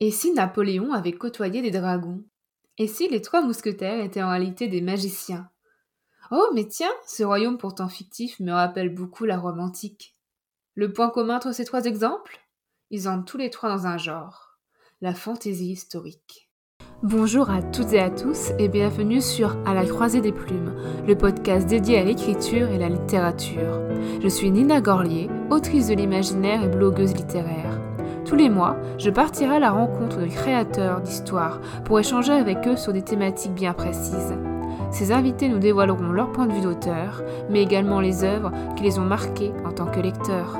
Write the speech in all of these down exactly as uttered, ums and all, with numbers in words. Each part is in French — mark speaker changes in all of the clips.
Speaker 1: Et si Napoléon avait côtoyé des dragons? Et si les trois mousquetaires étaient en réalité des magiciens? Oh, mais tiens, ce royaume pourtant fictif me rappelle beaucoup la Rome antique. Le point commun entre ces trois exemples? Ils entrent tous les trois dans un genre, la fantaisie historique. Bonjour à toutes et à tous et bienvenue sur À la croisée des plumes, le podcast dédié à l'écriture et la littérature. Je suis Nina Gorlier, autrice de l'imaginaire et blogueuse littéraire. Tous les mois, je partirai à la rencontre de créateurs d'histoires pour échanger avec eux sur des thématiques bien précises. Ces invités nous dévoileront leur point de vue d'auteur, mais également les œuvres qui les ont marqués en tant que lecteurs.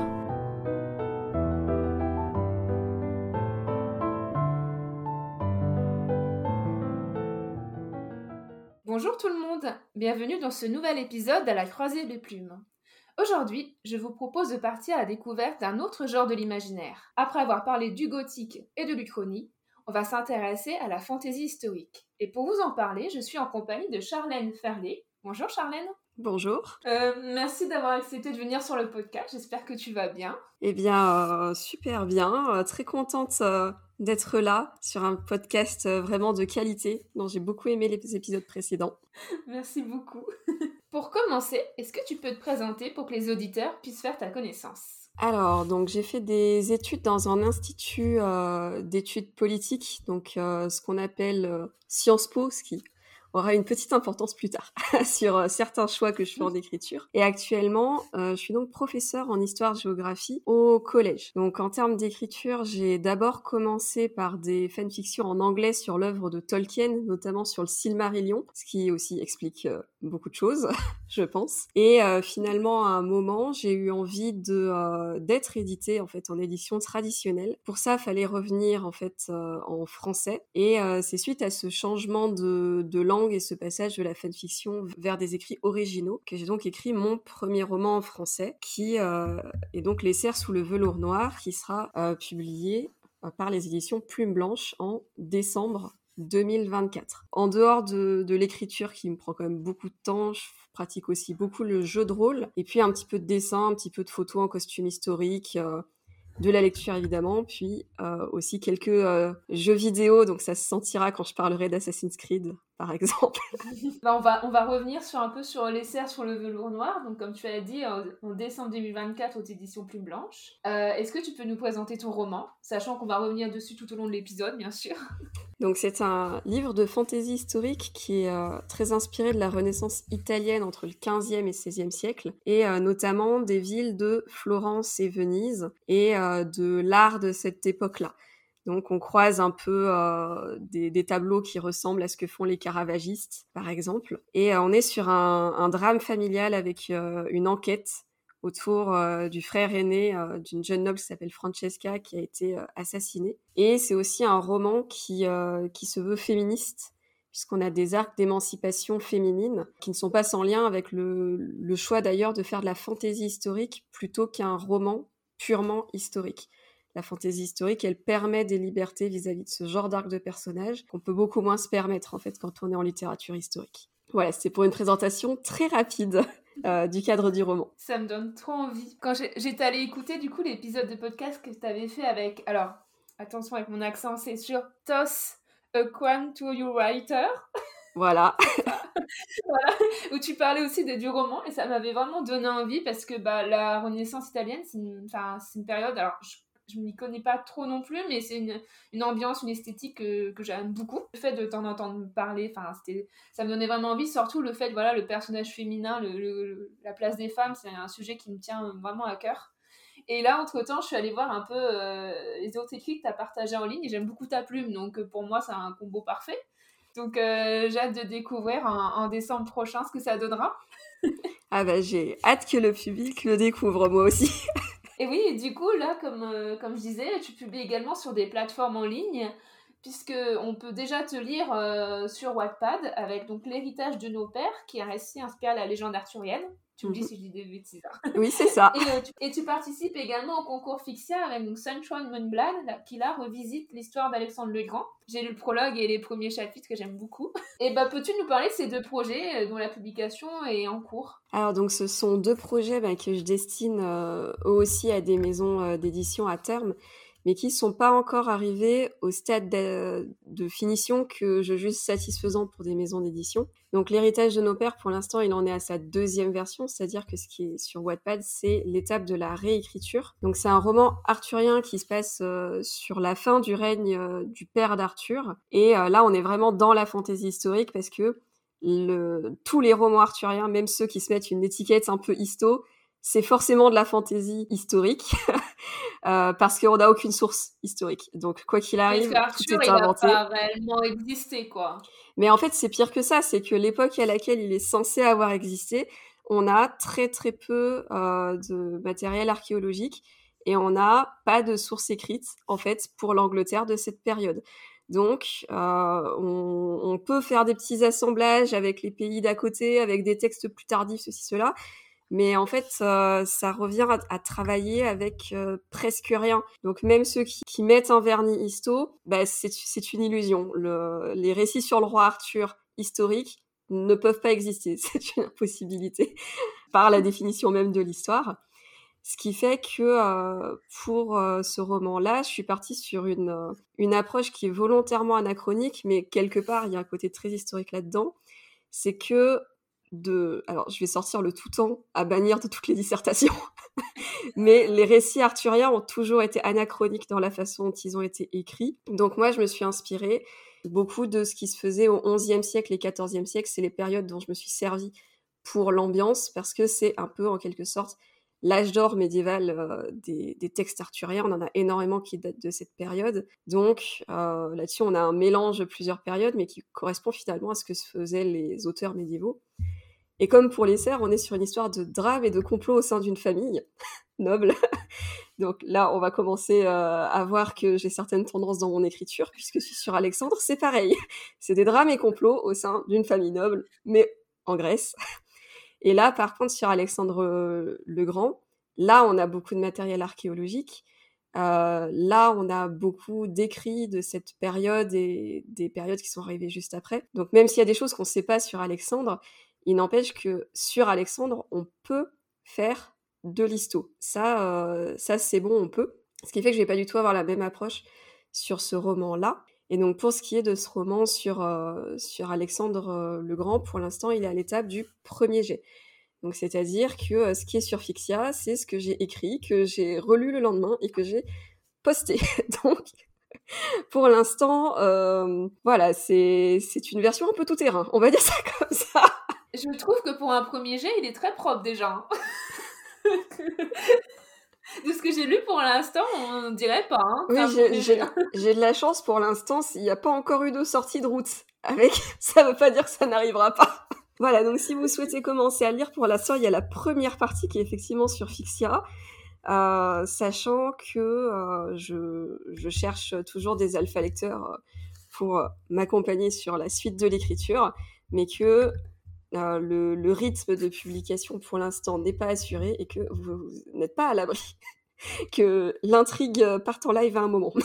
Speaker 1: Bonjour tout le monde, bienvenue dans ce nouvel épisode à la croisée des plumes. Aujourd'hui, je vous propose de partir à la découverte d'un autre genre de l'imaginaire. Après avoir parlé du gothique et de l'Uchronie, on va s'intéresser à la fantaisie historique. Et pour vous en parler, je suis en compagnie de Charlène Ferlet. Bonjour Charlène.
Speaker 2: Bonjour.
Speaker 1: Euh, merci d'avoir accepté de venir sur le podcast, j'espère que tu vas bien.
Speaker 2: Eh bien, euh, super bien, euh, très contente euh, d'être là sur un podcast euh, vraiment de qualité, dont j'ai beaucoup aimé les épisodes précédents.
Speaker 1: Merci beaucoup. Pour commencer, est-ce que tu peux te présenter pour que les auditeurs puissent faire ta connaissance?
Speaker 2: Alors, donc j'ai fait des études dans un institut euh, d'études politiques, donc euh, ce qu'on appelle euh, Sciences Po, ce qui aura une petite importance plus tard sur euh, certains choix que je fais en écriture. Et actuellement, euh, je suis donc professeure en histoire-géographie au collège. Donc en termes d'écriture, j'ai d'abord commencé par des fanfictions en anglais sur l'œuvre de Tolkien, notamment sur le Silmarillion, ce qui aussi explique euh, beaucoup de choses, je pense. Et euh, finalement, à un moment, j'ai eu envie de euh, d'être éditée en fait en édition traditionnelle. Pour ça, il fallait revenir en fait euh, en français. Et euh, c'est suite à ce changement de, de langue et ce passage de la fanfiction vers des écrits originaux que j'ai donc écrit mon premier roman en français, qui euh, est donc Les Cerfs sous le velours noir, qui sera euh, publié euh, par les éditions Plume Blanche en décembre deux mille vingt-quatre. En dehors de, de l'écriture qui me prend quand même beaucoup de temps, je pratique aussi beaucoup le jeu de rôle, et puis un petit peu de dessin, un petit peu de photos en costume historique, euh, de la lecture évidemment, puis euh, aussi quelques euh, jeux vidéo, donc ça se sentira quand je parlerai d'Assassin's Creed, par exemple.
Speaker 1: Bah, on, va, on va revenir sur un peu sur Les Cerfs sur le velours noir, donc comme tu as dit, en, en décembre deux mille vingt-quatre aux éditions Plume Blanche. Euh, est-ce que tu peux nous présenter ton roman, sachant qu'on va revenir dessus tout au long de l'épisode, bien sûr.
Speaker 2: Donc c'est un livre de fantaisie historique qui est euh, très inspiré de la Renaissance italienne entre le quinzième et seizième siècle, et euh, notamment des villes de Florence et Venise, et euh, de l'art de cette époque-là. Donc on croise un peu euh, des, des tableaux qui ressemblent à ce que font les caravagistes, par exemple. Et euh, on est sur un, un drame familial avec euh, une enquête autour euh, du frère aîné euh, d'une jeune noble qui s'appelle Francesca, qui a été euh, assassinée. Et c'est aussi un roman qui, euh, qui se veut féministe, puisqu'on a des arcs d'émancipation féminine qui ne sont pas sans lien avec le, le choix d'ailleurs de faire de la fantaisie historique plutôt qu'un roman purement historique. La fantaisie historique, elle permet des libertés vis-à-vis de ce genre d'arc de personnage qu'on peut beaucoup moins se permettre en fait quand on est en littérature historique. Voilà, c'est pour une présentation très rapide euh, du cadre du roman.
Speaker 1: Ça me donne trop envie. Quand j'ai, j'étais allée écouter du coup l'épisode de podcast que tu avais fait avec, alors attention avec mon accent, c'est sur Toss a Quan to Your Writer.
Speaker 2: Voilà.
Speaker 1: Voilà, où tu parlais aussi de, du roman et ça m'avait vraiment donné envie parce que bah, la Renaissance italienne, c'est une, c'est une période, alors je je m'y connais pas trop non plus, mais c'est une, une ambiance, une esthétique que, que j'aime beaucoup. Le fait de t'en entendre parler, c'était, ça me donnait vraiment envie, surtout le fait, voilà, le personnage féminin, le, le, la place des femmes, c'est un sujet qui me tient vraiment à cœur. Et là, entre-temps, je suis allée voir un peu euh, les autres écrits que tu as partagés en ligne et j'aime beaucoup ta plume, donc pour moi, c'est un combo parfait. Donc euh, j'ai hâte de découvrir en, en décembre prochain ce que ça donnera.
Speaker 2: Ah bah j'ai hâte que le public le découvre, moi aussi.
Speaker 1: Et oui, et du coup, là, comme, euh, comme je disais, tu publies également sur des plateformes en ligne, puisqu'on peut déjà te lire euh, sur Wattpad, avec donc L'héritage de nos pères, qui est un récit inspiré à la légende arthurienne. Tu me dis si je dis des bêtises.
Speaker 2: Oui, c'est ça.
Speaker 1: Et, euh, tu, et tu participes également au concours Fixia avec donc Sunshine Moonblade, qui là revisite l'histoire d'Alexandre le Grand. J'ai lu le prologue et les premiers chapitres que j'aime beaucoup. Et bah, peux-tu nous parler de ces deux projets dont la publication est en cours?
Speaker 2: Alors donc ce sont deux projets bah, que je destine euh, eux aussi à des maisons euh, d'édition à terme. mais qui sont pas encore arrivés au stade de, de finition que je juge satisfaisant pour des maisons d'édition. Donc l'héritage de nos pères, pour l'instant, il en est à sa deuxième version, c'est-à-dire que ce qui est sur Wattpad, c'est l'étape de la réécriture. Donc c'est un roman arthurien qui se passe euh, sur la fin du règne euh, du père d'Arthur, et euh, là on est vraiment dans la fantaisie historique parce que le, tous les romans arthuriens, même ceux qui se mettent une étiquette un peu histo, c'est forcément de la fantaisie historique. euh, parce qu'on n'a aucune source historique. Donc, quoi qu'il arrive, tout est inventé.
Speaker 1: Il n'a pas réellement existé, quoi.
Speaker 2: Mais en fait, c'est pire que ça. C'est que l'époque à laquelle il est censé avoir existé, on a très très peu euh, de matériel archéologique et on n'a pas de source écrite, en fait, pour l'Angleterre de cette période. Donc, euh, on, on peut faire des petits assemblages avec les pays d'à côté, avec des textes plus tardifs, ceci, cela. Mais en fait, euh, ça revient à, à travailler avec euh, presque rien. Donc même ceux qui, qui mettent un vernis histo, bah, c'est, c'est une illusion. Le, les récits sur le roi Arthur historiques ne peuvent pas exister. C'est une impossibilité par la définition même de l'histoire. Ce qui fait que euh, pour euh, ce roman-là, je suis partie sur une, euh, une approche qui est volontairement anachronique, mais quelque part, il y a un côté très historique là-dedans. C'est que de... Alors, je vais sortir le tout temps à bannir de toutes les dissertations, mais les récits arthuriens ont toujours été anachroniques dans la façon dont ils ont été écrits. Donc moi, je me suis inspirée beaucoup de ce qui se faisait au onzième siècle et quatorzième siècle. C'est les périodes dont je me suis servie pour l'ambiance, parce que c'est un peu, en quelque sorte, l'âge d'or médiéval euh, des, des textes arthuriens. On en a énormément qui datent de cette période. Donc euh, là-dessus, on a un mélange de plusieurs périodes, mais qui correspond finalement à ce que se faisaient les auteurs médiévaux. Et comme pour les serfs, on est sur une histoire de drame et de complot au sein d'une famille noble. Donc là, on va commencer euh, à voir que j'ai certaines tendances dans mon écriture, puisque sur Alexandre, c'est pareil. C'est des drames et complots au sein d'une famille noble, mais en Grèce. Et là, par contre, sur Alexandre le Grand, là, on a beaucoup de matériel archéologique. Euh, là, on a beaucoup d'écrits de cette période et des périodes qui sont arrivées juste après. Donc même s'il y a des choses qu'on ne sait pas sur Alexandre, il n'empêche que sur Alexandre, on peut faire de l'histo. Ça, euh, ça c'est bon, on peut. Ce qui fait que je vais pas du tout avoir la même approche sur ce roman-là. Et donc pour ce qui est de ce roman sur, euh, sur Alexandre euh, le Grand, pour l'instant, il est à l'étape du premier jet. Donc c'est-à-dire que euh, ce qui est sur Fixia, c'est ce que j'ai écrit, que j'ai relu le lendemain et que j'ai posté. Donc pour l'instant, euh, voilà, c'est, c'est une version un peu tout-terrain, on va dire ça comme ça.
Speaker 1: Je trouve que pour un premier jet, il est très propre déjà. De ce que j'ai lu pour l'instant, on dirait pas. Hein,
Speaker 2: oui, j'ai, j'ai, j'ai de la chance pour l'instant, s'il n'y a pas encore eu de sortie de route avec, ça veut pas dire que ça n'arrivera pas. Voilà, donc si vous souhaitez commencer à lire, pour l'instant, il y a la première partie qui est effectivement sur Fixia, euh, sachant que euh, je, je cherche toujours des alpha lecteurs pour m'accompagner sur la suite de l'écriture, mais que Euh, le, le rythme de publication pour l'instant n'est pas assuré et que vous, vous n'êtes pas à l'abri que l'intrigue parte en live à un moment.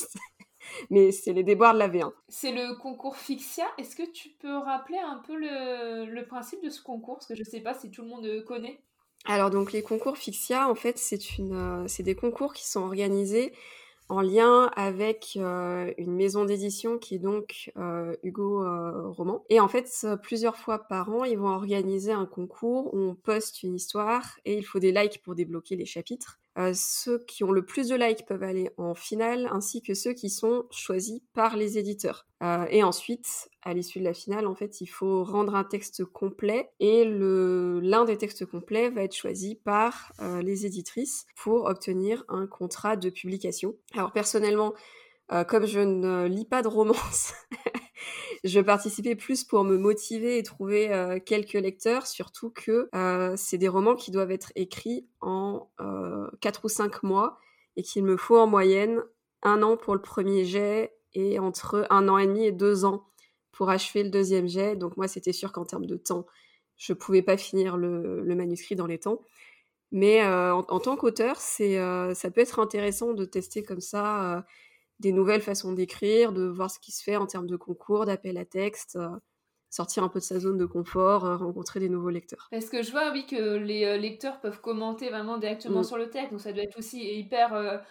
Speaker 2: Mais c'est les déboires de la V un.
Speaker 1: C'est le concours Fixia. Est-ce que tu peux rappeler un peu le, le principe de ce concours? Parce que je ne sais pas si tout le monde connaît.
Speaker 2: Alors donc les concours Fixia, en fait, c'est, une, euh, c'est des concours qui sont organisés en lien avec euh, une maison d'édition qui est donc euh, Hugo euh, Roman. Et en fait, plusieurs fois par an, ils vont organiser un concours où on poste une histoire et il faut des likes pour débloquer les chapitres. Euh, ceux qui ont le plus de likes peuvent aller en finale, ainsi que ceux qui sont choisis par les éditeurs. Euh, et ensuite, à l'issue de la finale, en fait, il faut rendre un texte complet et le, l'un des textes complets va être choisi par euh, les éditrices pour obtenir un contrat de publication. Alors personnellement, euh, comme je ne lis pas de romance, je participais plus pour me motiver et trouver euh, quelques lecteurs, surtout que euh, c'est des romans qui doivent être écrits en euh, quatre ou cinq mois et qu'il me faut en moyenne un an pour le premier jet et entre un an et demi et deux ans pour achever le deuxième jet. Donc moi, c'était sûr qu'en termes de temps, je pouvais pas finir le, le manuscrit dans les temps. Mais euh, en, en tant qu'auteur, c'est, euh, ça peut être intéressant de tester comme ça euh, des nouvelles façons d'écrire, de voir ce qui se fait en termes de concours, d'appel à texte, euh, sortir un peu de sa zone de confort, euh, rencontrer des nouveaux lecteurs.
Speaker 1: Parce que je vois, oui, que les euh, lecteurs peuvent commenter vraiment directement mmh. sur le texte, donc ça doit être aussi hyper euh,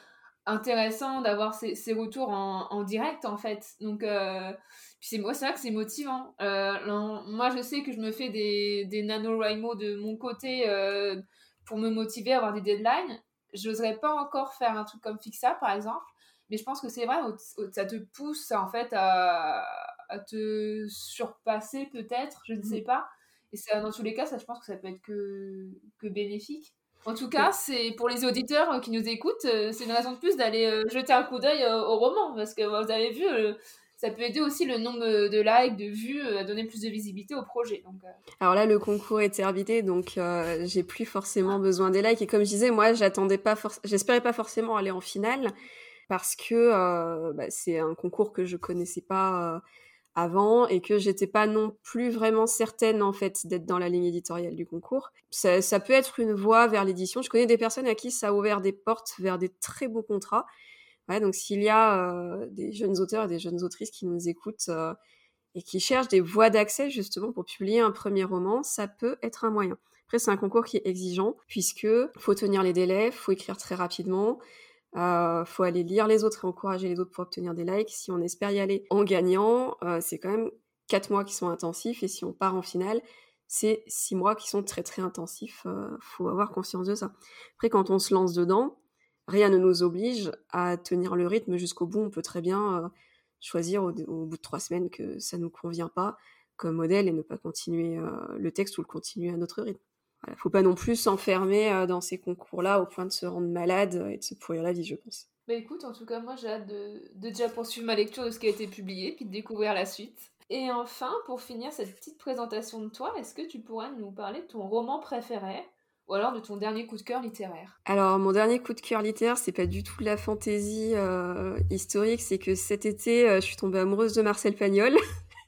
Speaker 1: intéressant d'avoir ces, ces retours en, en direct, en fait. Donc, euh, puis c'est, moi, c'est vrai que c'est motivant. Euh, non, moi, je sais que je me fais des, des NaNoWriMo de mon côté euh, pour me motiver à avoir des deadlines. J'oserais pas encore faire un truc comme Fixa, par exemple. Mais je pense que c'est vrai, ça te pousse, en fait, à, à te surpasser, peut-être, je ne sais pas. Et ça, dans tous les cas, ça, je pense que ça peut être que, que bénéfique. En tout cas, c'est pour les auditeurs euh, qui nous écoutent, euh, c'est une raison de plus d'aller euh, jeter un coup d'œil euh, au roman, parce que vous avez vu, euh, ça peut aider aussi le nombre de likes, de vues, euh, à donner plus de visibilité au projet. Donc, euh...
Speaker 2: Alors là, le concours est terminé, donc euh, j'ai plus forcément besoin des likes. Et comme je disais, moi, j'attendais pas, for- j'espérais pas forcément aller en finale, parce que euh, bah, c'est un concours que je connaissais pas. Euh, avant et que j'étais pas non plus vraiment certaine en fait d'être dans la ligne éditoriale du concours. Ça, ça peut être une voie vers l'édition. Je connais des personnes à qui ça a ouvert des portes vers des très beaux contrats. Ouais, donc s'il y a euh, des jeunes auteurs et des jeunes autrices qui nous écoutent euh, et qui cherchent des voies d'accès justement pour publier un premier roman, ça peut être un moyen. Après, c'est un concours qui est exigeant puisque faut tenir les délais, faut écrire très rapidement. Euh, faut aller lire les autres et encourager les autres pour obtenir des likes. Si on espère y aller en gagnant, euh, c'est quand même quatre mois qui sont intensifs, et si on part en finale, c'est six mois qui sont très très intensifs. Euh, faut avoir conscience de ça. Après, quand on se lance dedans, rien ne nous oblige à tenir le rythme jusqu'au bout. On peut très bien euh, choisir au, au bout de trois semaines que ça nous convient pas comme modèle et ne pas continuer euh, le texte ou le continuer à notre rythme. Voilà, faut pas non plus s'enfermer euh, dans ces concours-là au point de se rendre malade et de se pourrir la vie, je pense.
Speaker 1: Bah écoute, en tout cas, moi j'ai hâte de, de déjà poursuivre ma lecture de ce qui a été publié, puis de découvrir la suite. Et enfin, pour finir cette petite présentation de toi, est-ce que tu pourrais nous parler de ton roman préféré, ou alors de ton dernier coup de cœur littéraire?
Speaker 2: Alors, mon dernier coup de cœur littéraire, c'est pas du tout de la fantaisie euh, historique, c'est que cet été, euh, je suis tombée amoureuse de Marcel Pagnol.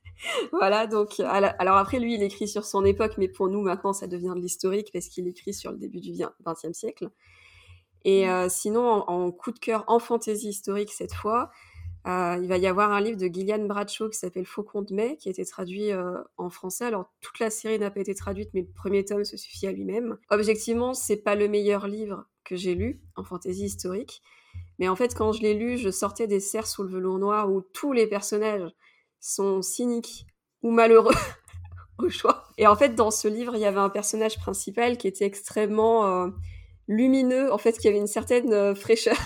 Speaker 2: Voilà, donc, alors après, lui, il écrit sur son époque, mais pour nous, maintenant, ça devient de l'historique parce qu'il écrit sur le début du vingtième siècle. Et euh, sinon, en, en coup de cœur en fantaisie historique cette fois, euh, il va y avoir un livre de Gillian Bradshaw qui s'appelle Faucon de mai, qui a été traduit euh, en français. Alors, toute la série n'a pas été traduite, mais le premier tome se suffit à lui-même. Objectivement, c'est pas le meilleur livre que j'ai lu en fantaisie historique. Mais en fait, quand je l'ai lu, je sortais des Serres sous le velours noir où tous les personnages sont cyniques ou malheureux au choix. Et en fait, dans ce livre, il y avait un personnage principal qui était extrêmement euh, lumineux, en fait, qui avait une certaine euh, fraîcheur.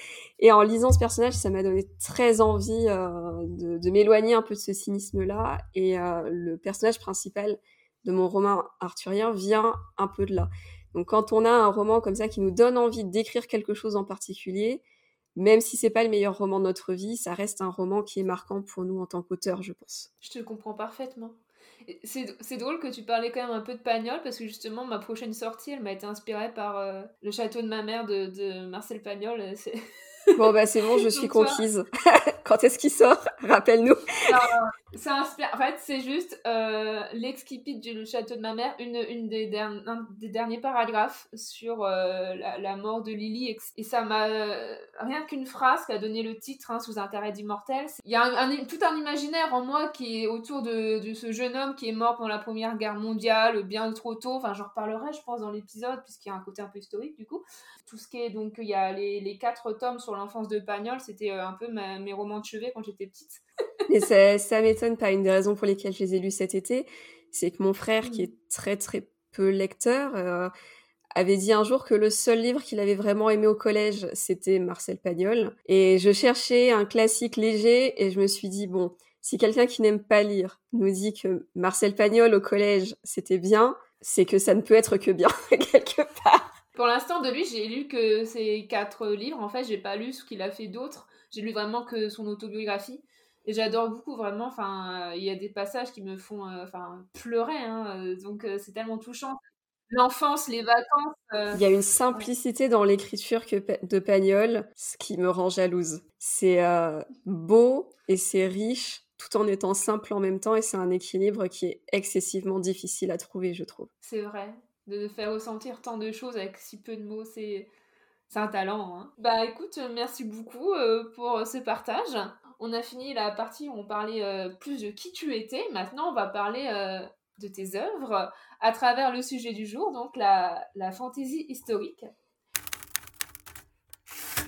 Speaker 2: Et en lisant ce personnage, ça m'a donné très envie euh, de, de m'éloigner un peu de ce cynisme-là. Et euh, le personnage principal de mon roman arthurien vient un peu de là. Donc quand on a un roman comme ça qui nous donne envie d'écrire quelque chose en particulier, même si c'est pas le meilleur roman de notre vie, ça reste un roman qui est marquant pour nous en tant qu'auteur, je pense.
Speaker 1: Je te comprends parfaitement. C'est, c'est drôle que tu parlais quand même un peu de Pagnol, parce que justement, ma prochaine sortie, elle m'a été inspirée par euh, Le château de ma mère de, de Marcel Pagnol. C'est...
Speaker 2: Bon, bah c'est bon, je suis conquise. Quand est-ce qu'il sort? Rappelle-nous.
Speaker 1: Alors, ça inspire... En fait, c'est juste euh, l'ex-kipit du château de ma mère, une, une des, der... un des derniers paragraphes sur euh, la, la mort de Lily. Et ça m'a... Euh, rien qu'une phrase qui a donné le titre, hein, Sous un carré d'immortel. Il y a un, un, tout un imaginaire en moi qui est autour de, de ce jeune homme qui est mort pendant la Première Guerre mondiale, bien trop tôt. Enfin, j'en reparlerai, je pense, dans l'épisode, puisqu'il y a un côté un peu historique, du coup. Tout ce qui est... Donc, il y a les, les quatre tomes sur l'enfance de Pagnol. C'était euh, un peu ma, mes romans de chevet quand j'étais petite.
Speaker 2: Mais ça, ça m'étonne pas. Une des raisons pour lesquelles je les ai lus cet été, c'est que mon frère, mmh. qui est très très peu lecteur, euh, avait dit un jour que le seul livre qu'il avait vraiment aimé au collège, c'était Marcel Pagnol. Et je cherchais un classique léger et je me suis dit, bon, si quelqu'un qui n'aime pas lire nous dit que Marcel Pagnol au collège, c'était bien, c'est que ça ne peut être que bien, quelque part.
Speaker 1: Pour l'instant, de lui, j'ai lu que ces quatre livres. En fait, j'ai pas lu ce qu'il a fait d'autres. J'ai lu vraiment que son autobiographie. Et j'adore beaucoup, vraiment. Enfin, il y a des passages qui me font euh, enfin, pleurer. Hein, donc, euh, c'est tellement touchant. L'enfance, les vacances. Euh...
Speaker 2: Il y a une simplicité dans l'écriture que, de Pagnol, ce qui me rend jalouse. C'est euh, beau et c'est riche, tout en étant simple en même temps. Et c'est un équilibre qui est excessivement difficile à trouver, je trouve.
Speaker 1: C'est vrai. De faire ressentir tant de choses avec si peu de mots, c'est, c'est un talent. Hein. Bah écoute, merci beaucoup euh, pour ce partage. On a fini la partie où on parlait euh, plus de qui tu étais. Maintenant, on va parler euh, de tes œuvres à travers le sujet du jour, donc la, la fantaisie historique.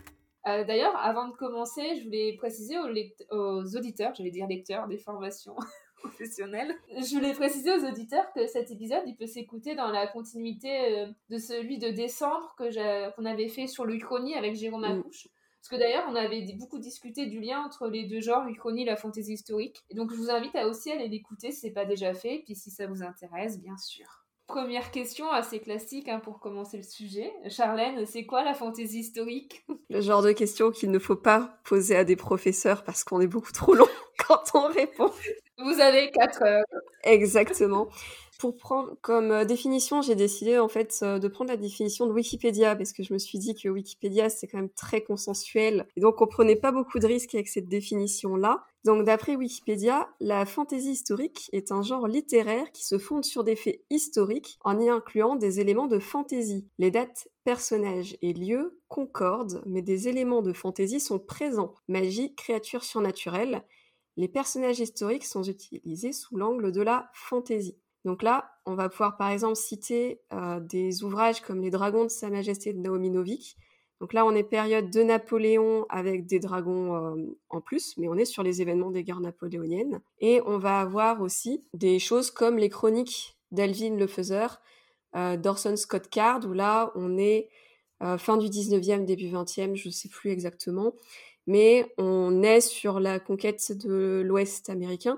Speaker 1: Euh, d'ailleurs, avant de commencer, je voulais préciser aux, lect- aux auditeurs, j'allais dire lecteurs des formations professionnelles, je voulais préciser aux auditeurs que cet épisode, il peut s'écouter dans la continuité euh, de celui de décembre que j'ai- qu'on avait fait sur l'Uchronie avec Jérôme
Speaker 2: Mm.
Speaker 1: Accouche. Parce que d'ailleurs, on avait d- beaucoup discuté du lien entre les deux genres, l'Uchronie et la fantaisie historique. Et donc, je vous invite à aussi aller l'écouter si c'est pas déjà fait, puis si ça vous intéresse, bien sûr. Première question assez classique hein, pour commencer le sujet. Charlène, c'est quoi la fantaisie historique?
Speaker 2: Le genre de question qu'il ne faut pas poser à des professeurs parce qu'on est beaucoup trop long quand on répond.
Speaker 1: Vous avez quatre heures.
Speaker 2: Exactement. Pour prendre comme euh, définition, j'ai décidé en fait euh, de prendre la définition de Wikipédia parce que je me suis dit que Wikipédia c'est quand même très consensuel et donc on prenait pas beaucoup de risques avec cette définition-là. Donc d'après Wikipédia, la fantaisie historique est un genre littéraire qui se fonde sur des faits historiques en y incluant des éléments de fantaisie. Les dates, personnages et lieux concordent, mais des éléments de fantaisie sont présents. Magie, créatures surnaturelles. Les personnages historiques sont utilisés sous l'angle de la fantaisie. Donc là, on va pouvoir par exemple citer euh, des ouvrages comme Les Dragons de Sa Majesté de Naomi Novik. Donc là, on est période de Napoléon avec des dragons euh, en plus, mais on est sur les événements des guerres napoléoniennes. Et on va avoir aussi des choses comme les chroniques d'Alvin le Faiseur, euh, d'Orson Scott Card, où là, on est euh, fin du dix-neuvième, début vingtième, je ne sais plus exactement, mais on est sur la conquête de l'Ouest américain,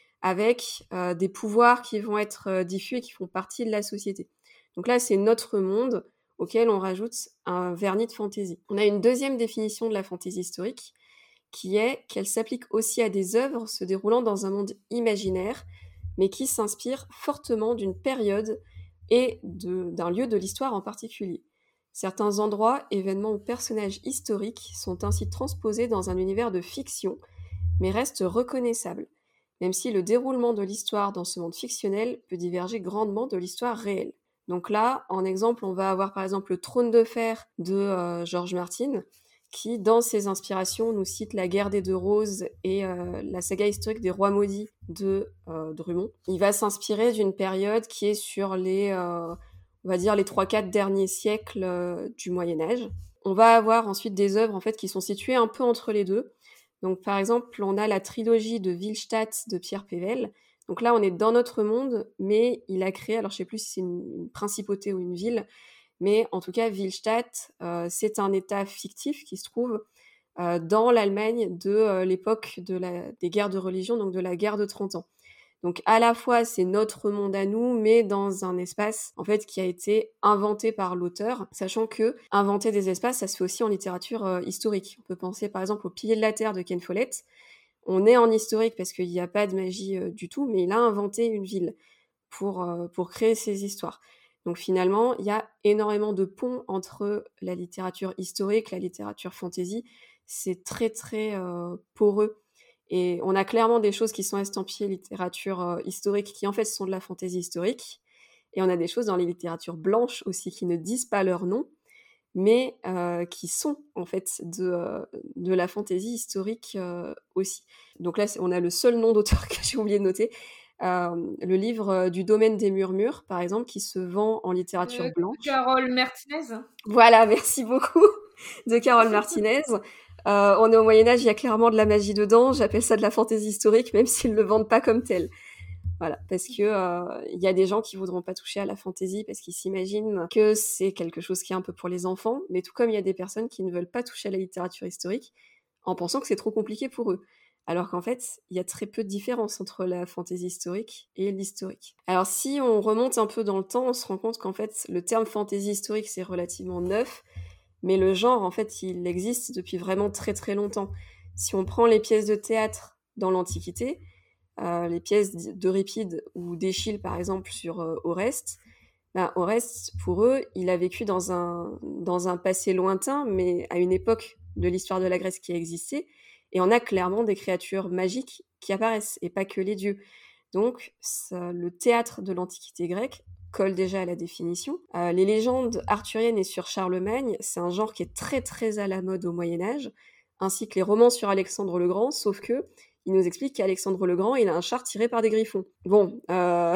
Speaker 2: avec euh, des pouvoirs qui vont être euh, diffus et qui font partie de la société. Donc là, c'est notre monde auquel on rajoute un vernis de fantaisie. On a une deuxième définition de la fantaisie historique, qui est qu'elle s'applique aussi à des œuvres se déroulant dans un monde imaginaire, mais qui s'inspirent fortement d'une période et de, d'un lieu de l'histoire en particulier. Certains endroits, événements ou personnages historiques sont ainsi transposés dans un univers de fiction, mais restent reconnaissables, même si le déroulement de l'histoire dans ce monde fictionnel peut diverger grandement de l'histoire réelle. Donc là, en exemple, on va avoir par exemple le Trône de fer de euh, George Martin, qui, dans ses inspirations, nous cite la guerre des deux roses et euh, la saga historique des rois maudits de euh, Drummond. Il va s'inspirer d'une période qui est sur les, euh, on va dire, les trois quatre derniers siècles euh, du Moyen-Âge. On va avoir ensuite des œuvres en fait, qui sont situées un peu entre les deux. Donc, par exemple, on a la trilogie de Willstadt de Pierre Pével. Donc là, on est dans notre monde, mais il a créé, alors je sais plus si c'est une, une principauté ou une ville, mais en tout cas, Willstadt, euh, c'est un état fictif qui se trouve euh, dans l'Allemagne de euh, l'époque de la, des guerres de religion, donc de la guerre de trente ans. Donc à la fois, c'est notre monde à nous, mais dans un espace en fait qui a été inventé par l'auteur, sachant que inventer des espaces, ça se fait aussi en littérature euh, historique. On peut penser par exemple au Pilier de la Terre de Ken Follett. On est en historique parce qu'il n'y a pas de magie euh, du tout, mais il a inventé une ville pour, euh, pour créer ces histoires. Donc finalement, il y a énormément de ponts entre la littérature historique, la littérature fantasy. C'est très très euh, poreux. Et on a clairement des choses qui sont estampillées littérature euh, historique qui en fait sont de la fantaisie historique. Et on a des choses dans les littératures blanches aussi qui ne disent pas leur nom, mais euh, qui sont en fait de, euh, de la fantaisie historique euh, aussi. Donc là, on a le seul nom d'auteur que j'ai oublié de noter. Euh, le livre euh, du Domaine des Murmures, par exemple, qui se vend en littérature
Speaker 1: Euh,
Speaker 2: blanche.
Speaker 1: Carole Martinez.
Speaker 2: Voilà, merci beaucoup, de Carole Martinez. Euh, on est au Moyen-Âge, il y a clairement de la magie dedans. J'appelle ça de la fantaisie historique, même s'ils ne le vendent pas comme tel. Voilà, parce que euh, y a des gens qui voudront pas toucher à la fantaisie parce qu'ils s'imaginent que c'est quelque chose qui est un peu pour les enfants, mais tout comme il y a des personnes qui ne veulent pas toucher à la littérature historique en pensant que c'est trop compliqué pour eux. Alors qu'en fait, il y a très peu de différence entre la fantaisie historique et l'historique. Alors si on remonte un peu dans le temps, on se rend compte qu'en fait, le terme fantaisie historique, c'est relativement neuf, mais le genre, en fait, il existe depuis vraiment très très longtemps. Si on prend les pièces de théâtre dans l'Antiquité, euh, les pièces d'Euripide ou d'Échille, par exemple, sur euh, Oreste, ben, Oreste, pour eux, il a vécu dans un, dans un passé lointain, mais à une époque de l'histoire de la Grèce qui a existé, et on a clairement des créatures magiques qui apparaissent, et pas que les dieux. Donc, ça, le théâtre de l'Antiquité grecque colle déjà à la définition. Euh, les légendes arthuriennes et sur Charlemagne, c'est un genre qui est très très à la mode au Moyen-Âge, ainsi que les romans sur Alexandre le Grand, sauf que il nous explique qu'Alexandre le Grand, il a un char tiré par des griffons. Bon, euh...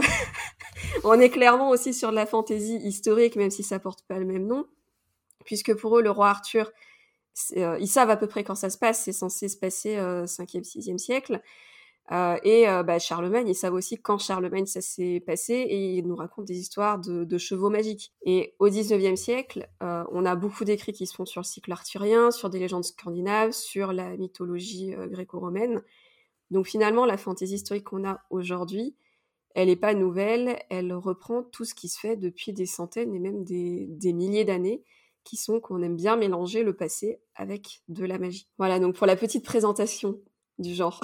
Speaker 2: on est clairement aussi sur de la fantaisie historique, même si ça porte pas le même nom, puisque pour eux, le roi Arthur, c'est, euh, ils savent à peu près quand ça se passe, c'est censé se passer euh, cinquième, sixième siècle. Euh, et euh, bah, Charlemagne, ils savent aussi quand Charlemagne ça s'est passé, et ils nous racontent des histoires de, de chevaux magiques. Et au dix-neuvième siècle, euh, on a beaucoup d'écrits qui se font sur le cycle arthurien, sur des légendes scandinaves, sur la mythologie euh, gréco-romaine. Donc finalement, la fantaisie historique qu'on a aujourd'hui, elle n'est pas nouvelle, elle reprend tout ce qui se fait depuis des centaines et même des, des milliers d'années, qui sont qu'on aime bien mélanger le passé avec de la magie. Voilà, donc pour la petite présentation du genre.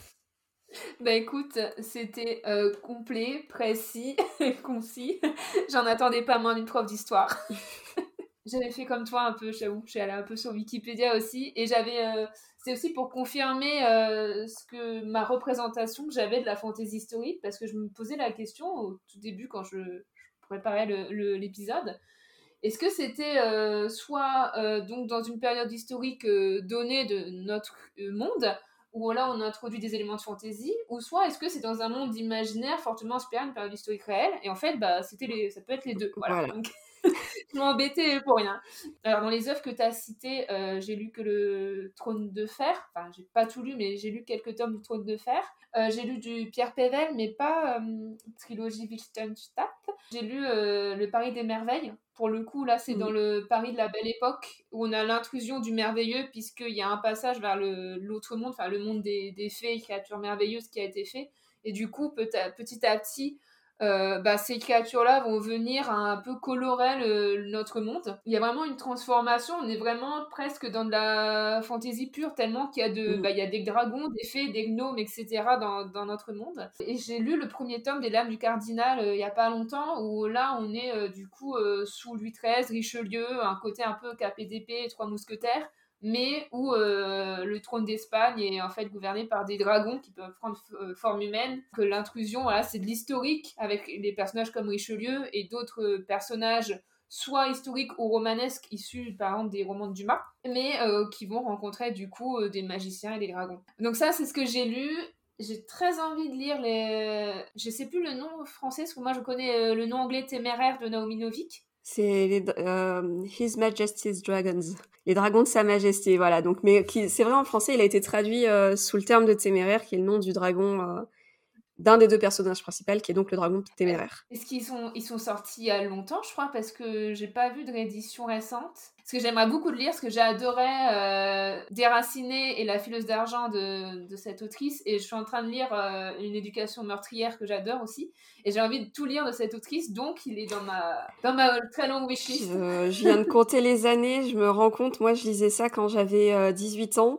Speaker 1: Bah écoute, c'était euh, complet, précis, concis. J'en attendais pas moins d'une prof d'histoire. J'avais fait comme toi un peu, j'avoue, je suis allée un peu sur Wikipédia aussi, et j'avais, euh, c'est aussi pour confirmer euh, ce que ma représentation que j'avais de la fantaisie historique, parce que je me posais la question au tout début quand je, je préparais le- le- l'épisode. Est-ce que c'était euh, soit euh, donc dans une période historique euh, donnée de notre euh, monde, où là on introduit des éléments de fantaisie, ou soit est-ce que c'est dans un monde imaginaire fortement inspiré d'une période historique réelle? Et en fait, bah, c'était les, ça peut être les deux. Voilà.
Speaker 2: Voilà.
Speaker 1: Donc, je m'embêtais pour rien. Alors, dans les œuvres que tu as citées, euh, j'ai lu que le Trône de Fer. Enfin, j'ai pas tout lu, mais j'ai lu quelques tomes du Trône de Fer. Euh, j'ai lu du Pierre Pével, mais pas euh, trilogie Wittgenstein. J'ai lu euh, Le Paris des Merveilles. Pour le coup, là, c'est
Speaker 2: Mmh.
Speaker 1: dans le Paris de la Belle Époque, où on a l'intrusion du merveilleux, puisqu'il y a un passage vers le, l'autre monde, enfin le monde des, des fées et créatures merveilleuses qui a été fait. Et du coup, petit à petit, à petit euh, bah, ces créatures-là vont venir un peu colorer le- notre monde. Il y a vraiment une transformation, on est vraiment presque dans de la fantaisie pure, tellement qu'il y a, de,
Speaker 2: Mmh.
Speaker 1: bah, il y a des dragons, des fées, des gnomes, et cetera dans, dans notre monde. Et j'ai lu le premier tome des Lames du Cardinal euh, il y a pas longtemps, où là on est euh, du coup euh, sous Louis treize, Richelieu, un côté un peu K P D P, Trois Mousquetaires, mais où euh, le trône d'Espagne est en fait gouverné par des dragons qui peuvent prendre f- euh, forme humaine, que l'intrusion, voilà, c'est de l'historique, avec des personnages comme Richelieu et d'autres euh, personnages soit historiques ou romanesques issus par exemple des romans de Dumas, mais euh, qui vont rencontrer du coup euh, des magiciens et des dragons. Donc ça, c'est ce que j'ai lu. J'ai très envie de lire les... Je sais plus le nom français, parce que moi je connais euh, le nom anglais Téméraire de Naomi Novik.
Speaker 2: C'est les, euh, His Majesty's Dragons, les dragons de Sa Majesté, voilà. Donc, mais qui, c'est vrai en français, il a été traduit euh, sous le terme de Téméraire, qui est le nom du dragon euh, d'un des deux personnages principaux, qui est donc le dragon Téméraire.
Speaker 1: Est-ce qu'ils sont, ils sont sortis il y a longtemps, je crois, parce que j'ai pas vu de réédition récente. Parce que j'aimerais beaucoup le lire, parce que j'ai adoré euh, Déraciné et La fileuse d'argent de, de cette autrice, et je suis en train de lire euh, Une éducation meurtrière que j'adore aussi, et j'ai envie de tout lire de cette autrice, donc il est dans ma, dans ma très longue wishlist.
Speaker 2: Je, je viens de compter les années, je me rends compte, moi je lisais ça quand j'avais euh, dix-huit ans.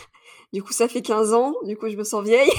Speaker 2: Du coup, ça fait quinze ans, du coup je me sens vieille.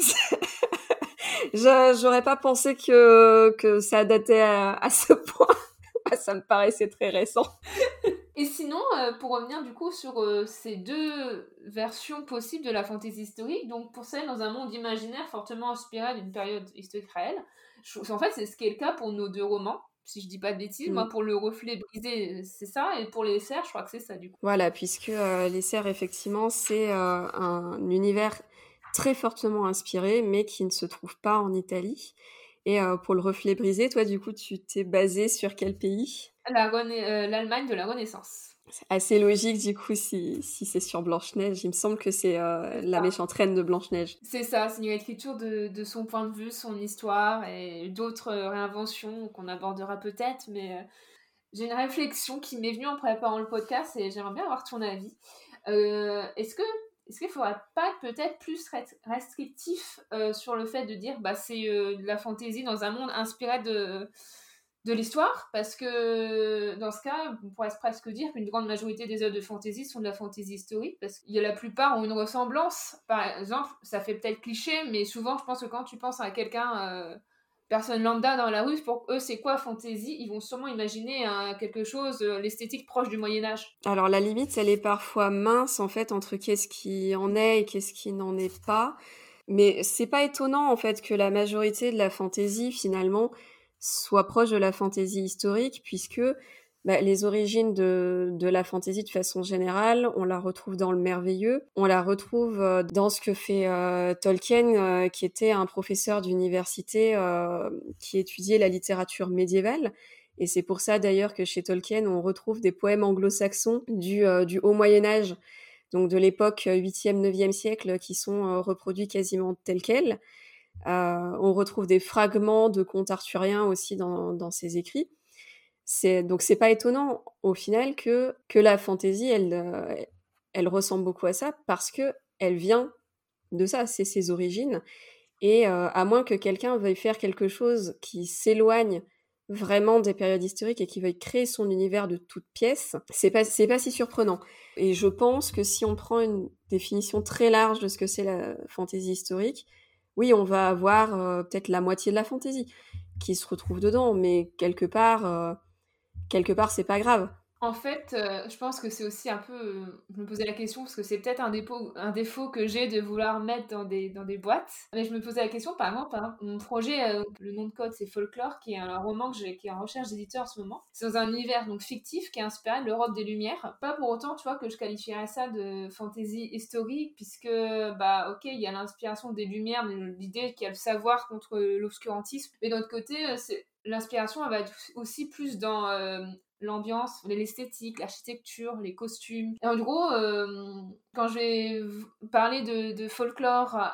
Speaker 2: Je, j'aurais pas pensé que, que ça datait à, à ce point. Ça me paraissait très récent.
Speaker 1: Et sinon, euh, pour revenir du coup sur euh, ces deux versions possibles de la fantaisie historique, donc pour celle dans un monde imaginaire fortement inspiré d'une période historique réelle, je- en fait c'est ce qui est le cas pour nos deux romans, si je dis pas de bêtises.
Speaker 2: Mm.
Speaker 1: Moi pour Le Reflet brisé, c'est ça, et pour Les Serres, je crois que c'est ça du coup.
Speaker 2: Voilà, puisque euh, Les Serres, effectivement, c'est euh, un univers très fortement inspiré, mais qui ne se trouve pas en Italie. Et euh, pour Le Reflet brisé, toi, du coup, tu t'es basé sur quel pays?
Speaker 1: La René- euh, L'Allemagne de la Renaissance.
Speaker 2: C'est assez logique, du coup, si, si c'est sur Blanche-Neige. Il me semble que c'est euh, la
Speaker 1: Ah,
Speaker 2: méchante reine de Blanche-Neige.
Speaker 1: c'est ça, c'est une écriture de, de son point de vue, son histoire, et d'autres euh, réinventions qu'on abordera peut-être, mais... euh, j'ai une réflexion qui m'est venue en préparant le podcast et j'aimerais bien avoir ton avis. Euh, est-ce que est-ce qu'il faudrait pas être peut-être plus rest- restrictif euh, sur le fait de dire bah c'est euh, de la fantaisie dans un monde inspiré de de l'histoire, parce que dans ce cas, on pourrait presque dire qu'une grande majorité des œuvres de fantaisie sont de la fantaisie historique, parce qu'il y a la plupart ont une ressemblance. Par exemple, ça fait peut-être cliché, mais souvent je pense que quand tu penses à quelqu'un euh, personne lambda dans la rue, pour eux, c'est quoi fantaisie? Ils vont sûrement imaginer euh, quelque chose, euh, l'esthétique proche du Moyen-Âge.
Speaker 2: Alors, la limite, elle est parfois mince, en fait, entre qu'est-ce qui en est et qu'est-ce qui n'en est pas. Mais c'est pas étonnant, en fait, que la majorité de la fantaisie, finalement, soit proche de la fantaisie historique, puisque bah, les origines de, de la fantaisie, de façon générale, on la retrouve dans le merveilleux, on la retrouve euh, dans ce que fait euh, Tolkien, euh, qui était un professeur d'université euh, qui étudiait la littérature médiévale, Et c'est pour ça d'ailleurs que chez Tolkien, on retrouve des poèmes anglo-saxons du, euh, du Haut Moyen-Âge, donc de l'époque huitième neuvième siècle, qui sont euh, reproduits quasiment tels quels. Euh, on retrouve des fragments de contes arthuriens aussi dans, dans ses écrits. C'est, donc c'est pas étonnant au final que, que la fantaisie, elle, euh, elle ressemble beaucoup à ça, parce que elle vient de ça, c'est ses origines. Et euh, à moins que quelqu'un veuille faire quelque chose qui s'éloigne vraiment des périodes historiques et qui veuille créer son univers de toutes pièces, c'est pas, c'est pas si surprenant. Et je pense que si on prend une définition très large de ce que c'est la fantaisie historique, oui, on va avoir euh, peut-être la moitié de la fantaisie qui se retrouve dedans, mais quelque part, euh, quelque part, c'est pas grave.
Speaker 1: En fait, heu, je pense que c'est aussi un peu, heu, je me posais la question parce que c'est peut-être un dépôt un défaut que j'ai de vouloir mettre dans des dans des boîtes. Mais je me posais la question, par exemple par exemple, mon projet, heu, le nom de code, c'est Folklore, qui est un roman que j'ai qui est en recherche d'éditeur en ce moment. C'est dans un univers donc fictif qui est inspiré de l'Europe des Lumières. Pas pour autant, tu vois, que je qualifierais ça de fantasy historique puisque, bah, OK, il y a l'inspiration des Lumières, mais l'idée qu'il y a le savoir contre l'obscurantisme. Mais d'un autre côté, heu, c'est l'inspiration, elle va être aussi plus dans, hem, l'ambiance, l'esthétique, l'architecture, les costumes. Et en gros, euh, quand je vais v- parler de, de folklore à,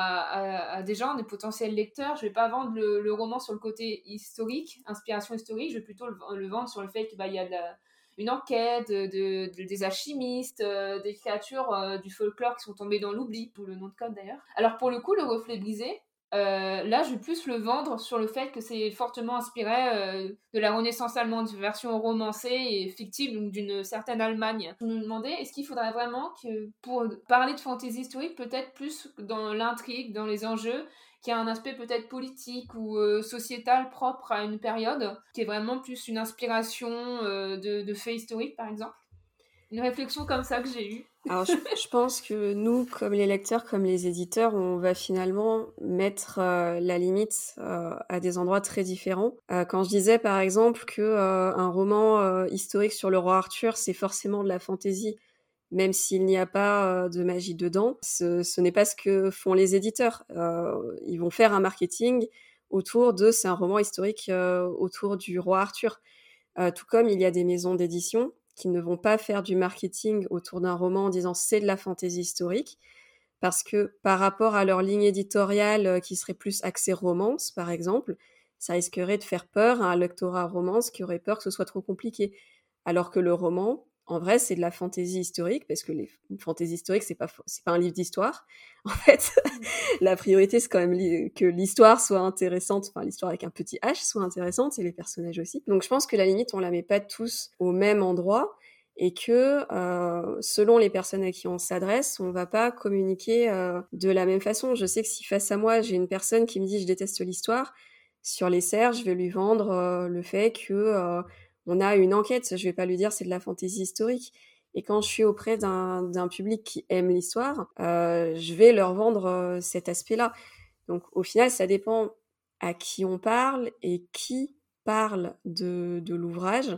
Speaker 1: à- à des gens, des potentiels lecteurs, je vais pas vendre le, le roman sur le côté historique, inspiration historique, je vais plutôt le, le vendre sur le fait qu'il bah, y a de la- une enquête, de, de- des alchimistes, euh, des créatures euh, du folklore qui sont tombées dans l'oubli, d'où le nom de code d'ailleurs. Alors pour le coup, le reflet brisé, euh, là, je vais plus le vendre sur le fait que c'est fortement inspiré euh, de la Renaissance allemande, version romancée et fictive, donc d'une certaine Allemagne. Je me demandais, est-ce qu'il faudrait vraiment que, pour parler de fantaisie historique, peut-être plus dans l'intrigue, dans les enjeux, qu'il y a un aspect peut-être politique ou euh, sociétal propre à une période, qui est vraiment plus une inspiration euh, de, de faits historiques, par exemple? Une réflexion comme ça que j'ai eue.
Speaker 2: Alors, je, je pense que nous, comme les lecteurs, comme les éditeurs, on va finalement mettre euh, la limite euh, à des endroits très différents. Euh, quand je disais, par exemple, que euh, un roman euh, historique sur le roi Arthur, c'est forcément de la fantaisie, même s'il n'y a pas euh, de magie dedans, ce, ce n'est pas ce que font les éditeurs. Euh, ils vont faire un marketing autour de, c'est un roman historique euh, autour du roi Arthur. Euh, tout comme il y a des maisons d'édition qui ne vont pas faire du marketing autour d'un roman en disant c'est de la fantaisie historique, parce que par rapport à leur ligne éditoriale euh, qui serait plus axée romance, par exemple, ça risquerait de faire peur à un lectorat romance qui aurait peur que ce soit trop compliqué. Alors que le roman, en vrai, c'est de la fantaisie historique, parce que les fantaisies historiques, c'est pas, c'est pas un livre d'histoire. En fait, la priorité, c'est quand même li- que l'histoire soit intéressante, enfin l'histoire avec un petit H soit intéressante, et les personnages aussi. Donc je pense que la limite, on la met pas tous au même endroit, et que euh, selon les personnes à qui on s'adresse, on va pas communiquer euh, de la même façon. Je sais que si face à moi, j'ai une personne qui me dit je déteste l'histoire, sur les serres, je vais lui vendre euh, le fait que euh, on a une enquête. Je vais pas lui dire c'est de la fantaisie historique. Et quand je suis auprès d'un, d'un public qui aime l'histoire, euh, je vais leur vendre euh, cet aspect-là. Donc au final, ça dépend à qui on parle et qui parle de, de l'ouvrage.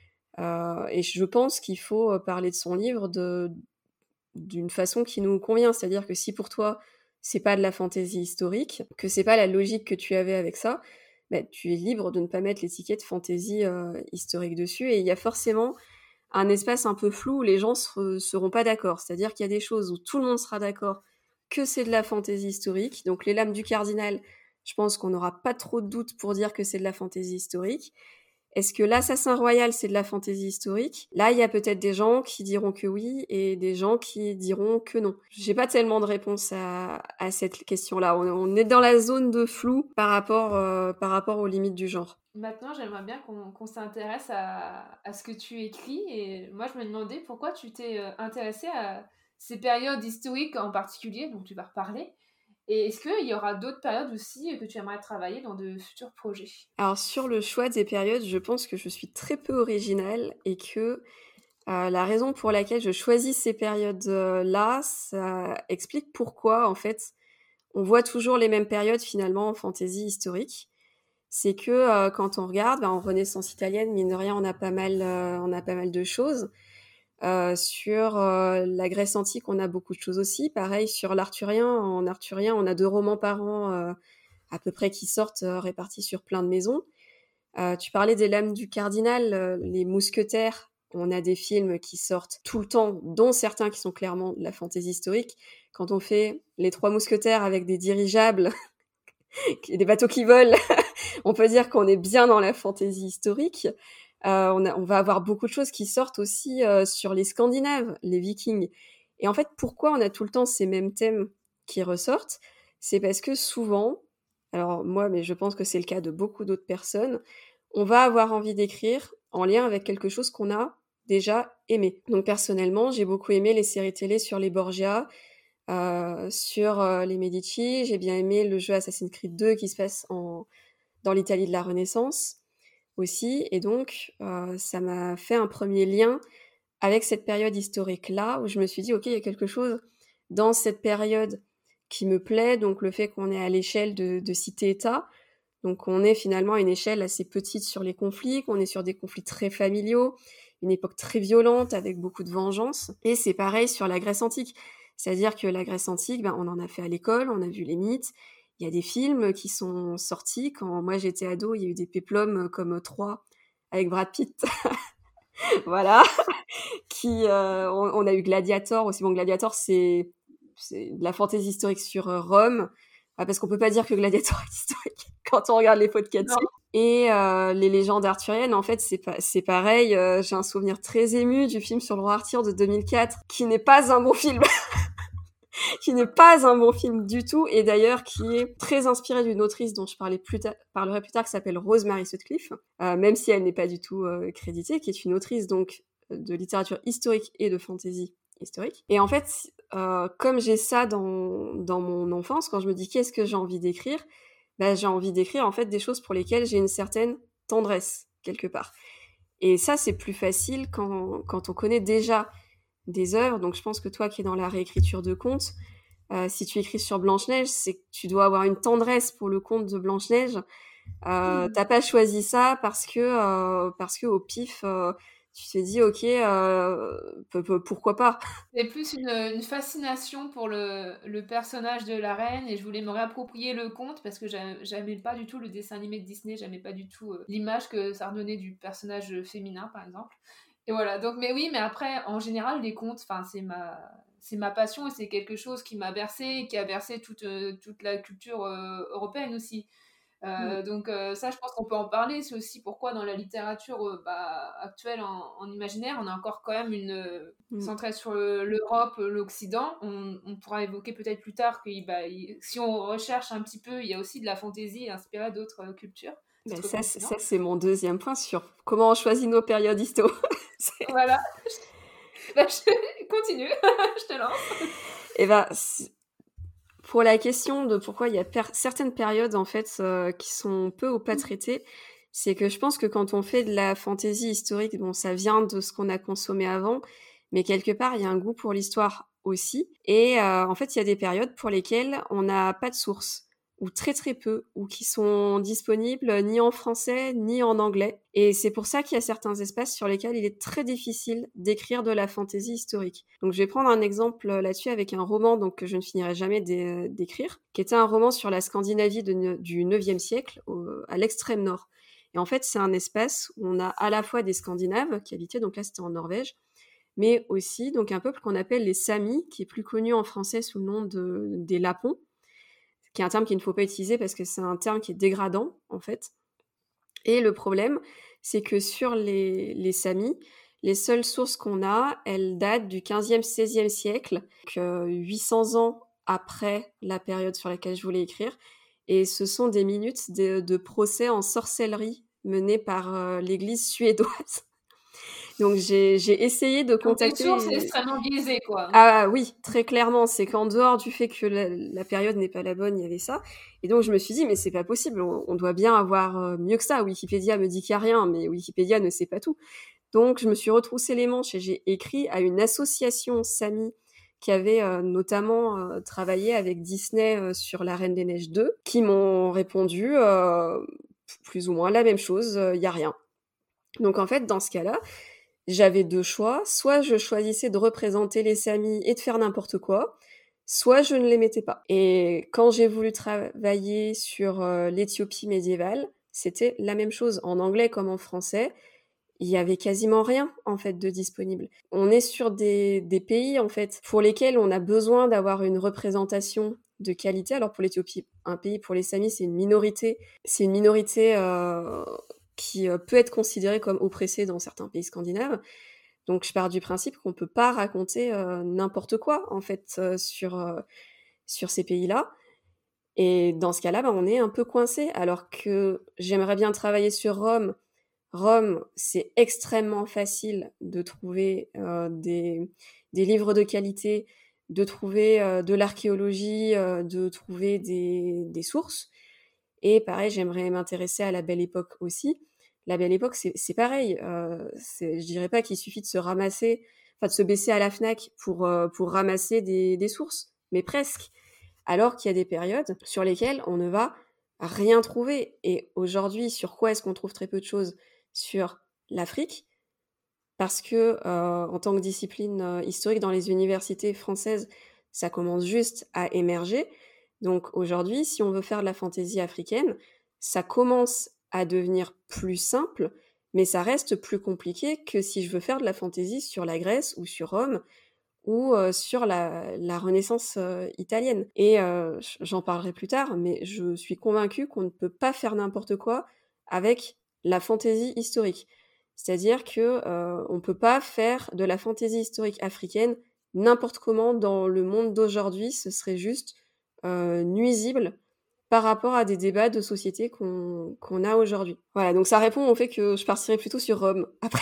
Speaker 2: Euh, et je pense qu'il faut euh, parler de son livre de, d'une façon qui nous convient. C'est-à-dire que si pour toi, c'est pas de la fantaisie historique, que c'est pas la logique que tu avais avec ça, bah, tu es libre de ne pas mettre l'étiquette fantaisie euh, historique dessus. Et il y a forcément un espace un peu flou où les gens ne seront pas d'accord. C'est-à-dire qu'il y a des choses où tout le monde sera d'accord que c'est de la fantaisie historique. Donc les lames du cardinal, je pense qu'on n'aura pas trop de doute pour dire que c'est de la fantaisie historique. Est-ce que l'assassin royal, c'est de la fantaisie historique? Là, il y a peut-être des gens qui diront que oui et des gens qui diront que non. J'ai pas tellement de réponse à, à cette question-là. On, on est dans la zone de flou par rapport, euh, par rapport aux limites du genre.
Speaker 1: Maintenant, j'aimerais bien qu'on qu'on s'intéresse à, à ce que tu écris. Et moi, je me demandais pourquoi tu t'es euh, intéressée à ces périodes historiques en particulier, dont tu vas reparler. Et est-ce qu'il y aura d'autres périodes aussi que tu aimerais travailler dans de futurs projets?
Speaker 2: Alors sur le choix des périodes, je pense que je suis très peu originale et que euh, la raison pour laquelle je choisis ces périodes-là, ça explique pourquoi en fait on voit toujours les mêmes périodes finalement en fantaisie historique. C'est que euh, quand on regarde, ben, en Renaissance italienne, mine de rien, on a pas mal, euh, on a pas mal de choses. Euh, sur euh, la Grèce antique, on a beaucoup de choses aussi. Pareil sur l'arthurien. En arthurien, on a deux romans par an euh, à peu près qui sortent euh, répartis sur plein de maisons. Euh, tu parlais des Lames du Cardinal, euh, les Mousquetaires. On a des films qui sortent tout le temps, dont certains qui sont clairement de la fantaisie historique. Quand on fait les Trois Mousquetaires avec des dirigeables et des bateaux qui volent, on peut dire qu'on est bien dans la fantaisie historique. Euh, on, a, on va avoir beaucoup de choses qui sortent aussi euh, sur les Scandinaves, les Vikings. Et en fait, pourquoi on a tout le temps ces mêmes thèmes qui ressortent ? C'est parce que souvent, alors moi, mais je pense que c'est le cas de beaucoup d'autres personnes, on va avoir envie d'écrire en lien avec quelque chose qu'on a déjà aimé. Donc personnellement, j'ai beaucoup aimé les séries télé sur les Borgia, euh, sur euh, les Medici. J'ai bien aimé le jeu Assassin's Creed deux qui se passe en, dans l'Italie de la Renaissance aussi. Et donc, euh, ça m'a fait un premier lien avec cette période historique-là, où je me suis dit, OK, il y a quelque chose dans cette période qui me plaît, donc le fait qu'on est à l'échelle de, de cité-État, donc on est finalement à une échelle assez petite sur les conflits, qu'on est sur des conflits très familiaux, une époque très violente avec beaucoup de vengeance, et c'est pareil sur la Grèce antique. C'est-à-dire que la Grèce antique, ben, on en a fait à l'école, on a vu les mythes, il y a des films qui sont sortis. Quand moi j'étais ado, il y a eu des péplums comme Troie avec Brad Pitt. Voilà. Qui, euh, on, on a eu Gladiator aussi. Bon, Gladiator, c'est, c'est de la fantaisie historique sur euh, Rome. Ah, parce qu'on peut pas dire que Gladiator est historique quand on regarde les faux de Cathy. Et euh, les légendes arthuriennes, en fait, c'est, pas, c'est pareil. Euh, j'ai un souvenir très ému du film sur le roi Arthur de deux mille quatre, qui n'est pas un bon film. qui n'est pas un bon film du tout, et d'ailleurs qui est très inspiré d'une autrice dont je parlais plus ta- parlerai plus tard, qui s'appelle Rosemary Sutcliffe, euh, même si elle n'est pas du tout euh, créditée, qui est une autrice donc de littérature historique et de fantasy historique. Et en fait, euh, comme j'ai ça dans, dans mon enfance, quand je me dis qu'est-ce que j'ai envie d'écrire, bah, j'ai envie d'écrire en fait des choses pour lesquelles j'ai une certaine tendresse, quelque part. Et ça, c'est plus facile quand, quand on connaît déjà des œuvres. Donc je pense que toi qui es dans la réécriture de contes, euh, si tu écris sur Blanche-Neige, c'est que tu dois avoir une tendresse pour le conte de Blanche-Neige. Euh, mmh. T'as pas choisi ça parce que euh, parce que au pif, euh, tu t'es dit ok, euh, p- p- pourquoi pas.
Speaker 1: C'est plus une, une fascination pour le, le personnage de la reine, et je voulais me réapproprier le conte parce que j'a- j'aimais pas du tout le dessin animé de Disney, j'aimais pas du tout euh, l'image que ça redonnait du personnage féminin par exemple. Et voilà, donc mais oui, mais après en général les contes, enfin c'est ma c'est ma passion, et c'est quelque chose qui m'a bercé, qui a bercé toute euh, toute la culture euh, européenne aussi. Euh,
Speaker 2: Mm.
Speaker 1: donc euh, ça, je pense qu'on peut en parler. C'est aussi pourquoi dans la littérature euh, bah, actuelle en, en imaginaire, on a encore quand même une euh,
Speaker 2: Mm.
Speaker 1: centrée sur le- l'Europe, l'Occident. On, on pourra évoquer peut-être plus tard que bah, il- si on recherche un petit peu, il y a aussi de la fantaisie inspirée d'autres euh, cultures.
Speaker 2: Ben
Speaker 1: d'autres
Speaker 2: ça, c'est,
Speaker 1: continents.
Speaker 2: ça, c'est mon deuxième point sur comment on choisit nos périodes histo. C'est-
Speaker 1: Voilà. Bah, je... Continue, je te lance.
Speaker 2: Et ben, c'est- pour la question de pourquoi il y a per- certaines périodes en fait euh, qui sont peu ou pas traitées, c'est que je pense que quand on fait de la fantaisie historique, bon, ça vient de ce qu'on a consommé avant, mais quelque part, il y a un goût pour l'histoire aussi. Et euh, en fait, il y a des périodes pour lesquelles on n'a pas de source, ou très très peu, ou qui sont disponibles ni en français ni en anglais. Et c'est pour ça qu'il y a certains espaces sur lesquels il est très difficile d'écrire de la fantaisie historique. Donc je vais prendre un exemple là-dessus avec un roman donc, que je ne finirai jamais d'é- d'écrire, qui était un roman sur la Scandinavie de ne- du neuvième siècle, au- à l'extrême nord. Et en fait, c'est un espace où on a à la fois des Scandinaves qui habitaient, donc là c'était en Norvège, mais aussi donc un peuple qu'on appelle les Samis, qui est plus connu en français sous le nom de, des Lapons, qui est un terme qu'il ne faut pas utiliser parce que c'est un terme qui est dégradant, en fait. Et le problème, c'est que sur les, les Samis, les seules sources qu'on a, elles datent du quinzième seizième siècle, donc euh, huit cents ans après la période sur laquelle je voulais écrire. Et ce sont des minutes de, de procès en sorcellerie menés par euh, l'église suédoise. Donc j'ai, j'ai essayé de
Speaker 1: Donc les sources, c'est
Speaker 2: contacter...
Speaker 1: extrêmement biaisé, quoi.
Speaker 2: Ah oui, très clairement, c'est qu'en dehors du fait que la, la période n'est pas la bonne, il y avait ça. Et donc je me suis dit, mais c'est pas possible, on, on doit bien avoir euh, mieux que ça. Wikipédia me dit qu'il n'y a rien, mais Wikipédia ne sait pas tout. Donc je me suis retroussé les manches et j'ai écrit à une association Sami qui avait euh, notamment euh, travaillé avec Disney euh, sur La Reine des Neiges deux, qui m'ont répondu euh, plus ou moins la même chose, il euh, y a rien. Donc en fait, dans ce cas-là, j'avais deux choix. Soit je choisissais de représenter les Samis et de faire n'importe quoi, soit je ne les mettais pas. Et quand j'ai voulu travailler sur euh, l'Éthiopie médiévale, c'était la même chose. En anglais comme en français, il y avait quasiment rien, en fait, de disponible. On est sur des des pays, en fait, pour lesquels on a besoin d'avoir une représentation de qualité. Alors pour l'Éthiopie, un pays pour les Samis, c'est une minorité c'est une minorité, heu, qui, heu, peut être considérée comme oppressée dans certains pays scandinaves. Donc je pars du principe qu'on peut pas raconter, heu, n'importe quoi, en fait, heu, sur, heu, sur ces pays-là et dans ce cas-là, bah, on est un peu coincé. Alors que j'aimerais bien travailler sur Rome. Rome, c'est extrêmement facile de trouver, heu, des des livres de qualité, de trouver, heu, de l'archéologie, heu, de trouver des des sources et pareil, j'aimerais m'intéresser à la Belle Époque aussi. La Belle Époque, c'est c'est pareil, heu, c'est je dirais pas qu'il suffit de se ramasser enfin de se baisser à la Fnac pour, heu, pour ramasser des des sources, mais presque. Alors qu'il y a des périodes sur lesquelles on ne va rien trouver et aujourd'hui, sur quoi est-ce qu'on trouve très peu de choses? Sur l'Afrique, parce que, heu, en tant que discipline, heu, historique dans les universités françaises, ça commence juste à émerger. Donc aujourd'hui, si on veut faire de la fantaisie africaine, ça commence à devenir plus simple, mais ça reste plus compliqué que si je veux faire de la fantaisie sur la Grèce ou sur Rome ou heu, sur la la Renaissance, heu, italienne et heu, j j'en parlerai plus tard, mais je suis convaincue qu'on ne peut pas faire n'importe quoi avec la fantaisie historique. C'est-à-dire que, heu, on peut pas faire de la fantaisie historique africaine n'importe comment dans le monde d'aujourd'hui. Ce serait juste, heu, nuisible par rapport à des débats de société qu'on qu'on a aujourd'hui. Voilà, donc ça répond au fait que je partirais plutôt sur Rome après.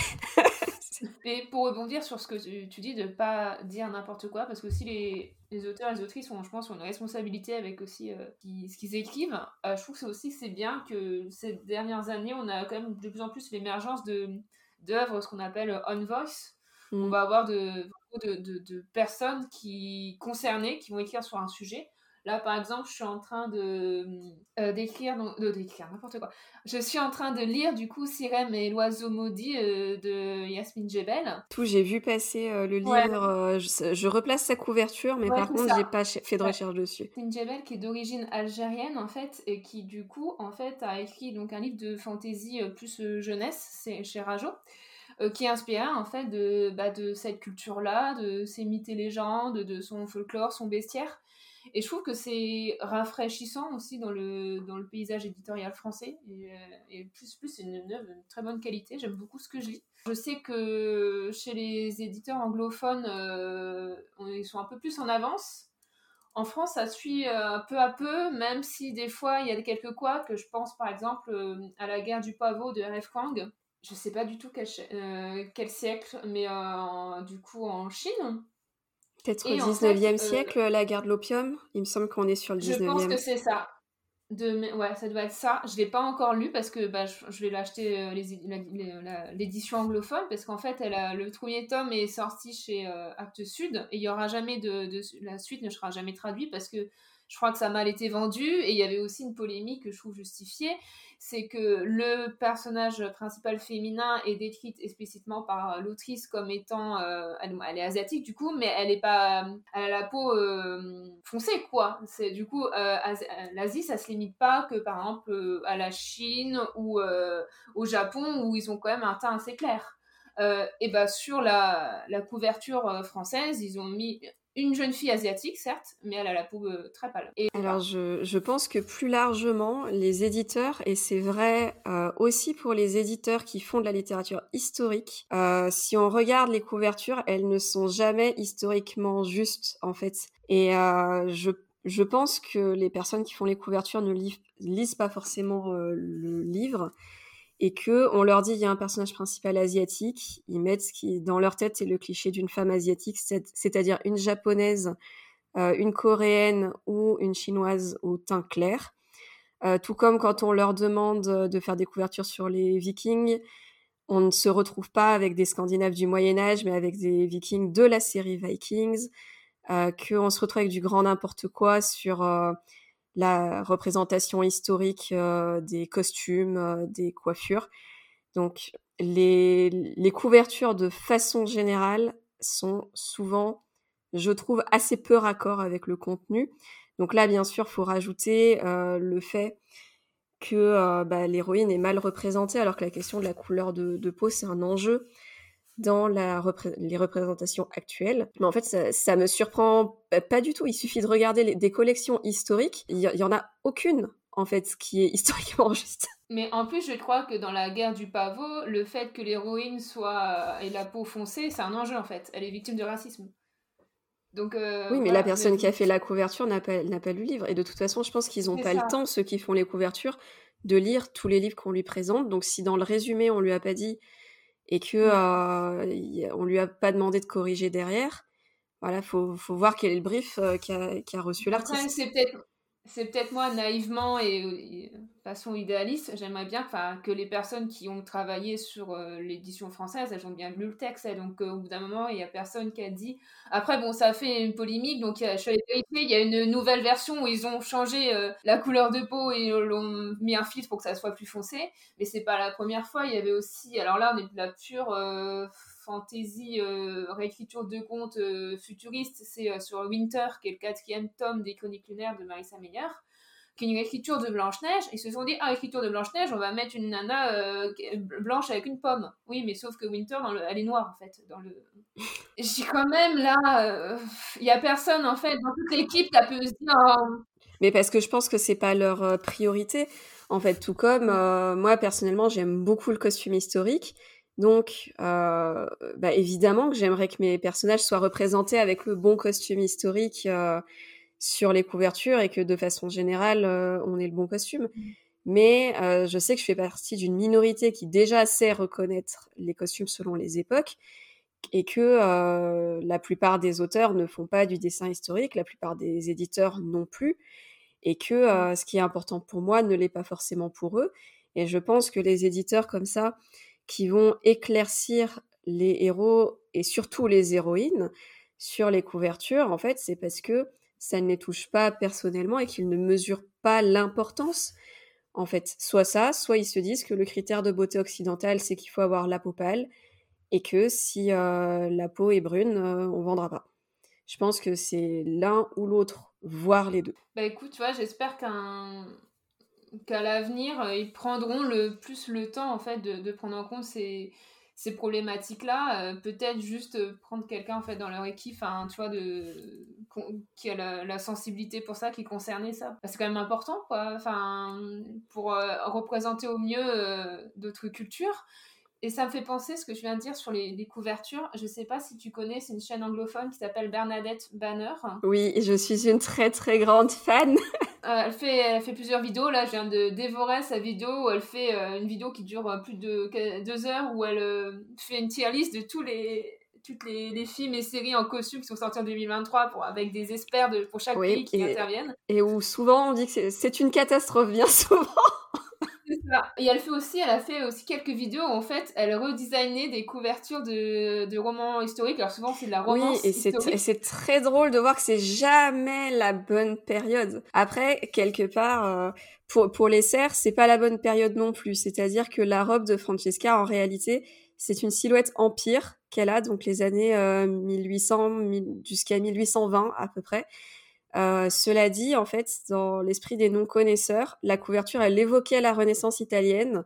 Speaker 1: Et pour rebondir sur ce que tu, tu dis, de pas dire n'importe quoi, parce que aussi les, les auteurs et les autrices ont, je pense, ont une responsabilité avec aussi euh, qui- ce qu'ils écrivent. Euh, je trouve que c'est aussi que c'est bien que ces dernières années, on a quand même de plus en plus l'émergence de d'œuvres, ce qu'on appelle on voice. On
Speaker 2: Mmh.
Speaker 1: va avoir de, de, de, de personnes qui concernées qui vont écrire sur un sujet. Là, par exemple, je suis en train de euh, d'écrire, donc de d'écrire n'importe quoi. Je suis en train de lire du coup Sirem et l'oiseau maudit euh, de Yasmine Jebel.
Speaker 2: Tout, j'ai vu passer, heu, le
Speaker 1: Ouais,
Speaker 2: livre, heu, je je replace sa couverture, mais
Speaker 1: ouais,
Speaker 2: par
Speaker 1: c'est
Speaker 2: contre,
Speaker 1: ça.
Speaker 2: j'ai pas ch fait de
Speaker 1: Ouais.
Speaker 2: recherche dessus.
Speaker 1: Yasmine Jebel qui est d'origine algérienne en fait et qui du coup en fait a écrit donc un livre de fantasy euh, plus euh, jeunesse, c'est chez Rajo, euh, qui est inspiré en fait de, bah, de cette culture-là, de ses mythes et légendes, de son folklore, son bestiaire. Et je trouve que c'est rafraîchissant aussi dans le, dans le paysage éditorial français. Et, euh, et plus, plus, c'est une œuvre de très bonne qualité. J'aime beaucoup ce que je lis. Je sais que chez les éditeurs anglophones, euh, on- ils sont un peu plus en avance. En France, ça suit euh, peu à peu, même si des fois il y a quelques couacs. Je pense par exemple euh, à la guerre du pavot de R F Kuang. Je sais pas du tout quel, euh, quel siècle, mais euh, en- du coup en Chine.
Speaker 2: Peut-être au
Speaker 1: Et en fait,
Speaker 2: dix-neuvième
Speaker 1: euh,
Speaker 2: siècle, la guerre de l'opium? Il me semble qu'on est sur le
Speaker 1: je pense que
Speaker 2: dix-neuvième.
Speaker 1: c'est ça. De, mé- ouais, ça doit être ça. Je l'ai pas encore lu parce que bah, je, je vais l'acheter euh, les, é- la- les- la- l'édition anglophone parce qu'en fait, elle a, le premier tome est sorti chez euh, Actes Sud et il y aura jamais de, de la suite ne sera jamais traduite parce que je crois que ça a mal été vendu et il y avait aussi une polémique que je trouve justifiée, c'est que le personnage principal féminin est décrite explicitement par l'autrice comme étant, euh, elle, elle est asiatique du coup, mais elle est pas, elle a la peau euh, foncée quoi. C'est du coup euh, Asi- l'Asie, ça se limite pas que par exemple euh, à la Chine ou euh, au Japon où ils ont quand même un teint assez clair. Euh, et bah sur la, la couverture euh, française, ils ont mis une jeune fille asiatique, certes, mais elle a la peau euh, très pâle. Et
Speaker 2: Alors
Speaker 1: voilà.
Speaker 2: je je pense que plus largement, les éditeurs et c'est vrai, heu, aussi pour les éditeurs qui font de la littérature historique, heu, si on regarde les couvertures, elles ne sont jamais historiquement justes, en fait et heu, je je pense que les personnes qui font les couvertures ne liv lisent pas forcément, heu, le livre et qu'on leur dit: «Il y a un personnage principal asiatique», ils mettent ce qui dans leur tête, c'est le cliché d'une femme asiatique, c'est c'est-à-dire une japonaise, heu, une coréenne ou une chinoise au teint clair. Heu, tout comme quand on leur demande, heu, de faire des couvertures sur les Vikings, on ne se retrouve pas avec des Scandinaves du Moyen Âge, mais avec des Vikings de la série Vikings, heu, qu'on se retrouve avec du grand n'importe quoi sur, heu, la représentation historique, heu, des costumes, heu, des coiffures. Donc les les couvertures de façon générale sont souvent, je trouve, assez peu raccord avec le contenu. Donc là, bien sûr, faut rajouter, heu, le fait que euh, bah, l'héroïne est mal représentée, alors que la question de la couleur de, de peau, c'est un enjeu dans la repré- les représentations actuelles. Mais en fait, ça, ça me surprend pas, pas du tout. Il suffit de regarder les, des collections historiques. Il y, y en a aucune, en fait, qui est historiquement juste.
Speaker 1: Mais en plus, je crois que dans la guerre du pavot, le fait que l'héroïne soit ait la peau foncée, c'est un enjeu en fait. Elle est victime de racisme. Donc euh,
Speaker 2: Oui, mais la
Speaker 1: voilà. Mais
Speaker 2: personne qui a
Speaker 1: vous-
Speaker 2: fait la couverture n'a pas, n'a pas lu le livre. Et de toute façon, je pense qu'ils n'ont
Speaker 1: c'est
Speaker 2: pas le
Speaker 1: ça.
Speaker 2: temps, ceux qui font les couvertures, de lire tous les livres qu'on lui présente. Donc si dans le résumé, on lui a pas dit et que
Speaker 1: Ouais.
Speaker 2: euh, y a- on lui a pas demandé de corriger derrière, voilà, faut, faut voir quel est le brief euh, qu'a, qu'a reçu
Speaker 1: Après,
Speaker 2: l'artiste.
Speaker 1: c'est peut-être c'est peut-être moi naïvement et, et de façon idéaliste, j'aimerais bien enfin, que les personnes qui ont travaillé sur euh, l'édition française, elles ont bien lu le texte. Et donc, euh, au bout d'un moment, il y a personne qui a dit. Après, bon, ça a fait une polémique, donc euh, je suis allée vérifier. Il y a une nouvelle version où ils ont changé euh, la couleur de peau et euh, l'ont mis un filtre pour que ça soit plus foncé. Mais c'est pas la première fois. Il y avait aussi. Alors là, on est de la pure euh, fantasy, euh, réécriture de contes euh, futuriste. C'est euh, sur Winter, qui est le quatrième tome des Chroniques lunaires de Marissa Meyer, qui est une écriture de Blanche-Neige. Ils se sont dit, ah, écriture de Blanche-Neige, on va mettre une nana euh, blanche avec une pomme. Oui, mais sauf que Winter, dans le, elle est noire, en fait. Dans le... J'ai quand même, là, il euh, y a personne, en fait, dans toute l'équipe qui a pu se dire... Oh,
Speaker 2: Mais parce que je pense que c'est pas leur euh, priorité. En fait, tout comme euh, moi, personnellement, j'aime beaucoup le costume historique. Donc, euh, bah, évidemment que j'aimerais que mes personnages soient représentés avec le bon costume historique euh, sur les couvertures et que de façon générale, euh, on ait le bon costume. Mais euh, je sais que je fais partie d'une minorité qui déjà sait reconnaître les costumes selon les époques et que euh, la plupart des auteurs ne font pas du dessin historique, la plupart des éditeurs non plus, et que euh, ce qui est important pour moi ne l'est pas forcément pour eux. Et je pense que les éditeurs comme ça, qui vont éclaircir les héros et surtout les héroïnes sur les couvertures, en fait, c'est parce que ça ne les touche pas personnellement et qu'ils ne mesurent pas l'importance. En fait, soit ça, soit ils se disent que le critère de beauté occidentale, c'est qu'il faut avoir la peau pâle et que si euh, la peau est brune, euh, on vendra pas. Je pense que c'est l'un ou l'autre, voire les deux.
Speaker 1: bah écoute, tu vois, j'espère qu'un qu'à l'avenir, euh, ils prendront le plus le temps en fait de, de prendre en compte ces, ces problématiques-là. Euh, peut-être juste euh, prendre quelqu'un en fait dans leur équipe, hein, tu vois, de, con- qui a la, la sensibilité pour ça, qui concernait ça. Parce que c'est quand même important, quoi. Enfin, pour euh, représenter au mieux euh, d'autres cultures. Et ça me fait penser ce que je viens de dire sur les, les couvertures. Je sais pas si tu connais, c'est une chaîne anglophone qui s'appelle Bernadette Banner.
Speaker 2: Oui, je suis une très très grande fan.
Speaker 1: Euh, elle, fait, elle fait plusieurs vidéos. Là, je viens de dévorer sa vidéo où elle fait euh, une vidéo qui dure euh, plus de que- deux heures où elle euh, fait une tier list de tous les, toutes les, les films et séries en costume qui sont sortis en deux mille vingt-trois pour, avec des experts de, pour chaque pays
Speaker 2: Oui,
Speaker 1: qui
Speaker 2: et,
Speaker 1: interviennent.
Speaker 2: et où souvent on dit que c'est, c'est une catastrophe, bien souvent.
Speaker 1: C'est ça. Et elle fait aussi, elle a fait aussi quelques vidéos où en fait elle redesignait des couvertures de, de romans historiques. Alors souvent c'est de la
Speaker 2: Oui,
Speaker 1: romance
Speaker 2: et c'est, et
Speaker 1: historique.
Speaker 2: c'est très drôle de voir que c'est jamais la bonne période. Après, quelque part, euh, pour, pour les cerfs, c'est pas la bonne période non plus. C'est-à-dire que la robe de Francesca, en réalité, c'est une silhouette empire qu'elle a, donc les années euh, mille huit cents mille jusqu'à mille huit cent vingt à peu près. Euh, cela dit, en fait, dans l'esprit des non-connaisseurs, la couverture, elle évoquait la Renaissance italienne.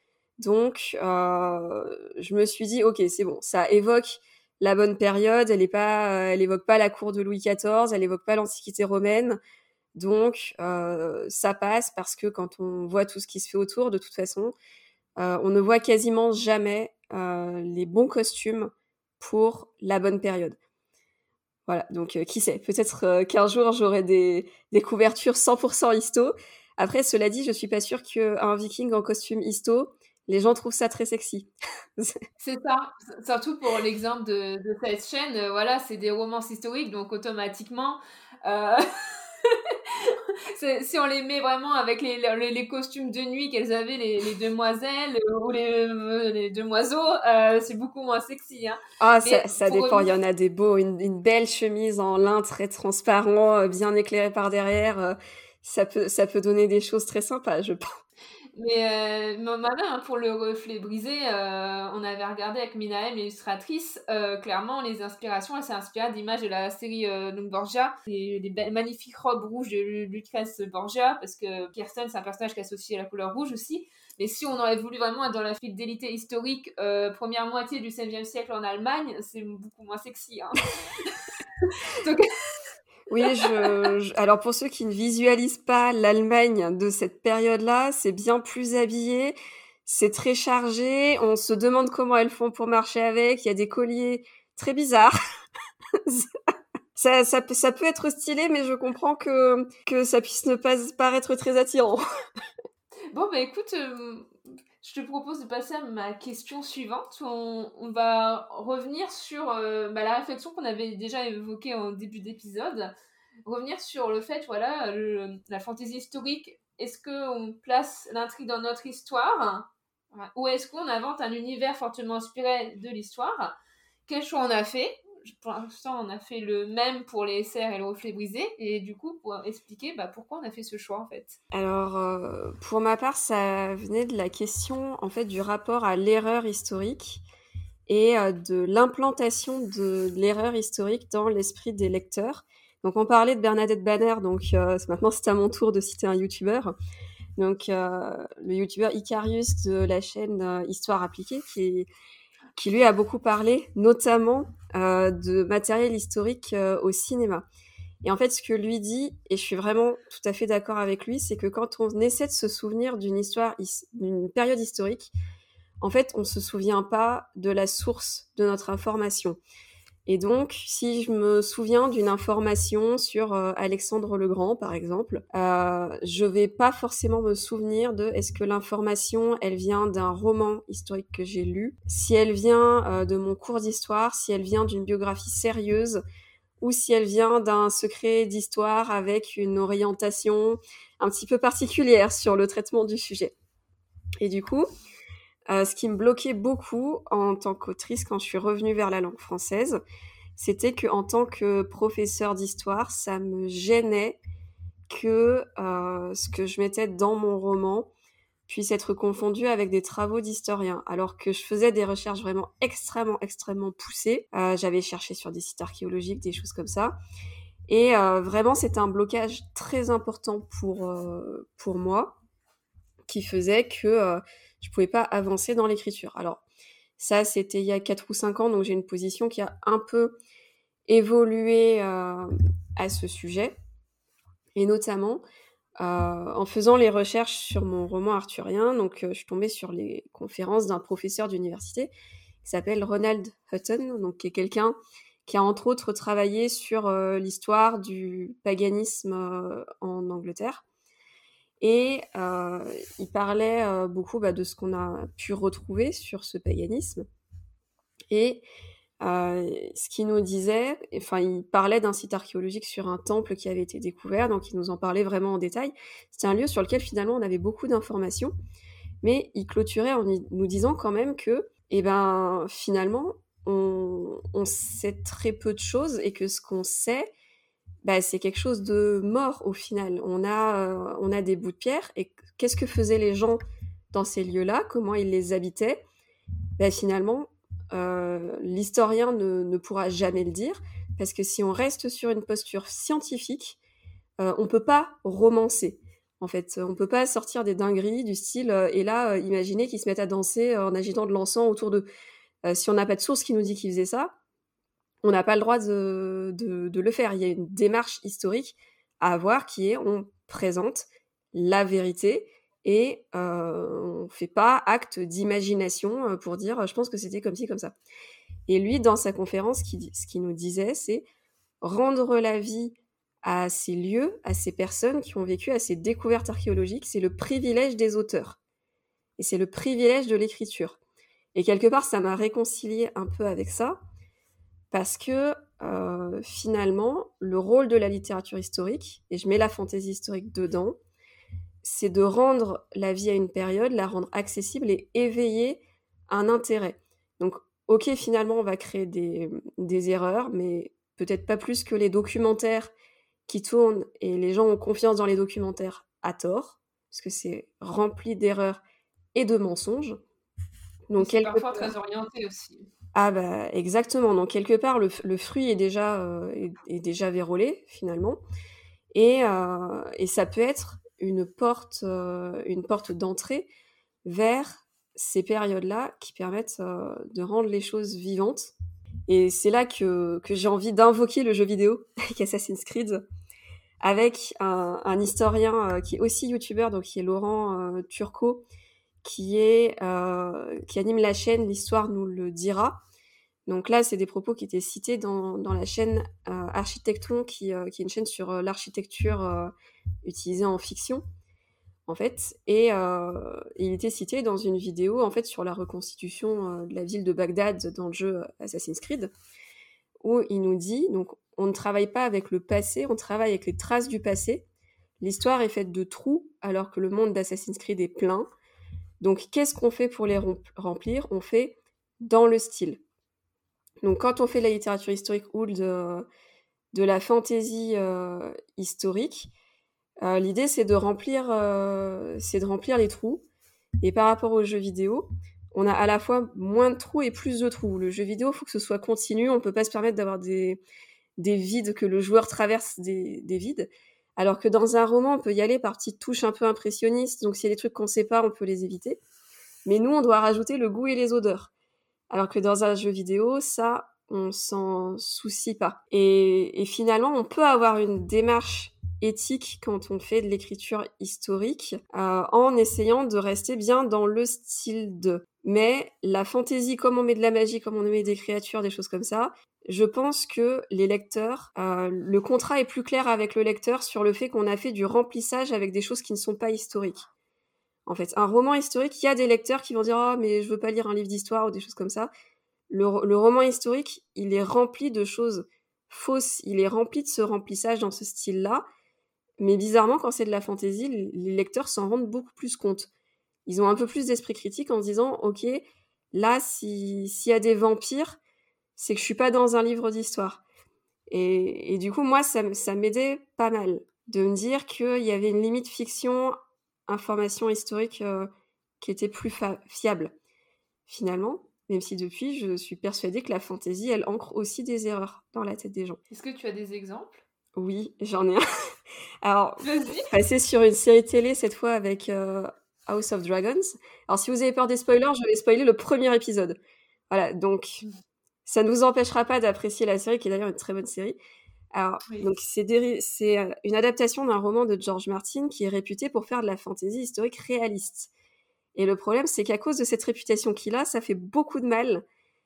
Speaker 2: Donc, euh, je me suis dit, ok, c'est bon, ça évoque la bonne période. Elle est pas, euh, elle évoque pas la cour de Louis quatorze, elle évoque pas l'Antiquité romaine. Donc, euh, ça passe parce que quand on voit tout ce qui se fait autour, de toute façon, euh, on ne voit quasiment jamais euh, les bons costumes pour la bonne période. Voilà, donc euh, qui sait, peut-être euh, qu'un jour j'aurai des, des couvertures cent pour cent histo. Après, cela dit, je suis pas sûre qu'un viking en costume histo, les gens trouvent ça très sexy.
Speaker 1: C'est ça, surtout pour l'exemple de, de cette chaîne, euh, voilà, c'est des romances historiques, donc automatiquement, euh, c'est- si on les met vraiment avec les, les, les costumes de nuit qu'elles avaient, les, les demoiselles euh, ou les, euh, les demoiseaux, euh, c'est beaucoup moins sexy. Hein.
Speaker 2: Ah, ça,
Speaker 1: Mais
Speaker 2: ça
Speaker 1: pour
Speaker 2: dépend, il y
Speaker 1: revenir,
Speaker 2: en a des beaux, une, une belle chemise en lin très transparent, euh, bien éclairée par derrière, euh, ça peut, ça peut donner des choses très sympas, je pense.
Speaker 1: Mais, heu, ma ma mère, hein, pour Le Reflet Brisé, heu, on avait regardé avec Minahem, l'illustratrice, heu, clairement les inspirations, elle s'est inspirée d'images de la série, heu, donc Borgia, et des belles magnifiques robes rouges de Lu Lucrèce Borgia, parce que Kirsten, c'est un personnage qui est associé à la couleur rouge aussi. Mais si on aurait voulu vraiment être dans la fidélité historique, heu, première moitié du seizième siècle en Allemagne, c'est beaucoup moins sexy, hein. Donc
Speaker 2: Oui, je, je- alors pour ceux qui ne visualisent pas l'Allemagne de cette période-là, c'est bien plus habillé, c'est très chargé, on se demande comment elles font pour marcher avec, il y a des colliers très bizarres. Ça, ça, peut- ça peut être stylé, mais je comprends que, que ça puisse ne pas paraître très attirant.
Speaker 1: bon, bah écoute, euh, je te propose de passer à ma question suivante. On, on va revenir sur euh, bah, la réflexion qu'on avait déjà évoquée en début d'épisode. Revenir sur le fait, voilà, le- la fantaisie historique. Est-ce qu'on place l'intrigue dans notre histoire, hein, ou est-ce qu'on invente un univers fortement inspiré de l'histoire? Quel choix on a fait? Pour l'instant, on a fait le même pour les serres et le reflet brisé. Et du coup, pour expliquer bah, pourquoi on a fait ce choix, en fait.
Speaker 2: Alors, euh, pour ma part, ça venait de la question, en fait, du rapport à l'erreur historique et euh, de l'implantation de l'erreur historique dans l'esprit des lecteurs. Donc, on parlait de Bernadette Banner, donc euh, maintenant c'est à mon tour de citer un youtubeur. Donc, euh, le youtubeur Icarius de la chaîne euh, Histoire appliquée, qui, qui lui a beaucoup parlé, notamment euh, de matériel historique euh, au cinéma. Et en fait, ce que lui dit, et je suis vraiment tout à fait d'accord avec lui, c'est que quand on essaie de se souvenir d'une histoire, d'une période historique, en fait, on ne se souvient pas de la source de notre information. Et donc, si je me souviens d'une information sur euh, Alexandre le Grand, par exemple, euh, je vais pas forcément me souvenir de est-ce que l'information, elle vient d'un roman historique que j'ai lu, si elle vient euh, de mon cours d'histoire, si elle vient d'une biographie sérieuse, ou si elle vient d'un secret d'histoire avec une orientation un petit peu particulière sur le traitement du sujet. Et du coup, euh, ce qui me bloquait beaucoup en tant qu'autrice quand je suis revenue vers la langue française, c'était que en tant que professeur d'histoire, ça me gênait que euh, ce que je mettais dans mon roman puisse être confondu avec des travaux d'historiens, alors que je faisais des recherches vraiment extrêmement, extrêmement poussées. Euh, j'avais cherché sur des sites archéologiques, des choses comme ça. Et euh, vraiment, c'était un blocage très important pour, euh, pour moi, qui faisait que euh, je pouvais pas avancer dans l'écriture. Alors, ça, c'était il y a quatre ou cinq ans, donc j'ai une position qui a un peu évolué euh, à ce sujet. Et notamment, euh, en faisant les recherches sur mon roman arthurien, donc euh, je suis tombée sur les conférences d'un professeur d'université qui s'appelle Ronald Hutton, donc qui est quelqu'un qui a entre autres travaillé sur euh, l'histoire du paganisme euh, en Angleterre. Et euh, il parlait euh, beaucoup bah, de ce qu'on a pu retrouver sur ce paganisme. Et euh, ce qu'il nous disait, enfin, il parlait d'un site archéologique sur un temple qui avait été découvert, donc il nous en parlait vraiment en détail. C'était un lieu sur lequel finalement on avait beaucoup d'informations, mais il clôturait en nous disant quand même que, eh ben, finalement, on, on sait très peu de choses et que ce qu'on sait, bah, c'est quelque chose de mort au final. On a, euh, on a des bouts de pierre et qu'est-ce que faisaient les gens dans ces lieux-là, comment ils les habitaient, bah, finalement, euh, l'historien ne, ne pourra jamais le dire, parce que si on reste sur une posture scientifique, euh, on peut pas romancer. En fait, on peut pas sortir des dingueries du style euh, et là, euh, imaginez qu'ils se mettent à danser euh, en agitant de l'encens autour de. Euh, si on n'a pas de source qui nous dit qu'ils faisaient ça, on n'a pas le droit de, de, de le faire. Il y a une démarche historique à avoir qui est on présente la vérité et euh, on fait pas acte d'imagination euh, pour dire je pense que c'était comme ci, comme ça. Et lui, dans sa conférence, qui, ce qu'il nous disait, c'est rendre la vie à ces lieux, à ces personnes qui ont vécu, à ces découvertes archéologiques, c'est le privilège des auteurs. Et c'est le privilège de l'écriture. Et quelque part, ça m'a réconcilié un peu avec ça, parce que euh, finalement, le rôle de la littérature historique, et je mets la fantaisie historique dedans, c'est de rendre la vie à une période, la rendre accessible et éveiller un intérêt. Donc, ok, finalement, on va créer des, des erreurs, mais peut-être pas plus que les documentaires qui tournent, et les gens ont confiance dans les documentaires à tort, parce que c'est rempli d'erreurs et de mensonges.
Speaker 1: Donc, c'est parfois part... très orienté aussi.
Speaker 2: Ah bah exactement, donc quelque part le, le fruit est déjà, euh, est, est déjà vérolé finalement, et, euh, et ça peut être une porte, euh, une porte d'entrée vers ces périodes-là qui permettent euh, de rendre les choses vivantes. Et c'est là que, que j'ai envie d'invoquer le jeu vidéo avec Assassin's Creed, avec un, un historien euh, qui est aussi youtubeur, donc qui est Laurent euh, Turcot, qui, est, euh, qui anime la chaîne L'Histoire nous le dira. Donc là, c'est des propos qui étaient cités dans, dans la chaîne euh, Architecton, qui, euh, qui est une chaîne sur euh, l'architecture euh, utilisée en fiction, en fait. Et euh, il était cité dans une vidéo, en fait, sur la reconstitution euh, de la ville de Bagdad dans le jeu Assassin's Creed, où il nous dit, donc, on ne travaille pas avec le passé, on travaille avec les traces du passé. L'histoire est faite de trous, alors que le monde d'Assassin's Creed est plein. Donc, qu'est-ce qu'on fait pour les remplir ? On fait dans le style. Donc, quand on fait de la littérature historique ou de, de la fantaisie euh, historique, euh, l'idée, c'est de, remplir, euh, c'est de remplir les trous. Et par rapport aux jeux vidéo, on a à la fois moins de trous et plus de trous. Le jeu vidéo, il faut que ce soit continu. On ne peut pas se permettre d'avoir des, des vides, que le joueur traverse des, des vides. Alors que dans un roman, on peut y aller par petites touches un peu impressionnistes. Donc, s'il y a des trucs qu'on ne sait pas, on peut les éviter. Mais nous, on doit rajouter le goût et les odeurs. Alors que dans un jeu vidéo, ça, on s'en soucie pas. Et, et finalement, on peut avoir une démarche éthique quand on fait de l'écriture historique, euh, en essayant de rester bien dans le style de. Mais la fantaisie, comme on met de la magie, comme on met des créatures, des choses comme ça, je pense que les lecteurs, euh, le contrat est plus clair avec le lecteur sur le fait qu'on a fait du remplissage avec des choses qui ne sont pas historiques. En fait, un roman historique, il y a des lecteurs qui vont dire « Ah, oh, mais je veux pas lire un livre d'histoire » ou des choses comme ça. Le, le roman historique, il est rempli de choses fausses, il est rempli de ce remplissage dans ce style-là. Mais bizarrement, quand c'est de la fantaisie, les lecteurs s'en rendent beaucoup plus compte. Ils ont un peu plus d'esprit critique en se disant « Ok, là, si, s'il y a des vampires, c'est que je suis pas dans un livre d'histoire. » Et, et du coup, moi, ça, ça m'aidait pas mal de me dire qu'il y avait une limite fiction information historique euh, qui était plus fa- fiable, finalement, même si depuis, je suis persuadée que la fantaisie, elle ancre aussi des erreurs dans la tête des gens.
Speaker 1: Est-ce que tu as des exemples ?
Speaker 2: Oui, j'en ai un. Alors,
Speaker 1: Vas-y.
Speaker 2: Passer sur une série télé, cette fois avec euh, House of Dragons. Alors, si vous avez peur des spoilers, je vais spoiler le premier épisode. Voilà, donc, ça ne vous empêchera pas d'apprécier la série, qui est d'ailleurs une très bonne série. Alors, oui. donc c'est, déri- c'est une adaptation d'un roman de George Martin qui est réputé pour faire de la fantaisie historique réaliste. Et le problème, c'est qu'à cause de cette réputation qu'il a, ça fait beaucoup de mal euh,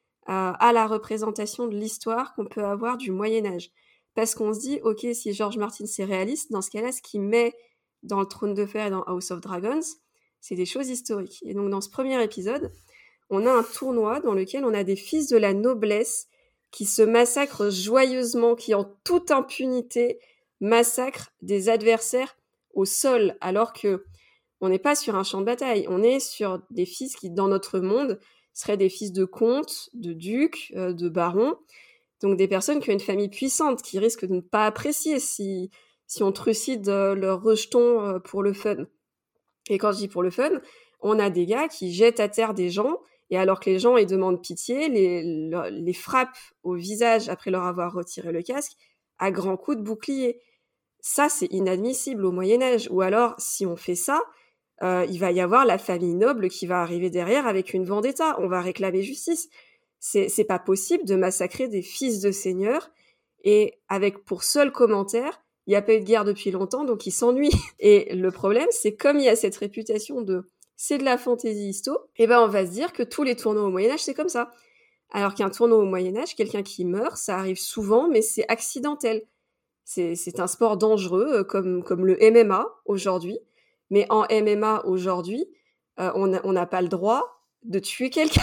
Speaker 2: à la représentation de l'histoire qu'on peut avoir du Moyen-Âge. Parce qu'on se dit, ok, si George Martin c'est réaliste, dans ce cas-là, ce qu'il met dans le Trône de Fer et dans House of Dragons, c'est des choses historiques. Et donc, dans ce premier épisode, on a un tournoi dans lequel on a des fils de la noblesse qui se massacrent joyeusement, qui en toute impunité massacrent des adversaires au sol, alors que on n'est pas sur un champ de bataille, on est sur des fils qui, dans notre monde, seraient des fils de comtes, de ducs, euh, de barons, donc des personnes qui ont une famille puissante, qui risquent de ne pas apprécier si, si on trucide euh, leur rejeton euh, pour le fun. Et quand je dis pour le fun, on a des gars qui jettent à terre des gens, et alors que les gens ils demandent pitié, les, les frappent au visage après leur avoir retiré le casque, à grands coups de bouclier. Ça, c'est inadmissible au Moyen-Âge. Ou alors, si on fait ça, euh, il va y avoir la famille noble qui va arriver derrière avec une vendetta. On va réclamer justice. C'est, c'est pas possible de massacrer des fils de seigneurs, et avec pour seul commentaire, il n'y a pas eu de guerre depuis longtemps, donc ils s'ennuient. Et le problème, c'est comme il y a cette réputation de c'est de la fantaisie histo, et ben on va se dire que tous les tournois au Moyen-Âge, c'est comme ça. Alors qu'un tournoi au Moyen-Âge, quelqu'un qui meurt, ça arrive souvent, mais c'est accidentel. C'est, c'est un sport dangereux, comme, comme le M M A aujourd'hui. Mais en M M A aujourd'hui, euh, on n'a on n'a pas le droit de tuer quelqu'un.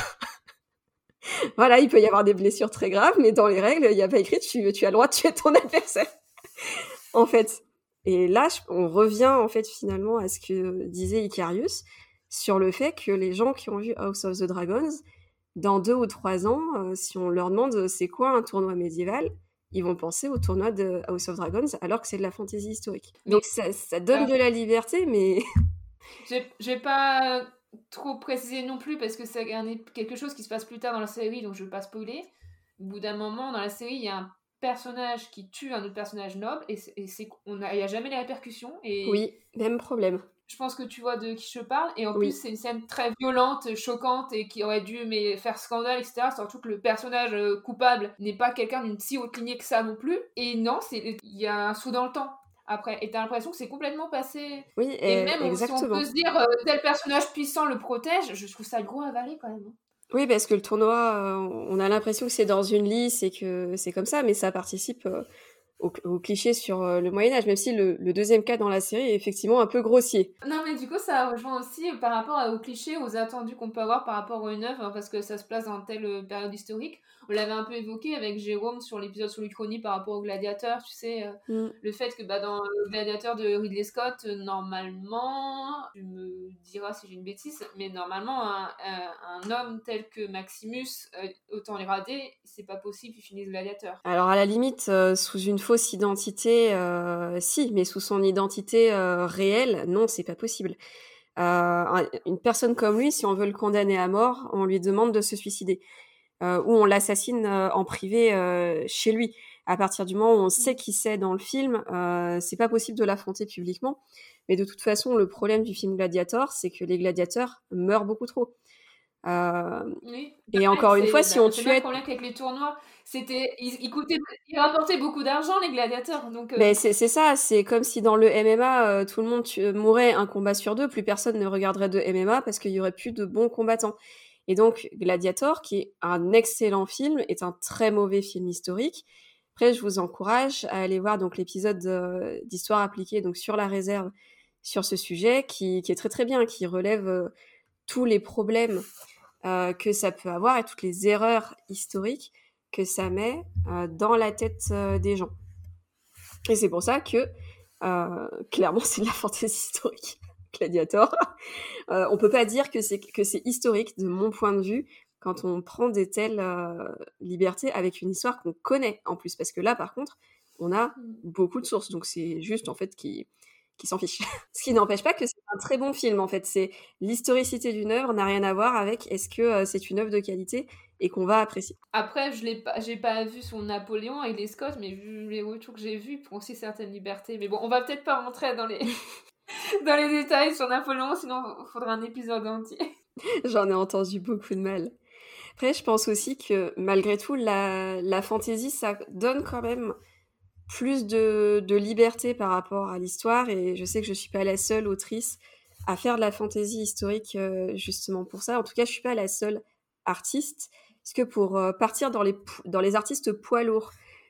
Speaker 2: Voilà, il peut y avoir des blessures très graves, mais dans les règles, il n'y a pas écrit tu, tu as le droit de tuer ton adversaire. En fait. Et là, on revient en fait finalement à ce que disait Icarius sur le fait que les gens qui ont vu House of the Dragons, dans deux ou trois ans, euh, si on leur demande c'est quoi un tournoi médiéval, ils vont penser au tournoi de House of Dragons alors que c'est de la fantaisie historique. Mais... Donc ça, ça donne ah. de la liberté, mais
Speaker 1: J'ai je vais pas trop préciser non plus parce que c'est un ép quelque chose qui se passe plus tard dans la série, donc je veux pas spoiler. Au bout d'un moment, dans la série, il y a un personnage qui tue un autre personnage noble et c'est et c'est on a il y a jamais les répercussions et
Speaker 2: Oui, même problème.
Speaker 1: je pense que tu vois de qui je parle et en plus,
Speaker 2: Oui.
Speaker 1: c'est une scène très violente, choquante et qui aurait dû mais faire scandale et cetera. Surtout que le personnage, heu, coupable n'est pas quelqu'un d'une si haute lignée que ça non plus et non, c'est il y a un saut dans le temps après et tu as l'impression que c'est complètement passé
Speaker 2: Oui,
Speaker 1: et
Speaker 2: e
Speaker 1: même on si on peut
Speaker 2: exactement.
Speaker 1: se dire, heu, tel personnage puissant le protège, je trouve ça gros à avaler quand même, hein.
Speaker 2: Oui, parce que le tournoi, heu, on a l'impression que c'est dans une lice et que c'est comme ça, mais ça participe, heu, au c au cliché sur, heu, le Moyen Âge, même si le le deuxième cas dans la série est effectivement un peu grossier.
Speaker 1: Non, mais du coup, ça rejoint aussi par rapport à aux clichés, aux attendus qu'on peut avoir par rapport à une œuvre, parce que ça se place dans telle, heu, période historique. On l'avait un peu évoqué avec Jérôme sur l'épisode sur l'Uchronie par rapport au Gladiateur, tu sais, heu,
Speaker 2: Mmh.
Speaker 1: le fait que, bah, dans le Gladiateur de Ridley Scott, heu, normalement, tu me diras si j'ai une bêtise, mais normalement un un un homme tel que Maximus, heu, autant l'érader, c'est pas possible qu'il finisse Gladiateur.
Speaker 2: Alors à la limite, heu, sous une fausse identité, heu, si, mais sous son identité, heu, réelle, non, c'est pas possible. Heu, un une personne comme lui, si on veut le condamner à mort, on lui demande de se suicider, heu, ou on l'assassine, heu, en privé, heu, chez lui. À partir du moment où on sait
Speaker 1: Mmh.
Speaker 2: qui c'est dans le film, heu, c'est pas possible de l'affronter publiquement. Mais de toute façon, le problème du film Gladiator, c'est que les gladiateurs meurent beaucoup trop. Hem
Speaker 1: Oui,
Speaker 2: et
Speaker 1: pareil,
Speaker 2: encore une fois,
Speaker 1: c'est
Speaker 2: si
Speaker 1: bah,
Speaker 2: on
Speaker 1: c'est le même
Speaker 2: tuait
Speaker 1: problème qu'avec les tournois. C'était ils ils coûtaient ils rapportaient beaucoup d'argent les gladiateurs, donc
Speaker 2: beh,
Speaker 1: heu,
Speaker 2: c'est c'est ça, c'est comme si dans le M M A, heu, tout le monde tue mourait un combat sur deux, plus personne ne regarderait de M M A parce qu'il y aurait plus de bons combattants. Et donc Gladiator, qui est un excellent film, est un très mauvais film historique. Après, je vous encourage à aller voir donc l'épisode, heu, d'Histoire appliquée, donc sur la réserve, sur ce sujet qui qui est très, très bien, qui relève, heu, tous les problèmes, heu, que ça peut avoir et toutes les erreurs historiques que ça met, heu, dans la tête, heu, des gens. Et c'est pour ça que, heu, clairement, c'est de la fantaisie historique, Gladiator. Heu, on peut pas dire que c'est que c'est historique de mon point de vue, quand on prend des telles, heu, libertés avec une histoire qu'on connaît en plus. Parce que là, par contre, on a
Speaker 1: mmh.
Speaker 2: beaucoup de sources, donc c'est juste en fait qu'ils qu'ils s'en fichent. Ce qui n'empêche pas que c'est un très bon film en fait. C'est l'historicité d'une œuvre n'a rien à voir avec est-ce que, heu, c'est une œuvre de qualité et qu'on va apprécier.
Speaker 1: Après je l'ai pas j'ai pas vu son Napoléon et les Scott, mais vu les retours que j'ai vus, il prend aussi certaines libertés. Mais bon, on va peut-être pas rentrer dans les dans les détails sur Napoléon, sinon il faudra un épisode entier.
Speaker 2: J'en ai entendu beaucoup de mal. Après, je pense aussi que malgré tout, la la fantaisie, ça donne quand même plus de de liberté par rapport à l'histoire et je sais que je suis pas la seule autrice à faire de la fantaisie historique, heu, justement pour ça. En tout cas, je suis pas la seule artiste, parce que pour, heu, partir dans les p dans les artistes poids lourds,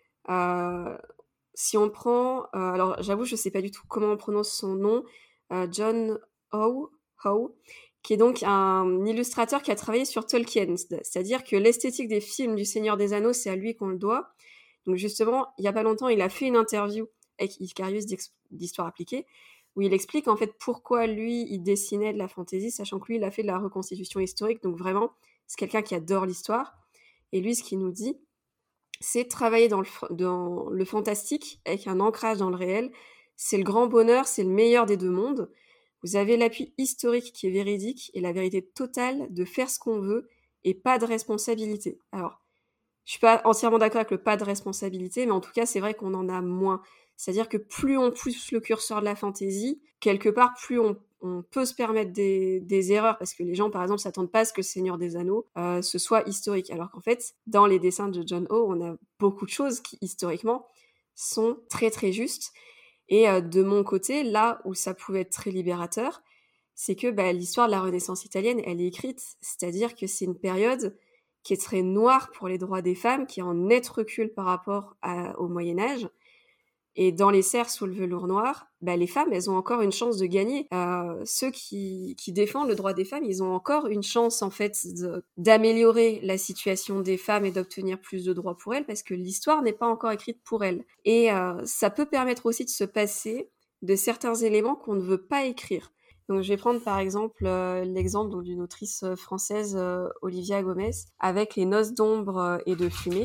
Speaker 2: heu, si on prend, heu, alors j'avoue, je sais pas du tout comment on prononce son nom, heu, John Howe Howe, qui est donc un illustrateur qui a travaillé sur Tolkien. C'est c'est-à-dire que l'esthétique des films du Seigneur des Anneaux, c'est à lui qu'on le doit. Donc justement, il y a pas longtemps, il a fait une interview avec Yves Carius d'Ex d'Histoire appliquée, où il explique en fait pourquoi lui, il dessinait de la fantaisie, sachant que lui, il a fait de la reconstitution historique, donc vraiment, c'est quelqu'un qui adore l'histoire. Et lui, ce qu'il nous dit, c'est travailler dans le, f- dans le fantastique avec un ancrage dans le réel. C'est le grand bonheur, c'est le meilleur des deux mondes. Vous avez l'appui historique qui est véridique et la vérité totale de faire ce qu'on veut et pas de responsabilité. Alors, je suis pas entièrement d'accord avec le pas de responsabilité, mais en tout cas, c'est vrai qu'on en a moins. C'est-à-dire que plus on pousse le curseur de la fantaisie, quelque part, plus on, on peut se permettre des, des erreurs, parce que les gens, par exemple, s'attendent pas à ce que le Seigneur des Anneaux euh, ce soit historique. Alors qu'en fait, dans les dessins de John Howe, on a beaucoup de choses qui, historiquement, sont très très justes. Et euh, de mon côté, là où ça pouvait être très libérateur, c'est que bah, l'histoire de la Renaissance italienne, elle est écrite, c'est-à-dire que c'est une période qui est très noire pour les droits des femmes, qui est en net recul par rapport à- au Moyen Âge. Et dans les serfs sous le velours noir, bah, les femmes, elles ont encore une chance de gagner. Euh, ceux qui, qui défendent le droit des femmes, ils ont encore une chance en fait de- d'améliorer la situation des femmes et d'obtenir plus de droits pour elles, parce que l'histoire n'est pas encore écrite pour elles. Et euh, ça peut permettre aussi de se passer de certains éléments qu'on ne veut pas écrire. Donc je vais prendre par exemple euh, l'exemple donc, d'une autrice euh, française, euh, Olivia Gomez, avec Les Noces d'ombre euh, et de fumée.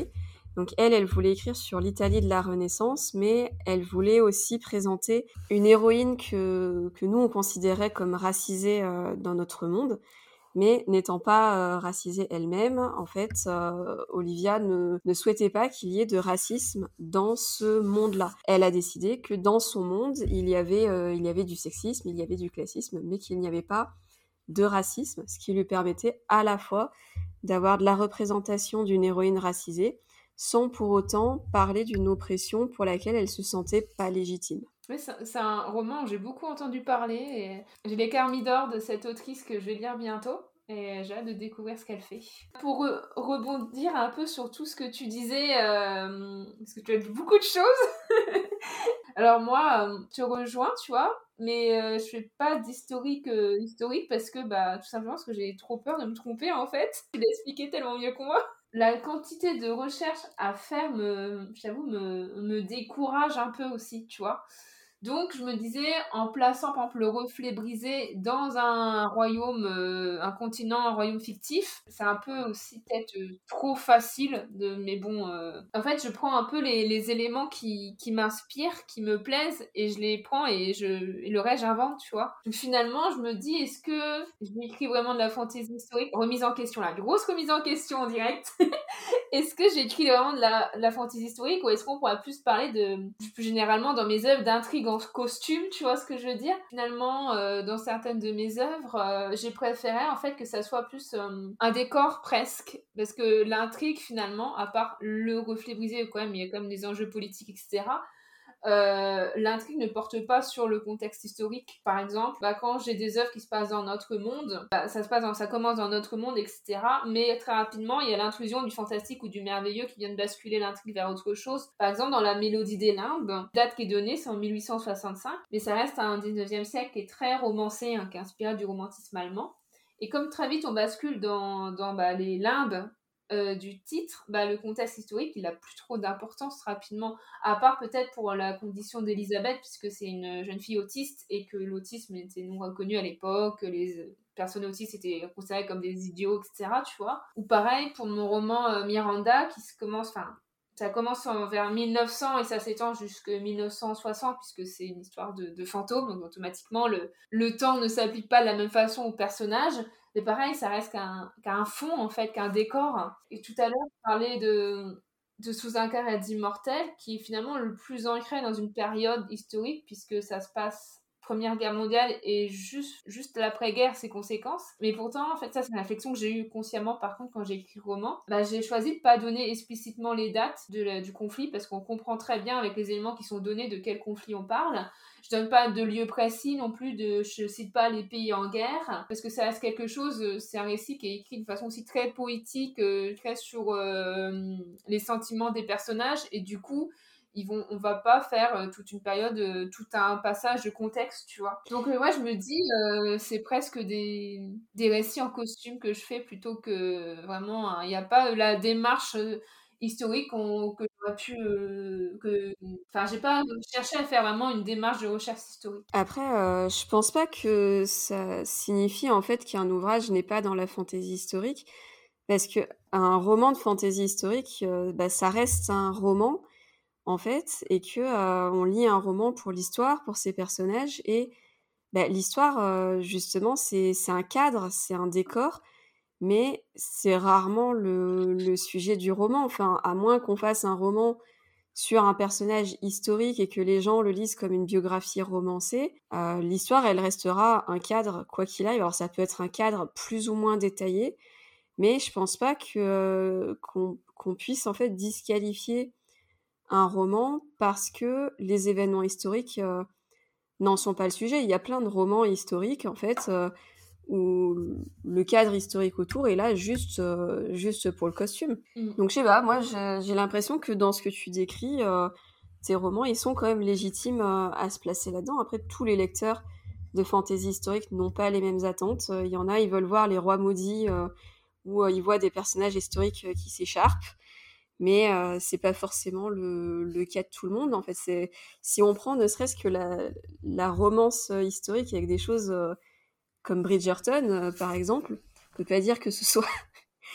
Speaker 2: Donc elle, elle voulait écrire sur l'Italie de la Renaissance, mais elle voulait aussi présenter une héroïne que, que nous, on considérait comme racisée euh, dans notre monde, mais n'étant pas euh, racisée elle-même, en fait, euh, Olivia ne, ne souhaitait pas qu'il y ait de racisme dans ce monde-là. Elle a décidé que dans son monde, il y avait, euh, il y avait du sexisme, il y avait du classisme, mais qu'il n'y avait pas de racisme, ce qui lui permettait à la fois d'avoir de la représentation d'une héroïne racisée, sans pour autant parler d'une oppression pour laquelle elle se sentait pas légitime.
Speaker 1: Oui, c'est c'est un roman où j'ai beaucoup entendu parler et j'ai les carmines d'or de cette autrice que je vais lire bientôt et j'ai hâte de découvrir ce qu'elle fait. Pour re- rebondir un peu sur tout ce que tu disais, euh, parce que tu as dit beaucoup de choses. Alors moi, euh, je te rejoins, tu vois, mais euh, je fais pas d'historique euh, historique parce que bah tout simplement parce que j'ai trop peur de me tromper en fait. Tu l'as expliqué tellement mieux que moi. La quantité de recherches à faire me, j'avoue, me, me décourage un peu aussi, tu vois. Donc, je me disais, en plaçant, par exemple, le reflet brisé dans un royaume, euh, un continent, un royaume fictif, c'est un peu aussi peut-être euh, trop facile de, mais bon, euh, en fait, je prends un peu les, les éléments qui, qui m'inspirent, qui me plaisent, et je les prends et je, et le reste, j'invente, tu vois. Donc, finalement, je me dis, est-ce que j'écris vraiment de la fantaisie historique? Remise en question, là, grosse remise en question en direct. Est-ce que j'écris vraiment de la, de la fantasy historique ou est-ce qu'on pourrait plus parler de, plus généralement dans mes œuvres, d'intrigue en costume, tu vois ce que je veux dire? Finalement, euh, dans certaines de mes œuvres, euh, j'ai préféré en fait que ça soit plus euh, un décor presque. Parce que l'intrigue finalement, à part le reflet brisé, quand même, il y a quand même des enjeux politiques, et cetera. Euh, l'intrigue ne porte pas sur le contexte historique. Par exemple, bah, quand j'ai des œuvres qui se passent dans notre monde, bah, ça se passe dans, ça commence dans notre monde, et cetera. Mais très rapidement, il y a l'intrusion du fantastique ou du merveilleux qui vient de basculer l'intrigue vers autre chose. Par exemple, dans la Mélodie des Limbes, la date qui est donnée, c'est en mille huit cent soixante-cinq, mais ça reste un dix-neuvième siècle qui est très romancé, hein, qui est inspiré du romantisme allemand. Et comme très vite on bascule dans, dans bah, les limbes euh, du titre, bah, le contexte historique, il a plus trop d'importance rapidement, à part peut-être pour la condition d'Elisabeth, puisque c'est une jeune fille autiste et que l'autisme était non reconnu à l'époque, que les personnes autistes étaient considérées comme des idiots, et cetera, tu vois. Ou pareil pour mon roman euh, Miranda, qui se commence, enfin, ça commence en, vers mille neuf cents et ça s'étend jusqu'à mille neuf cent soixante, puisque c'est une histoire de, de fantômes, donc automatiquement, le, le temps ne s'applique pas de la même façon aux personnages. Mais pareil, ça reste qu'un, qu'un fond, en fait, qu'un décor. Et tout à l'heure, je parlais de, de Sous un quart et d'Immortel, qui est finalement le plus ancré dans une période historique, puisque ça se passe Première Guerre mondiale et juste, juste l'après-guerre, ses conséquences. Mais pourtant, en fait, ça, c'est une réflexion que j'ai eue consciemment, par contre, quand j'ai écrit le roman. Bah, j'ai choisi de pas donner explicitement les dates de la- du conflit, parce qu'on comprend très bien, avec les éléments qui sont donnés, de quel conflit on parle. Je donne pas de lieu précis non plus, de, je cite pas les pays en guerre, parce que ça reste quelque chose, euh, c'est un récit qui est écrit de façon aussi très poétique, euh, très sur euh, les sentiments des personnages, et du coup, ils vont, on va pas faire euh, toute une période, euh, tout un passage de contexte, tu vois. Donc euh, ouais, je me dis, euh, c'est presque des, des récits en costume que je fais plutôt que vraiment, il n'y a pas la démarche euh, historique qu'on- que j'aurais pu, euh, que, enfin, j'ai pas cherché à faire vraiment une démarche de recherche historique.
Speaker 2: Après, euh, je pense pas que ça signifie en fait qu'un ouvrage n'est pas dans la fantaisie historique, parce que un roman de fantaisie historique, euh, bah, ça reste un roman en fait, et que euh, on lit un roman pour l'histoire, pour ses personnages, et bah, l'histoire, euh, justement, c'est c'est un cadre, c'est un décor, mais c'est rarement le, le sujet du roman. Enfin, à moins qu'on fasse un roman sur un personnage historique et que les gens le lisent comme une biographie romancée, euh, l'histoire, elle restera un cadre, quoi qu'il aille. Alors, ça peut être un cadre plus ou moins détaillé, mais je pense pas que euh, qu'on qu'on puisse en fait disqualifier un roman parce que les événements historiques euh, n'en sont pas le sujet. Il y a plein de romans historiques, en fait, euh, où le cadre historique autour est là juste, euh, juste pour le costume.
Speaker 1: Mm.
Speaker 2: Donc, je sais pas, moi, j'ai j'ai l'impression que dans ce que tu décris, euh, tes romans, ils sont quand même légitimes euh, à se placer là-dedans. Après, tous les lecteurs de fantasy historique n'ont pas les mêmes attentes. Il y en a, ils veulent voir les rois maudits, euh, où euh, ils voient des personnages historiques euh, qui s'écharpent. Mais euh, c'est pas forcément le, le cas de tout le monde. En fait, c'est si on prend ne serait-ce que la, la romance euh, historique avec des choses euh, comme Bridgerton, euh, par exemple, on peut pas dire que ce soit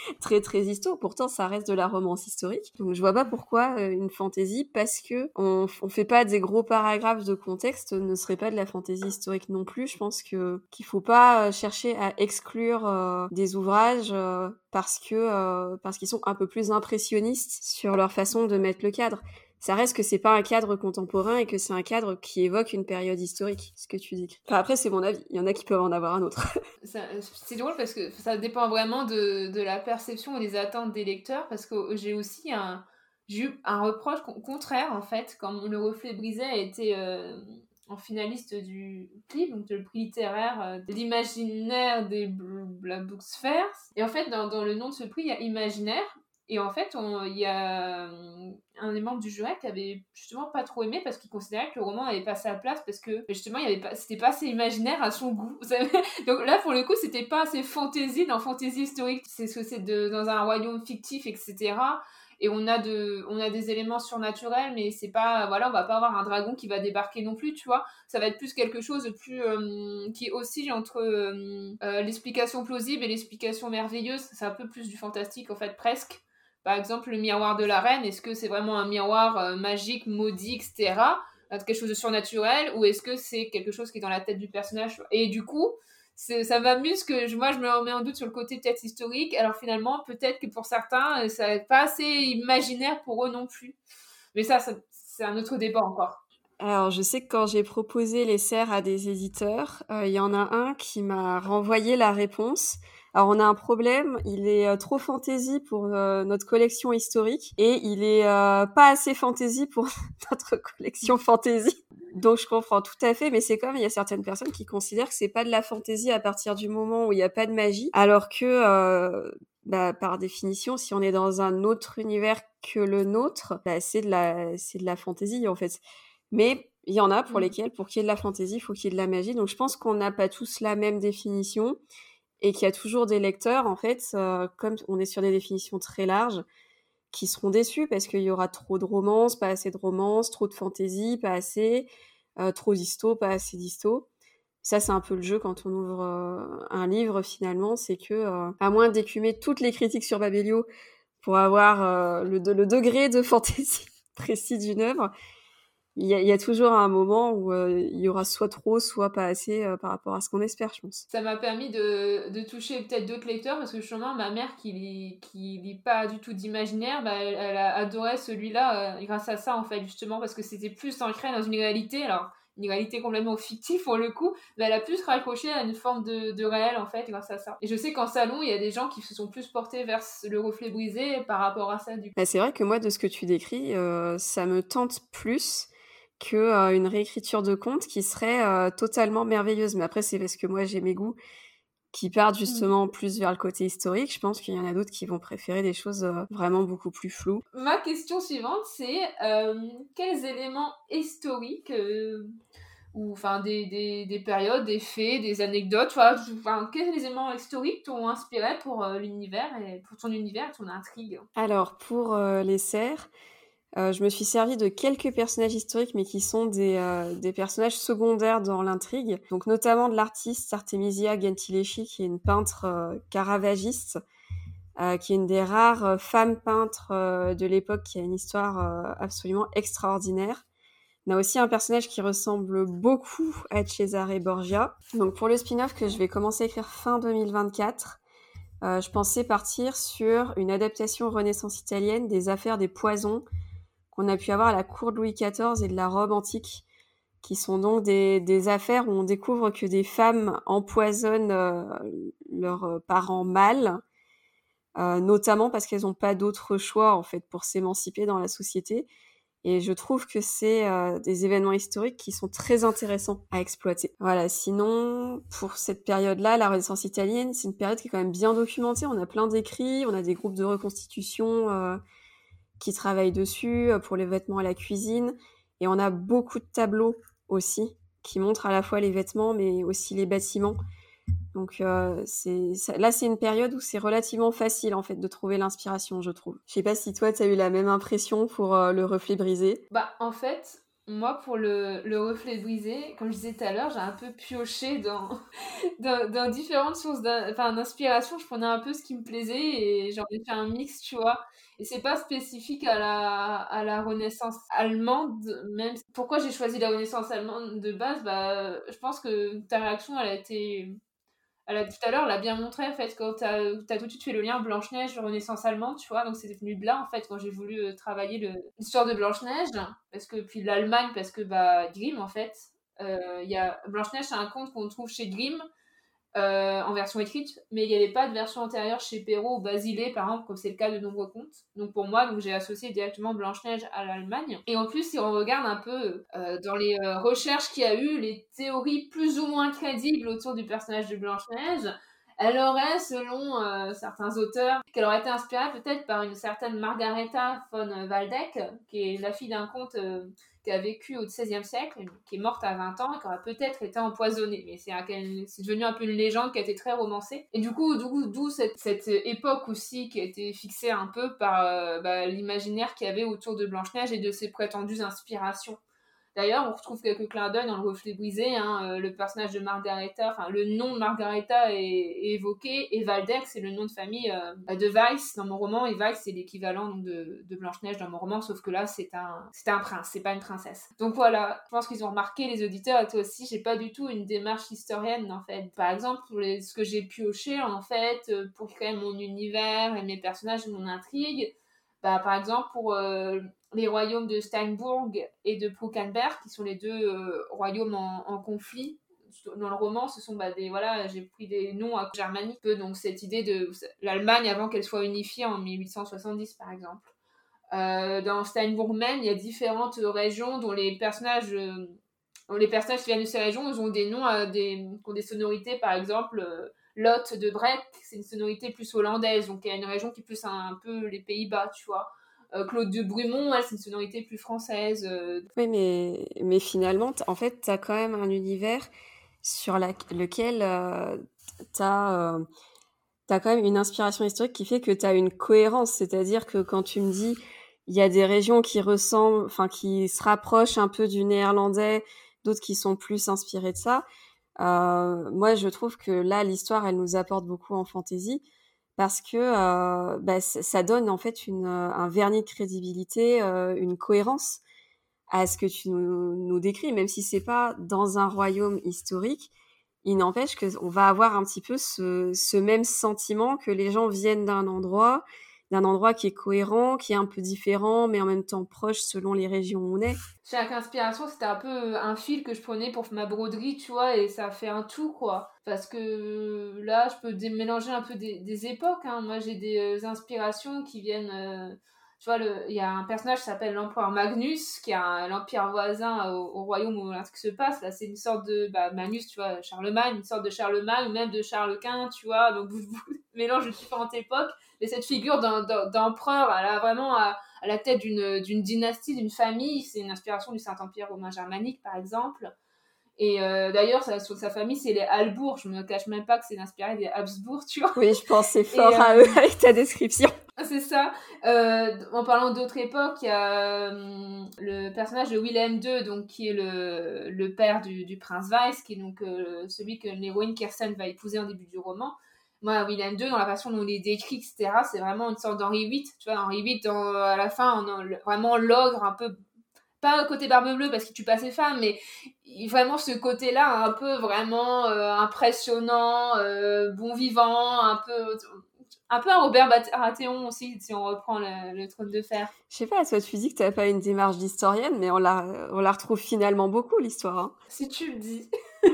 Speaker 2: très très histo. Pourtant, ça reste de la romance historique. Donc, je vois pas pourquoi euh, une fantasy, parce que on, on fait pas des gros paragraphes de contexte, ne serait pas de la fantasy historique non plus. Je pense que qu'il faut pas euh, chercher à exclure euh, des ouvrages euh, parce que euh, parce qu'ils sont un peu plus impressionnistes sur leur façon de mettre le cadre. Ça reste que c'est pas un cadre contemporain et que c'est un cadre qui évoque une période historique, ce que tu décris. Enfin, après, c'est mon avis. Il y en a qui peuvent en avoir un autre.
Speaker 1: Ça- C'est drôle parce que ça dépend vraiment de, de la perception et des attentes des lecteurs, parce que j'ai aussi un, j'ai eu un reproche con- contraire, en fait, quand Le Reflet Brisé a été euh, en finaliste du C L I B, donc le prix littéraire euh, de l'imaginaire des Bl- la Booksfairs. Et en fait, dans, dans le nom de ce prix, il y a imaginaire. Et en fait, on- il y a euh, un des membres du jury qui avait justement pas trop aimé parce qu'il considérait que le roman avait pas sa place parce que justement, il y avait pas, c'était pas assez imaginaire à son goût. Donc là, pour le coup, c'était pas assez fantasy dans fantasy historique. C'est ce que c'est de, dans un royaume fictif, et cetera. Et on a, de, on a des éléments surnaturels, mais c'est pas, voilà, on va pas avoir un dragon qui va débarquer non plus, tu vois. Ça va être plus quelque chose de plus, euh, qui oscille entre euh, euh, l'explication plausible et l'explication merveilleuse. C'est un peu plus du fantastique, en fait, presque. Par exemple, le miroir de la reine, est-ce que c'est vraiment un miroir euh, magique, maudit, et cetera. Quelque chose de surnaturel, ou est-ce que c'est quelque chose qui est dans la tête du personnage? Et du coup, c'est, ça m'amuse que je, moi je me remets en doute sur le côté peut-être historique, alors finalement peut-être que pour certains euh, ça n'est pas assez imaginaire pour eux non plus, mais ça, ça c'est un autre débat encore.
Speaker 2: Alors, je sais que quand j'ai proposé les serres à des éditeurs, euh, il y en a un qui m'a renvoyé la réponse. Alors, on a un problème, il est euh, trop fantasy pour euh, notre collection historique et il est euh, pas assez fantasy pour notre collection fantasy. Donc, je comprends tout à fait, mais c'est comme il y a certaines personnes qui considèrent que c'est pas de la fantasy à partir du moment où il n'y a pas de magie, alors que, euh, bah, par définition, si on est dans un autre univers que le nôtre, bah, c'est de la, c'est de la fantasy en fait. Mais il y en a pour
Speaker 1: Mm.
Speaker 2: lesquels, pour qu'il y ait de la fantaisie, il faut qu'il y ait de la magie. Donc je pense qu'on n'a pas tous la même définition et qu'il y a toujours des lecteurs, en fait, euh, comme on est sur des définitions très larges, qui seront déçus parce qu'il y aura trop de romance, pas assez de romance, trop de fantaisie, pas assez, euh, trop d'histo, pas assez d'histo. Ça, c'est un peu le jeu quand on ouvre euh, un livre, finalement, c'est que, euh, à moins d'écumer toutes les critiques sur Babelio pour avoir euh, le, de- le degré de fantaisie précis d'une œuvre, il y a, il y a toujours un moment où euh, il y aura soit trop, soit pas assez euh, par rapport à ce qu'on espère, je pense.
Speaker 1: Ça m'a permis de, de toucher peut-être d'autres lecteurs, parce que justement ma mère qui lit, qui lit pas du tout d'imaginaire, bah, elle, elle a adoré celui-là euh, grâce à ça en fait, justement parce que c'était plus ancré dans une réalité, alors une réalité complètement fictive pour le coup, mais elle a plus raccroché à une forme de, de réel en fait grâce à ça. Et je sais qu'en salon il y a des gens qui se sont plus portés vers Le Reflet Brisé par rapport à ça du coup.
Speaker 2: Bah, c'est vrai que moi, de ce que tu décris, euh, ça me tente plus que euh, une réécriture de conte qui serait euh, totalement merveilleuse. Mais après, c'est parce que moi, j'ai mes goûts qui partent
Speaker 1: Mm.
Speaker 2: justement plus vers le côté historique. Je pense qu'il y en a d'autres qui vont préférer des choses euh, vraiment beaucoup plus floues.
Speaker 1: Ma question suivante c'est euh, quels éléments historiques euh, ou enfin des, des, des périodes, des faits, des anecdotes, enfin, enfin, quels éléments historiques t'ont inspiré pour euh, l'univers et pour ton univers, ton intrigue?
Speaker 2: Alors, pour euh, les serres, euh, je me suis servi de quelques personnages historiques, mais qui sont des, euh, des personnages secondaires dans l'intrigue. Donc, notamment de l'artiste Artemisia Gentileschi, qui est une peintre euh, caravagiste, euh, qui est une des rares euh, femmes peintres euh, de l'époque, qui a une histoire euh, absolument extraordinaire. On a aussi un personnage qui ressemble beaucoup à Cesare Borgia. Donc pour le spin-off que je vais commencer à écrire fin deux mille vingt-quatre, euh, je pensais partir sur une adaptation Renaissance italienne des affaires des poisons qu'on a pu avoir à la cour de Louis quatorze et de la Rome antique, qui sont donc des, des affaires où on découvre que des femmes empoisonnent euh, leurs parents mâles, euh, notamment parce qu'elles n'ont pas d'autre choix en fait pour s'émanciper dans la société. Et je trouve que c'est euh, des événements historiques qui sont très intéressants à exploiter. Voilà, sinon, pour cette période-là, la Renaissance italienne, c'est une période qui est quand même bien documentée. On a plein d'écrits, on a des groupes de reconstitution euh, qui travaillent dessus, euh, pour les vêtements à la cuisine. Et on a beaucoup de tableaux aussi, qui montrent à la fois les vêtements, mais aussi les bâtiments. Donc euh, c'est ça, là c'est une période où c'est relativement facile en fait de trouver l'inspiration, je trouve. Je sais pas si toi tu as eu la même impression pour euh, Le Reflet Brisé.
Speaker 1: Bah en fait, Moi, pour le, le reflet brisé, comme je disais tout à l'heure, j'ai un peu pioché dans, dans, dans différentes sources d'in- enfin, d'inspiration. Je prenais un peu ce qui me plaisait et j'en ai fait un mix, tu vois. Et c'est pas spécifique à la, à la Renaissance allemande, même. si- Pourquoi j'ai choisi la Renaissance allemande de base? Bah, je pense que ta réaction, elle a été elle a, tout à l'heure, elle a bien montré, en fait, quand t'as as tout de suite fait le lien Blanche-Neige, Renaissance allemande, tu vois, donc c'est venu de là, en fait, quand j'ai voulu euh, travailler le- l'histoire de Blanche-Neige, parce que, puis l'Allemagne, parce que, bah, Grimm, en fait, euh, il y a Blanche-Neige, c'est un conte qu'on trouve chez Grimm, euh, en version écrite, mais il n'y avait pas de version antérieure chez Perrault ou Basile, par exemple, comme c'est le cas de nombreux contes. Donc pour moi, donc j'ai associé directement Blanche-Neige à l'Allemagne. Et en plus, si on regarde un peu euh, dans les euh, recherches qu'il y a eu, les théories plus ou moins crédibles autour du personnage de Blanche-Neige, elle aurait, selon euh, certains auteurs, qu'elle aurait été inspirée peut-être par une certaine Margaretha von Waldeck, qui est la fille d'un comte euh, qui a vécu au seizième siècle, qui est morte à vingt ans et qui aurait peut-être été empoisonnée. Mais c'est, un- c'est devenu un peu une légende qui a été très romancée. Et du coup, d'où, d'où cette, cette époque aussi qui a été fixée un peu par euh, bah, l'imaginaire qu'il y avait autour de Blanche-Neige et de ses prétendues inspirations. D'ailleurs, on retrouve quelques clins d'œil dans le reflet brisé, hein, euh, le personnage de Margaretha, enfin le nom de Margaretha est, est évoqué, et Waldeck, c'est le nom de famille euh, de Weiss dans mon roman, et Weiss c'est l'équivalent donc, de, de Blanche-Neige dans mon roman, sauf que là c'est un, c'est un prince, c'est pas une princesse. Donc voilà, je pense qu'ils ont remarqué, les auditeurs, et toi aussi, j'ai pas du tout une démarche historienne en fait. Par exemple, pour les, ce que j'ai pioché en fait, euh, pour créer mon univers et mes personnages et mon intrigue, bah, par exemple pour euh, les royaumes de Steinbourg et de Bruckenberg, qui sont les deux euh, royaumes en, en conflit. Dans le roman, ce sont bah, des voilà, j'ai pris des noms à germanique, donc cette idée de l'Allemagne avant qu'elle soit unifiée en mille huit cent soixante-dix par exemple. Euh, dans Steinbourg même, il y a différentes régions dont les personnages, euh, dont les personnages qui viennent de ces régions, ils ont des noms, euh, des, qui ont des sonorités, par exemple. Euh, Lot de Breck, c'est une sonorité plus hollandaise, donc il y a une région qui est plus un, un peu les Pays-Bas, tu vois. Euh, Claude de Brumont, elle, c'est une sonorité plus française. Euh.
Speaker 2: Oui, mais, mais finalement, t- en fait, tu as quand même un univers sur la- lequel euh, tu as, euh, t'as quand même une inspiration historique qui fait que tu as une cohérence. C'est-à-dire que quand tu me dis, il y a des régions qui ressemblent, enfin, qui se rapprochent un peu du néerlandais, d'autres qui sont plus inspirées de ça, euh, moi, je trouve que là, l'histoire, elle nous apporte beaucoup en fantaisie parce que euh, bah, c- ça donne en fait une, euh, un vernis de crédibilité, euh, une cohérence à ce que tu nous, nous décris, même si c'est pas dans un royaume historique. Il n'empêche qu'on va avoir un petit peu ce, ce même sentiment que les gens viennent d'un endroit, d'un endroit qui est cohérent, qui est un peu différent, mais en même temps proche selon les régions où on est.
Speaker 1: Chaque inspiration, c'était un peu un fil que je prenais pour ma broderie, tu vois, et ça fait un tout, quoi. Parce que là, je peux dé- mélanger un peu des, des époques, hein. Moi, j'ai des euh, inspirations qui viennent... euh, tu vois, le- il y a un personnage qui s'appelle l'empereur Magnus, qui a un- l'empire voisin au, au royaume où ce qui se passe. Là, c'est une sorte de... Bah, Magnus, tu vois, Charlemagne, une sorte de Charlemagne, ou même de Charles Quint, tu vois. Donc, vous, vous mélange de différentes époques. Et cette figure d'un- d'un- d'empereur, elle a vraiment... à la tête d'une, d'une dynastie, d'une famille. C'est une inspiration du Saint-Empire romain germanique, par exemple. Et euh, d'ailleurs, sa, sa famille, c'est les Halbourg. Je me cache même pas que c'est inspiré des Habsbourg, tu vois.
Speaker 2: Oui, je pensais
Speaker 1: Et
Speaker 2: fort à eux
Speaker 1: euh,
Speaker 2: avec ta description.
Speaker 1: c'est ça. Euh, en parlant d'autres époques, il y a euh, le personnage de Wilhelm deux, donc, qui est le, le père du, du prince Weiss, qui est donc euh, celui que l'héroïne Kirsten va épouser en début du roman. Moi, Wilhelm deux, dans la façon dont il est décrit, et cetera, c'est vraiment une sorte d'Henri huit. Tu vois, Henri huit, dans, à la fin, on a vraiment l'ogre un peu, pas côté barbe bleue parce qu'il tue pas ses femmes, mais vraiment ce côté-là un peu vraiment euh, impressionnant, euh, bon vivant, un peu un peu un Robert Baratheon aussi, si on reprend le, le trône de fer.
Speaker 2: Je sais pas, toi tu dis que t'as pas une démarche d'historienne, mais on la, on la retrouve finalement beaucoup l'histoire. Hein.
Speaker 1: Si tu le dis.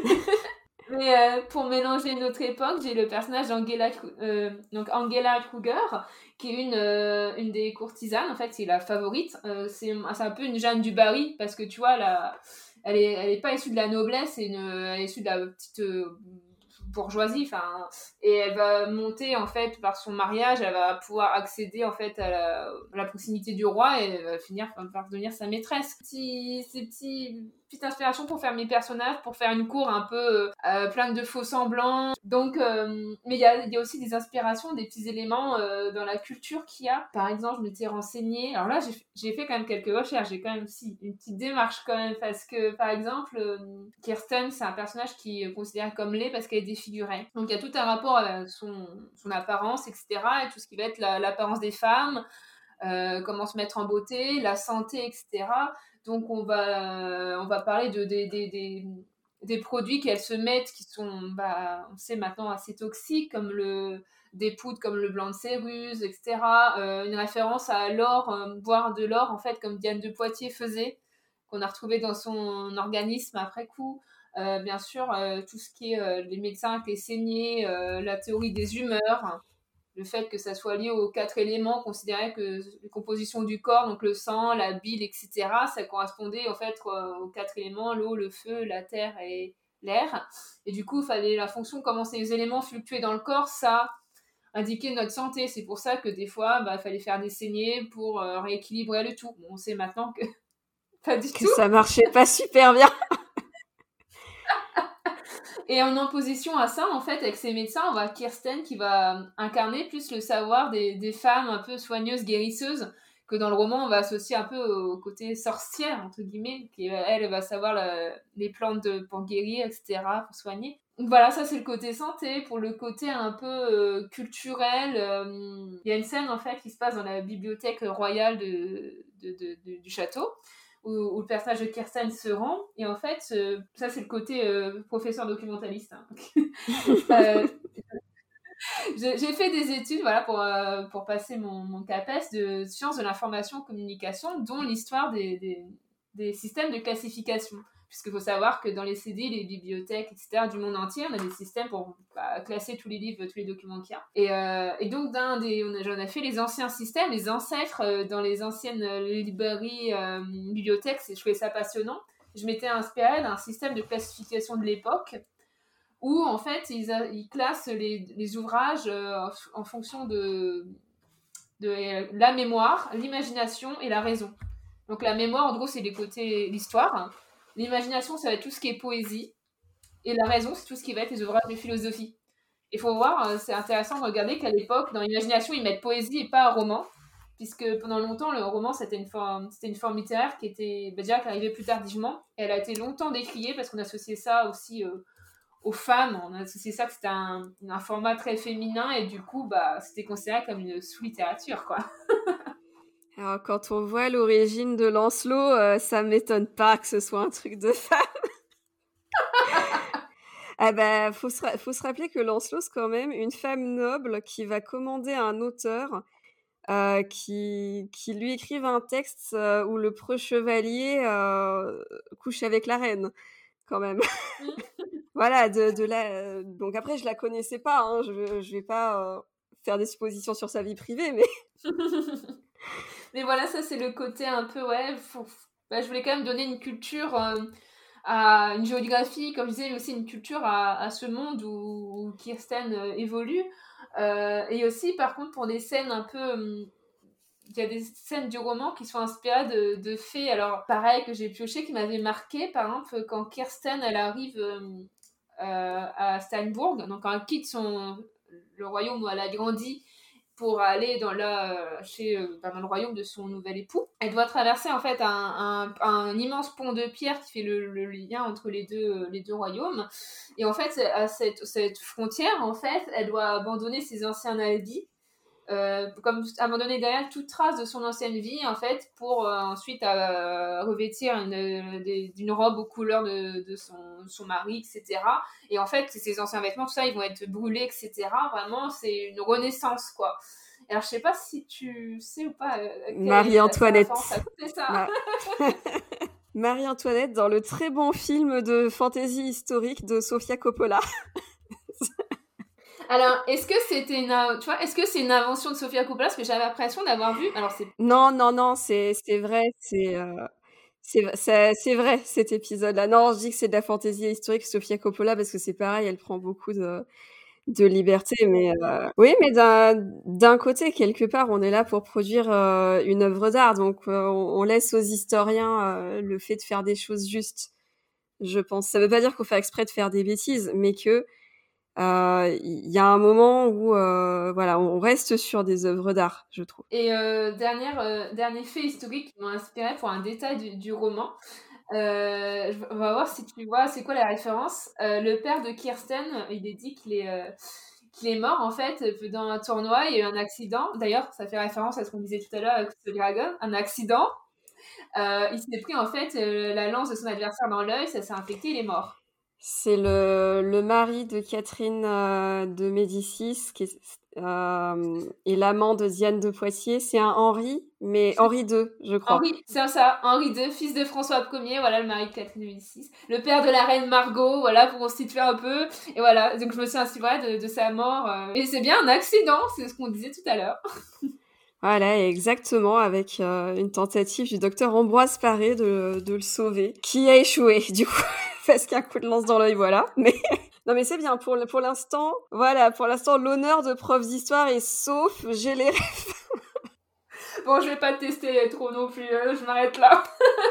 Speaker 1: Mais euh, pour mélanger une autre époque, j'ai le personnage d'Angela euh, donc Angela Kruger, qui est une, euh, une des courtisanes, en fait, c'est la favorite. Euh, c'est, c'est un peu une Jeanne du Barry, parce que tu vois, la, elle est, elle est pas issue de la noblesse, c'est une, elle est issue de la petite euh, bourgeoisie, enfin, et elle va monter, en fait, par son mariage, elle va pouvoir accéder, en fait, à la, à la proximité du roi, et elle va finir par devenir sa maîtresse. Petit, ces petits petite inspiration pour faire mes personnages, pour faire une cour un peu euh, pleine de faux semblants. Donc, euh, mais il y a, y a aussi des inspirations, des petits éléments euh, dans la culture qu'il y a. Par exemple, je m'étais renseignée. Alors là, j'ai, j'ai fait quand même quelques recherches. J'ai quand même si, une petite démarche quand même parce que, par exemple, euh, Kirsten, c'est un personnage qui est considéré comme laid parce qu'elle est défigurée. Donc, il y a tout un rapport à son, son apparence, et cetera. Et tout ce qui va être la, l'apparence des femmes, euh, comment se mettre en beauté, la santé, et cetera. Donc, on va, on va parler de, de, de, de, des produits qu'elles se mettent qui sont, bah, on sait maintenant, assez toxiques, comme le, des poudres comme le blanc de céruse, et cetera. Euh, une référence à l'or, euh, boire de l'or, en fait, comme Diane de Poitiers faisait, qu'on a retrouvé dans son organisme après coup. Euh, bien sûr, euh, tout ce qui est euh, les médecins avec les saignées, euh, la théorie des humeurs, hein, le fait que ça soit lié aux quatre éléments, considérait que les compositions du corps, donc le sang, la bile, et cetera, ça correspondait en fait aux quatre éléments, l'eau, le feu, la terre et l'air. Et du coup, il fallait la fonction, comment ces éléments fluctuaient dans le corps, ça indiquait notre santé. C'est pour ça que des fois, bah, il fallait faire des saignées pour euh, rééquilibrer le tout. Bon, on sait maintenant que pas du
Speaker 2: que
Speaker 1: tout.
Speaker 2: ça marchait pas super bien.
Speaker 1: Et en opposition à ça, en fait, avec ces médecins, on voit Kirsten qui va incarner plus le savoir des, des femmes un peu soigneuses, guérisseuses, que dans le roman, on va associer un peu au côté sorcière, entre guillemets, qui, elle, elle va savoir la, les plantes de, pour guérir, et cetera, pour soigner. Donc voilà, ça c'est le côté santé. Pour le côté un peu euh, culturel, il euh, y a une scène, en fait, qui se passe dans la bibliothèque royale de, de, de, de, du château, Où, où le personnage de Kirsten se rend, et en fait, euh, ça c'est le côté euh, professeur documentaliste. Hein. euh, j'ai, j'ai fait des études voilà, pour, euh, pour passer mon, mon CAPES de sciences de l'information et communication, dont l'histoire des, des, des systèmes de classification. Puisqu'il faut savoir que dans les C D, les bibliothèques, et cetera, du monde entier, on a des systèmes pour bah, classer tous les livres, tous les documents qu'il y a. Et, euh, et donc, d'un des, on a, j'en ai fait les anciens systèmes, les ancêtres euh, dans les anciennes euh, librairies, euh, bibliothèques, je trouvais ça passionnant. Je m'étais inspirée d'un système de classification de l'époque où, en fait, ils, a, ils classent les, les ouvrages euh, en, en fonction de, de euh, la mémoire, l'imagination et la raison. Donc, la mémoire, en gros, c'est les côtés, l'histoire. L'imagination, ça va être tout ce qui est poésie. Et la raison, c'est tout ce qui va être les ouvrages de philosophie. Il faut voir, c'est intéressant de regarder qu'à l'époque, dans l'imagination, ils mettent poésie et pas roman. Puisque pendant longtemps, le roman, c'était une forme, c'était une forme littéraire qui était bah, déjà qui arrivait plus tardivement. Et elle a été longtemps décriée parce qu'on associait ça aussi euh, aux femmes. On a associé ça que c'était un, un format très féminin. Et du coup, bah, c'était considéré comme une sous-littérature, quoi.
Speaker 2: Alors, quand on voit l'origine de Lancelot, euh, ça m'étonne pas que ce soit un truc de femme. Ah bah, faut se, ra- faut se rappeler que Lancelot, c'est quand même une femme noble qui va commander à un auteur euh, qui, qui lui écrive un texte euh, où le preux chevalier euh, couche avec la reine, quand même. Voilà, de, de la... euh, donc après, je la connaissais pas, hein, je, je vais pas euh, faire des suppositions sur sa vie privée, mais...
Speaker 1: Mais voilà, ça c'est le côté un peu, ouais, faut- bah, je voulais quand même donner une culture, euh, à une géographie, comme je disais, mais aussi une culture à, à ce monde où, où Kirsten euh, évolue. Euh, et aussi, par contre, pour des scènes un peu... hum, il y a des scènes du roman qui sont inspirées de, de faits, alors pareil, que j'ai pioché, qui m'avaient marqué, par exemple, quand Kirsten, elle arrive euh, euh, à Steinbourg, donc quand elle quitte son, le royaume où elle a grandi, pour aller dans, la, chez, euh, dans le royaume de son nouvel époux. Elle doit traverser en fait un, un, un immense pont de pierre qui fait le, le lien entre les deux, les deux royaumes. Et en fait, à cette, cette frontière, en fait, elle doit abandonner ses anciens habits, euh, comme abandonner derrière toute trace de son ancienne vie, en fait, pour euh, ensuite euh, revêtir une, des, d'une robe aux couleurs de, de son, son mari, et cetera. Et en fait, ses anciens vêtements, tout ça, ils vont être brûlés, et cetera. Vraiment, c'est une renaissance, quoi. Alors, je sais pas si tu sais ou pas euh, quelle
Speaker 2: Marie-Antoinette.
Speaker 1: est ça.
Speaker 2: Ma... Marie-Antoinette dans le très bon film de fantasy historique de Sofia Coppola.
Speaker 1: Alors, est-ce que c'était une, tu vois, est-ce que c'est une invention de Sofia Coppola, parce que j'avais l'impression d'avoir vu. Alors c'est.
Speaker 2: Non, non, non, c'est c'est vrai, c'est euh, c'est c'est c'est vrai cet épisode-là. Non, je dis que c'est de la fantaisie historique Sofia Coppola parce que c'est pareil, elle prend beaucoup de de liberté, mais euh, oui, mais d'un d'un côté quelque part, on est là pour produire euh, une œuvre d'art, donc euh, on, on laisse aux historiens euh, le fait de faire des choses justes. je pense. Ça veut pas dire qu'il faut faire exprès de faire des bêtises, mais que euh, il y a un moment où euh, voilà, on reste sur des œuvres d'art, je trouve.
Speaker 1: Et euh, dernière, euh, dernier fait historique qui m'a inspiré pour un détail du, du roman. Euh, je- on va voir si tu vois c'est quoi la référence. Euh, le père de Kirsten, il est dit qu'il est, euh, qu'il est mort en fait dans un tournoi. Il y a eu un accident. D'ailleurs, ça fait référence à ce qu'on disait tout à l'heure avec The Dragon. Un accident. Euh, il s'est pris en fait euh, la lance de son adversaire dans l'œil, ça s'est infecté, il est mort.
Speaker 2: C'est le, le mari de Catherine euh, de Médicis qui est, euh, et l'amant de Diane de Poitiers. C'est un Henri, mais Henri deux, je crois.
Speaker 1: Henri, c'est ça, Henri deux, fils de François Ier, voilà le mari de Catherine de Médicis, le père de la reine Margot, voilà pour constituer un peu, et voilà, donc je me suis inspirée de, de sa mort, euh, et c'est bien un accident, c'est ce qu'on disait tout à l'heure.
Speaker 2: Voilà, exactement, avec euh, une tentative du docteur Ambroise Paré de, de le sauver, qui a échoué, du coup, parce qu'un coup de lance dans l'œil, voilà. Mais non, mais c'est bien, pour, pour l'instant, voilà, pour l'instant, l'honneur de prof d'histoire est sauf, j'ai les rêves.
Speaker 1: Bon, je vais pas te tester trop non plus, euh, je m'arrête là.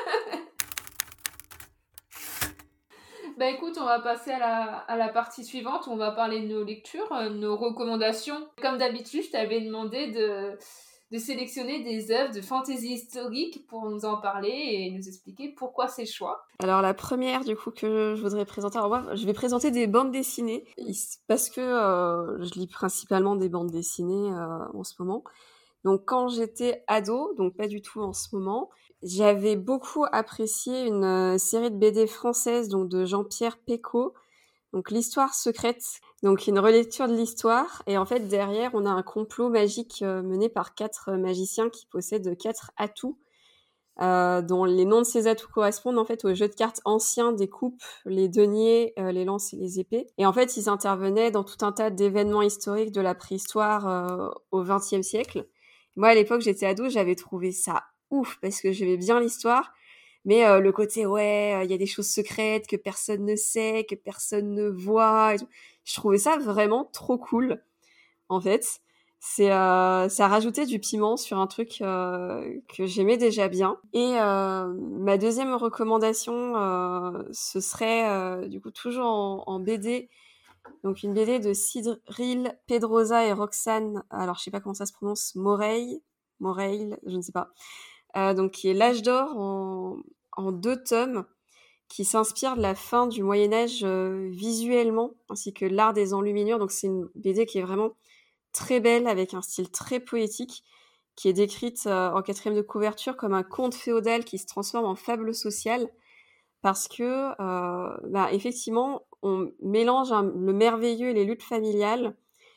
Speaker 1: Bah écoute, on va passer à la, à la partie suivante, on va parler de nos lectures, euh, nos recommandations. Comme d'habitude, je t'avais demandé de, de sélectionner des œuvres de fantaisie historique pour nous en parler et nous expliquer pourquoi ces choix.
Speaker 2: Alors la première du coup que je voudrais présenter, alors moi je vais présenter des bandes dessinées parce que euh, je lis principalement des bandes dessinées euh, en ce moment. Donc quand j'étais ado, donc pas du tout en ce moment, j'avais beaucoup apprécié une euh, série de B D française donc de Jean-Pierre Pecot, donc l'histoire secrète, donc une relecture de l'histoire et en fait derrière on a un complot magique euh, mené par quatre euh, magiciens qui possèdent quatre atouts. Euh, dont les noms de ces atouts correspondent en fait aux jeux de cartes anciens des coupes, les deniers, euh, les lances et les épées. Et en fait, ils intervenaient dans tout un tas d'événements historiques de la préhistoire euh, au vingtième siècle. Moi, à l'époque, j'étais ado, j'avais trouvé ça ouf parce que j'aimais bien l'histoire, mais euh, le côté ouais, il euh, y a des choses secrètes que personne ne sait, que personne ne voit. Et tout. Je trouvais ça vraiment trop cool, en fait. C'est euh, ça rajoutait du piment sur un truc euh, que j'aimais déjà bien. Et euh, ma deuxième recommandation, euh, ce serait euh, du coup toujours en, en B D, donc une B D de Cyril Pedrosa et Roxane. Alors je sais pas comment ça se prononce, Moreil, Moreil, je ne sais pas. Euh, donc qui est L'Âge d'or en, en deux tomes, qui s'inspire de la fin du Moyen Âge euh, visuellement, ainsi que l'art des enluminures. Donc c'est une B D qui est vraiment très belle, avec un style très poétique, qui est décrite euh, en quatrième de couverture comme un conte féodal qui se transforme en fable sociale, parce que, euh, bah, effectivement, on mélange un, le merveilleux et les luttes familiales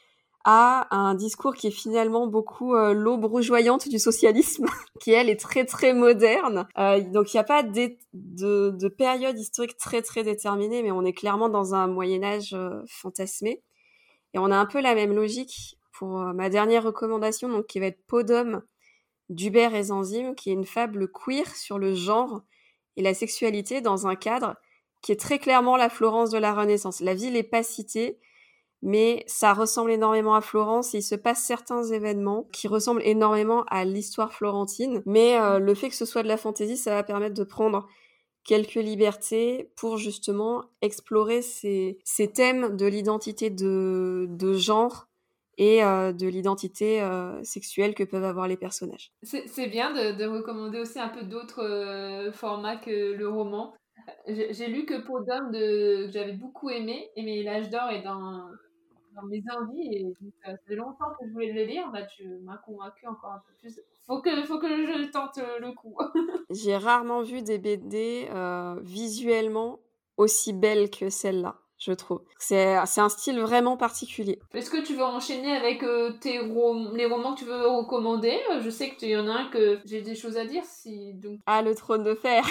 Speaker 2: à un discours qui est finalement beaucoup euh, l'aube rougeoyante du socialisme, qui elle est très très moderne. Euh, donc il n'y a pas de, de, de période historique très très déterminée, mais on est clairement dans un Moyen-Âge euh, fantasmé. Et on a un peu la même logique pour euh, ma dernière recommandation, donc qui va être Peau d'homme d'Hubert et Zanzime, qui est une fable queer sur le genre et la sexualité dans un cadre qui est très clairement la Florence de la Renaissance. La ville n'est pas citée, mais ça ressemble énormément à Florence et il se passe certains événements qui ressemblent énormément à l'histoire florentine. Mais euh, le fait que ce soit de la fantaisie, ça va permettre de prendre quelques libertés pour justement explorer ces, ces thèmes de l'identité de, de genre et euh, de l'identité euh, sexuelle que peuvent avoir les personnages.
Speaker 1: C'est, c'est bien de, de recommander aussi un peu d'autres euh, formats que le roman. J'ai, j'ai lu que Peau d'homme de, que j'avais beaucoup aimé, et mais L'âge d'or est dans, dans mes envies, et donc, euh, ça fait longtemps que je voulais le lire, bah tu m'as convaincu encore un peu plus. Faut que, faut que je tente euh, le coup.
Speaker 2: J'ai rarement vu des B D euh, visuellement aussi belles que celle-là, je trouve. C'est, c'est un style vraiment particulier.
Speaker 1: Est-ce que tu veux enchaîner avec euh, tes rom- les romans que tu veux recommander? Euh, Je sais que tu y en a un que j'ai des choses à dire. Si donc.
Speaker 2: Ah, le trône de fer.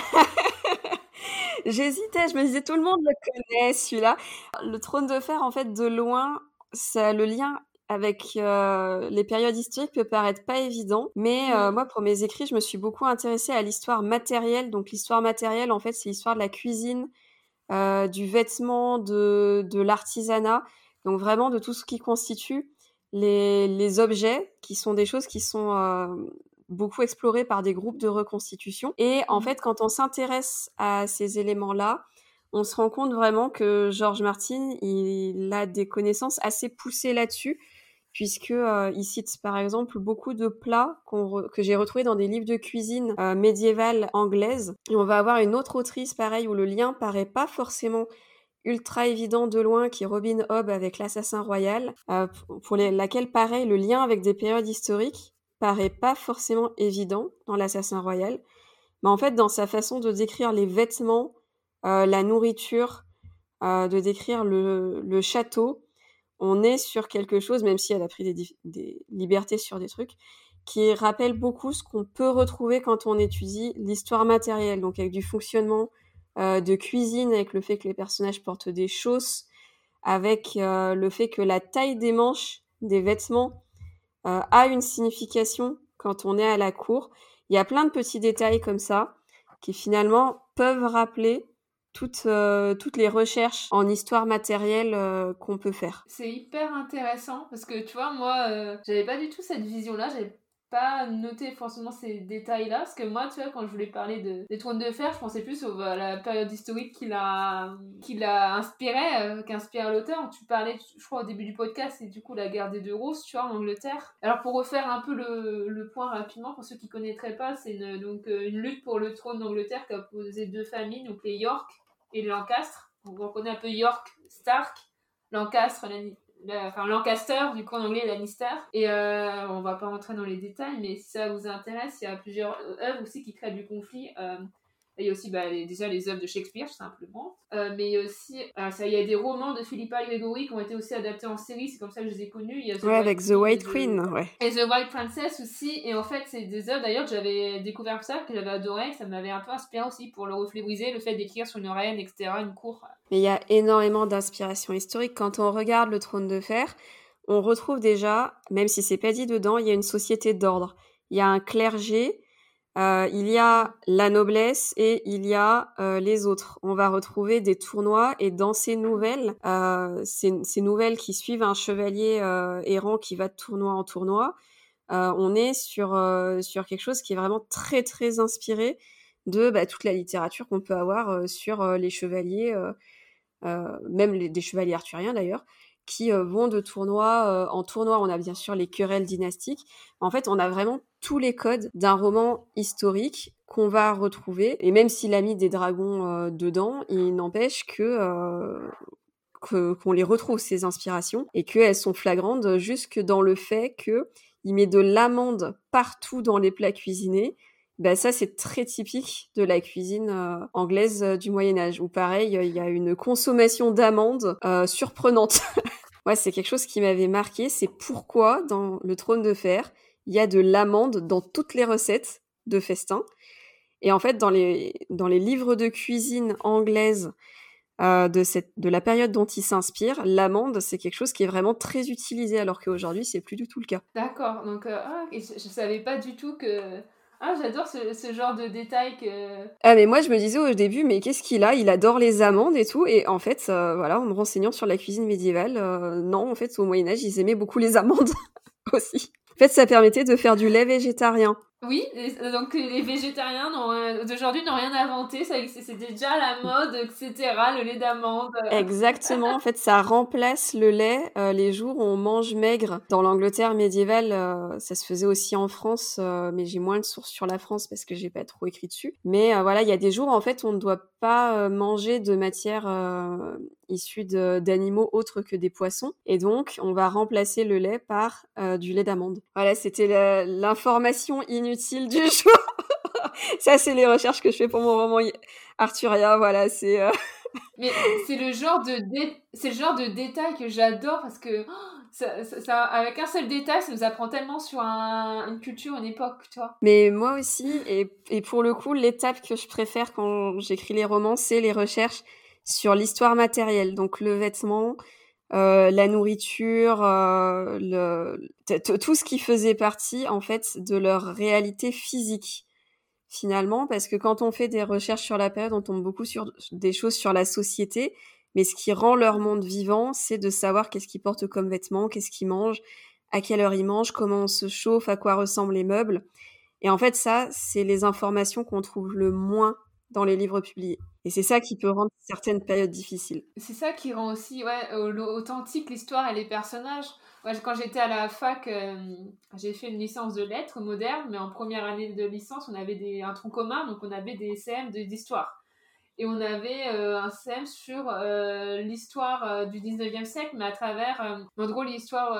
Speaker 2: J'hésitais, je me disais tout le monde le connaît celui-là. Le trône de fer, en fait, de loin, ça, le lien avec euh, les périodes historiques peut paraître pas évident, mais euh, moi, pour mes écrits, je me suis beaucoup intéressée à l'histoire matérielle. Donc, l'histoire matérielle, en fait, c'est l'histoire de la cuisine, euh, du vêtement, de, de l'artisanat, donc vraiment de tout ce qui constitue les, les objets, qui sont des choses qui sont euh, beaucoup explorées par des groupes de reconstitution. Et en fait, quand on s'intéresse à ces éléments-là, on se rend compte vraiment que George Martin, il a des connaissances assez poussées là-dessus, puisque euh, il cite par exemple beaucoup de plats qu'on re- que j'ai retrouvés dans des livres de cuisine euh, médiévale anglaise. Et on va avoir une autre autrice, pareil, où le lien paraît pas forcément ultra évident de loin, qui est Robin Hobb avec l'Assassin Royal, euh, pour les- laquelle, pareil, le lien avec des périodes historiques paraît pas forcément évident dans l'Assassin Royal. Mais en fait, dans sa façon de décrire les vêtements, euh, la nourriture, euh, de décrire le, le château, on est sur quelque chose, même si elle a pris des, dif- des libertés sur des trucs, qui rappelle beaucoup ce qu'on peut retrouver quand on étudie l'histoire matérielle, donc avec du fonctionnement euh, de cuisine, avec le fait que les personnages portent des chausses, avec euh, le fait que la taille des manches des vêtements euh, a une signification quand on est à la cour. Il y a plein de petits détails comme ça qui finalement peuvent rappeler toutes, euh, toutes les recherches en histoire matérielle euh, qu'on peut faire.
Speaker 1: C'est hyper intéressant parce que tu vois, moi, euh, j'avais pas du tout cette vision-là, j'avais pas noté forcément ces détails-là parce que moi, tu vois, quand je voulais parler de, des trônes de fer, je pensais plus au- à la période historique qui l'a, qui l'a inspiré, euh, qu'inspire l'auteur. Tu parlais, je crois, au début du podcast, c'est du coup la guerre des deux roses, tu vois, en Angleterre. Alors, pour refaire un peu le, le point rapidement, pour ceux qui connaîtraient pas, c'est une, donc, euh, une lutte pour le trône d'Angleterre qui a opposé deux familles, donc les York et les Lancaster. Donc, on connaît un peu York, Stark. Lancastre, Lanni- la- enfin Lancaster, du coup en anglais Lannister. Et euh, on va pas rentrer dans les détails, mais si ça vous intéresse, il y a plusieurs œuvres aussi qui créent du conflit. Euh, il y a aussi bah, les- déjà les œuvres de Shakespeare, tout simplement. Euh, mais il y a aussi, euh, ça, il y a des romans de Philippa Gregory qui ont été aussi adaptés en série, c'est comme ça que je les ai connus. Il y a The
Speaker 2: Ouais,
Speaker 1: White
Speaker 2: avec The
Speaker 1: Queen et
Speaker 2: White
Speaker 1: The,
Speaker 2: Queen, ouais.
Speaker 1: et The White Princess aussi. Et en fait, c'est des œuvres d'ailleurs que j'avais découvert ça, que j'avais adoré, que ça m'avait un peu inspiré aussi pour le reflet brisé, le fait d'écrire sur une reine, et cetera, une cour.
Speaker 2: Mais il y a énormément d'inspiration historique. Quand on regarde le Trône de Fer, on retrouve déjà, même si c'est pas dit dedans, il y a une société d'ordre. Il y a un clergé, euh, il y a la noblesse et il y a euh, les autres. On va retrouver des tournois et dans ces nouvelles, euh, ces, ces nouvelles qui suivent un chevalier euh, errant qui va de tournoi en tournoi, euh, on est sur, euh, sur quelque chose qui est vraiment très très inspiré de bah, toute la littérature qu'on peut avoir euh, sur euh, les chevaliers, euh, euh, même les, des chevaliers arthuriens d'ailleurs, qui euh, vont de tournoi euh, en tournoi. On a bien sûr les querelles dynastiques. En fait, on a vraiment tous les codes d'un roman historique qu'on va retrouver. Et même s'il a mis des dragons euh, dedans, il n'empêche que, euh, que qu'on les retrouve ces inspirations et qu'elles sont flagrantes jusque dans le fait que il met de l'amande partout dans les plats cuisinés. Ben ça, c'est très typique de la cuisine euh, anglaise euh, du Moyen-Âge, où pareil, il y a une consommation d'amandes euh, surprenante. Ouais, c'est quelque chose qui m'avait marqué, c'est pourquoi dans le Trône de Fer, il y a de l'amande dans toutes les recettes de festin. Et en fait, dans les, dans les livres de cuisine anglaise euh, de, cette, de la période dont il s'inspire, l'amande, c'est quelque chose qui est vraiment très utilisé, alors qu'aujourd'hui, c'est plus du tout le cas.
Speaker 1: D'accord, donc euh, ah, et je, je savais pas du tout que... Ah, j'adore ce, ce genre de détails que...
Speaker 2: Ah mais moi je me disais au début mais qu'est-ce qu'il a? Il adore les amandes et tout et en fait euh, voilà en me renseignant sur la cuisine médiévale euh, non en fait au Moyen-Âge ils aimaient beaucoup les amandes aussi. En fait ça permettait de faire du lait végétarien.
Speaker 1: Oui, et, donc les végétariens n'ont rien- d'aujourd'hui n'ont rien inventé, ça existe- c'est déjà la mode, et cetera, le lait d'amande.
Speaker 2: Exactement, en fait ça remplace le lait euh, les jours où on mange maigre. Dans l'Angleterre médiévale euh, ça se faisait aussi en France euh, mais j'ai moins de sources sur la France parce que j'ai pas trop écrit dessus. Mais euh, voilà il y a des jours en fait on ne doit pas euh, manger de matière euh, issue de- d'animaux autres que des poissons et donc on va remplacer le lait par euh, du lait d'amande. Voilà c'était la- l'information inutile du jour. Ça c'est les recherches que je fais pour mon roman arthurien, voilà c'est... euh,
Speaker 1: Mais c'est le genre de dé- c'est le genre de détail que j'adore parce que oh, ça, ça- ça- avec un seul détail, ça nous apprend tellement sur un- une culture, une époque, tu vois.
Speaker 2: Mais moi aussi, et, et pour le coup, l'étape que je préfère quand j'écris les romans, c'est les recherches sur l'histoire matérielle. Donc le vêtement, euh, la nourriture, euh, le, t- t- tout ce qui faisait partie en fait de leur réalité physique finalement, parce que quand on fait des recherches sur la période, on tombe beaucoup sur des choses sur la société, mais ce qui rend leur monde vivant, c'est de savoir qu'est-ce qu'ils portent comme vêtements, qu'est-ce qu'ils mangent, à quelle heure ils mangent, comment on se chauffe, à quoi ressemblent les meubles. Et en fait, ça, c'est les informations qu'on trouve le moins dans les livres publiés. Et c'est ça qui peut rendre certaines périodes difficiles.
Speaker 1: C'est ça qui rend aussi, ouais, au le authentique l'histoire et les personnages. Ouais, quand j'étais à la fac, hem, j'ai fait une licence de lettres modernes, mais en première année de licence, on avait des un tronc commun, donc on avait des C M de d'histoire et on avait, heu, un C M sur, heu, l'histoire, heu, du dix-neuvième siècle, mais à travers, hem, en gros l'histoire,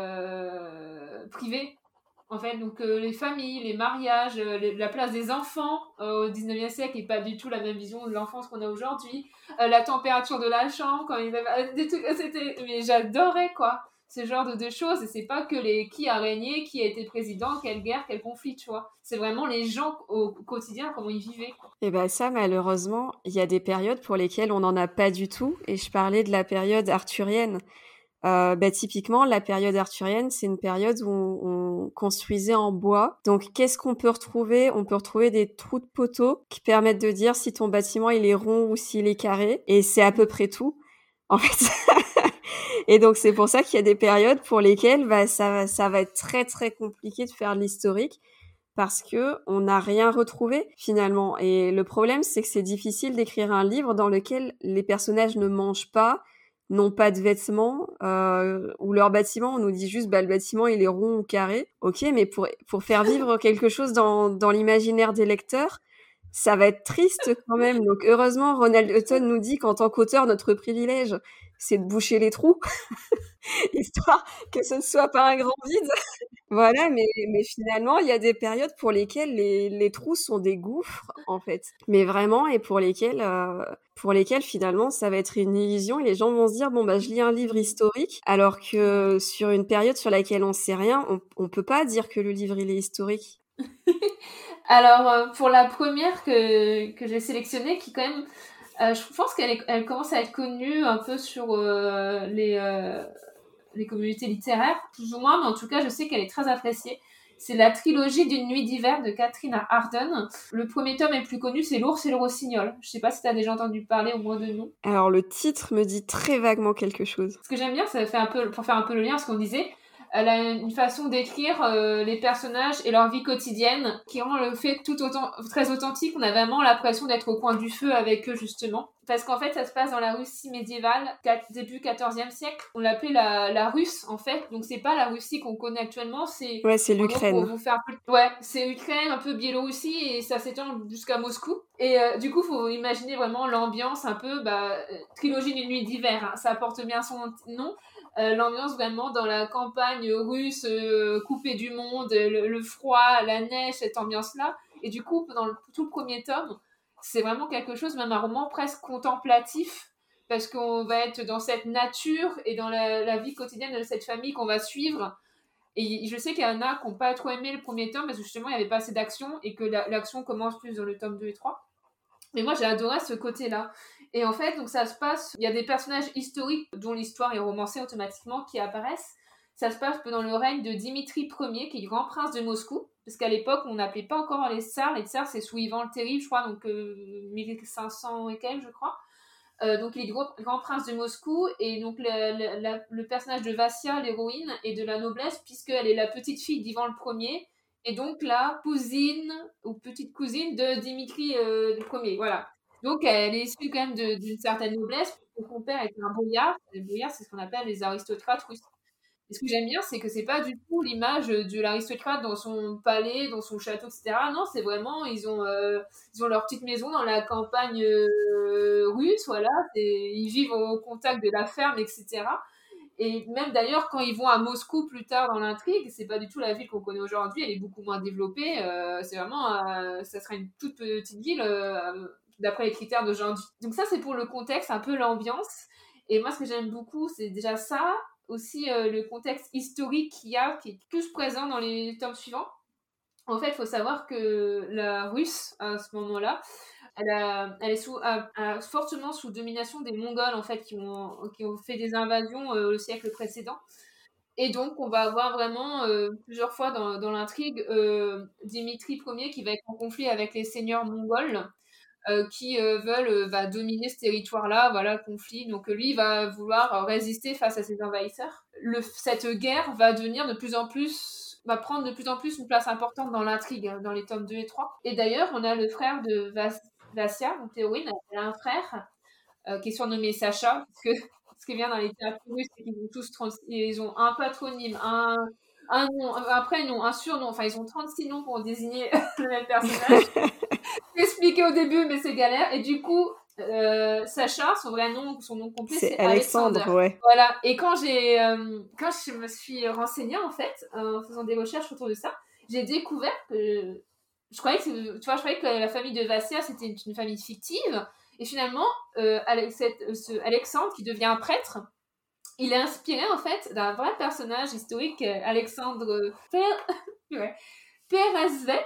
Speaker 1: heu, privée. En fait, donc euh, les familles, les mariages, euh, les- la place des enfants euh, au dix-neuvième siècle et pas du tout la même vision de l'enfance qu'on a aujourd'hui. Euh, la température de la chambre, quand il avait euh, des trucs, euh, c'était, mais j'adorais quoi, ce genre de, de choses. Et c'est pas que les qui a régné, qui a été président, quelle guerre, quel conflit, tu vois. C'est vraiment les gens au quotidien, comment ils vivaient, quoi.
Speaker 2: Et ben ça, malheureusement, il y a des périodes pour lesquelles on n'en a pas du tout. Et je parlais de la période arthurienne. Euh, bah, typiquement, la période arthurienne, c'est une période où on, on construisait en bois. Donc, qu'est-ce qu'on peut retrouver? On peut retrouver des trous de poteaux qui permettent de dire si ton bâtiment il est rond ou s'il est carré. Et c'est à peu près tout. En fait. Et donc, c'est pour ça qu'il y a des périodes pour lesquelles bah, ça, ça va être très, très compliqué de faire de l'historique parce que on n'a rien retrouvé finalement. Et le problème, c'est que c'est difficile d'écrire un livre dans lequel les personnages ne mangent pas, n'ont pas de vêtements, euh, ou leur bâtiment, on nous dit juste, bah, le bâtiment, il est rond ou carré. Ok, mais pour, pour faire vivre quelque chose dans, dans l'imaginaire des lecteurs, ça va être triste quand même. Donc, heureusement, Ronald Hutton nous dit qu'en tant qu'auteur, notre privilège, c'est de boucher les trous, histoire que ce ne soit pas un grand vide. Voilà, mais, mais finalement, il y a des périodes pour lesquelles les, les trous sont des gouffres, en fait. Mais vraiment, et pour lesquelles, euh, pour lesquelles finalement, ça va être une illusion et les gens vont se dire, bon, bah, je lis un livre historique, alors que sur une période sur laquelle on sait rien, on, on peut pas dire que le livre, il est historique.
Speaker 1: Alors, euh, pour la première que, que j'ai sélectionnée, qui quand même, euh, je pense qu'elle est- elle commence à être connue un peu sur euh, les, euh, les communautés littéraires, plus ou moins, mais en tout cas, je sais qu'elle est très appréciée. C'est la trilogie d'une nuit d'hiver de Catherine Arden. Le premier tome est le plus connu, c'est L'ours et le rossignol. Je sais pas si tu as déjà entendu parler au moins de nom.
Speaker 2: Alors, le titre me dit très vaguement quelque chose.
Speaker 1: Ce que j'aime bien, ça fait un peu, pour faire un peu le lien, ce qu'on disait, elle a une façon d'écrire euh, les personnages et leur vie quotidienne qui rend le fait tout autant très authentique. On a vraiment l'impression d'être au coin du feu avec eux justement, parce qu'en fait ça se passe dans la Russie médiévale, début quatorzième siècle. On l'appelait la, la Russe en fait, donc c'est pas la Russie qu'on connaît actuellement, c'est
Speaker 2: Ouais, c'est
Speaker 1: en gros pour
Speaker 2: l'Ukraine.
Speaker 1: vous faire plus... ouais, c'est Ukraine, un peu Biélorussie et ça s'étend jusqu'à Moscou. Et euh, du coup, faut imaginer vraiment l'ambiance un peu bah, euh, trilogie d'une nuit d'hiver. Hein. Ça porte bien son nom. Euh, l'ambiance vraiment dans la campagne russe, euh, coupée du monde, le, le froid, la neige, cette ambiance-là. Et du coup, dans le, tout le premier tome, c'est vraiment quelque chose, même un roman presque contemplatif, parce qu'on va être dans cette nature et dans la, la vie quotidienne de cette famille qu'on va suivre. Et je sais qu'il y en a qui n'ont pas trop aimé le premier tome, parce que justement, il n'y avait pas assez d'action, et que la, l'action commence plus dans le tome deux et trois. Mais moi, j'ai adoré ce côté-là. Et en fait, donc ça se passe, il y a des personnages historiques dont l'histoire est romancée automatiquement qui apparaissent. Ça se passe dans le règne de Dimitri Ier, qui est grand prince de Moscou. Parce qu'à l'époque, on n'appelait pas encore les tsars. Les tsars, c'est sous Ivan le Terrible, je crois, donc euh, mille cinq cents et quelques, je crois. Euh, donc, il est grand, grand prince de Moscou. Et donc, le, le, la, le personnage de Vassia, l'héroïne, est de la noblesse, puisqu'elle est la petite fille d'Ivan le Premier. Et donc, la cousine, ou petite cousine de Dimitri euh, le Premier. Voilà. Donc, elle est issue quand même de, d'une certaine noblesse, puisque son père était un boyard. Les boyards, c'est ce qu'on appelle les aristocrates russes. Et ce que j'aime bien, c'est que c'est pas du tout l'image de l'aristocrate dans son palais, dans son château, et cetera. Non, c'est vraiment, ils ont, euh, ils ont leur petite maison dans la campagne euh, russe, voilà. Et ils vivent au contact de la ferme, et cetera. Et même d'ailleurs, quand ils vont à Moscou plus tard dans l'intrigue, c'est pas du tout la ville qu'on connaît aujourd'hui, elle est beaucoup moins développée. Euh, c'est vraiment, euh, ça serait une toute petite ville euh, d'après les critères d'aujourd'hui. Donc ça, c'est pour le contexte, un peu l'ambiance. Et moi, ce que j'aime beaucoup, c'est déjà ça, aussi euh, le contexte historique qu'il y a, qui est plus présent dans les tomes suivants. En fait, il faut savoir que la Russe, à ce moment-là, elle, a, elle est sous, a, a fortement sous domination des Mongols, en fait, qui ont, qui ont fait des invasions euh, au siècle précédent. Et donc, on va avoir vraiment euh, plusieurs fois dans, dans l'intrigue euh, Dimitri Ier qui va être en conflit avec les seigneurs mongols euh, qui euh, veulent euh, bah, dominer ce territoire-là, voilà, le conflit. Donc, lui, il va vouloir euh, résister face à ces envahisseurs. Le, cette guerre va devenir de plus en plus, va prendre de plus en plus une place importante dans l'intrigue, hein, dans les tomes deux et trois. Et d'ailleurs, on a le frère de Vas Vassia, donc l'héroïne, elle a un frère euh, qui est surnommé Sacha, parce que ce qui est bien dans les littératures russes, c'est qu'ils ont tous trente ils ont un patronyme, un, un nom, un prénom, un surnom, enfin ils ont trente-six noms pour désigner le même personnage. C'est expliqué au début, mais c'est galère. Et du coup, euh, Sacha, son vrai nom, son nom complet, c'est,
Speaker 2: C'est
Speaker 1: Alexander.
Speaker 2: Alexandre, ouais.
Speaker 1: Voilà. Et quand j'ai, euh, quand je me suis renseignée en fait, en faisant des recherches autour de ça, j'ai découvert que je croyais que, tu vois, je croyais que la famille de Vassia c'était une, une famille fictive. Et finalement, euh, Alex, cette- ce Alexandre qui devient un prêtre, il est inspiré en fait d'un vrai personnage historique, euh, Alexandre Per... ouais. Peresvet,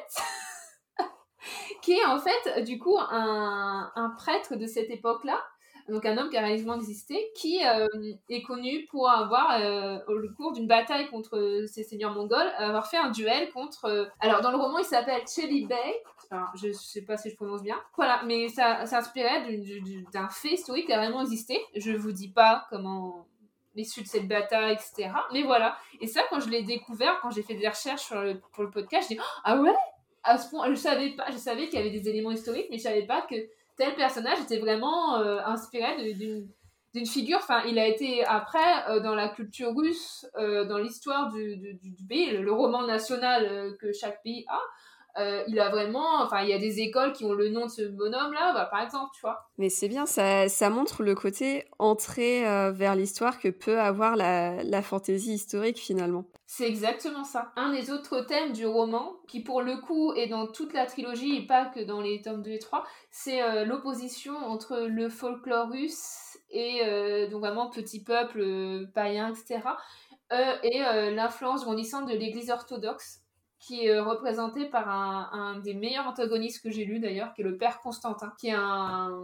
Speaker 1: qui est en fait du coup un, un prêtre de cette époque-là, donc un homme qui a réellement existé, qui euh, est connu pour avoir, euh, au cours d'une bataille contre ces seigneurs mongols, avoir fait un duel contre... euh, alors dans le roman il s'appelle Chelly Bey, alors, je sais pas si je prononce bien, voilà, mais ça, ça inspirait du- du- d'un fait historique qui a vraiment existé. Je vous dis pas comment l'issue de cette bataille, et cetera. Mais voilà, et ça quand je l'ai découvert, quand j'ai fait des recherches sur le, pour le podcast, j'ai dit « Ah ouais ?» À ce point, je savais pas, je savais qu'il y avait des éléments historiques, mais je savais pas que tel personnage était vraiment euh, inspiré de, d'une, d'une figure. Enfin, il a été après euh, dans la culture russe, euh, dans l'histoire du, du, du, du pays, le, le roman national euh, que chaque pays a. Euh, il a vraiment, enfin, il y a des écoles qui ont le nom de ce bonhomme-là, bah, par exemple, tu vois.
Speaker 2: Mais c'est bien, ça, ça montre le côté entrée euh, vers l'histoire que peut avoir la, la fantaisie historique finalement.
Speaker 1: C'est exactement ça. Un des autres thèmes du roman, qui pour le coup est dans toute la trilogie et pas que dans les tomes deux et trois, c'est euh, l'opposition entre le folklore russe et euh, donc vraiment petit peuple euh, païen, et cetera. Euh, et euh, l'influence grandissante de l'église orthodoxe, qui est euh, représentée par un, un des meilleurs antagonistes que j'ai lu d'ailleurs, qui est le père Constantin, qui est un,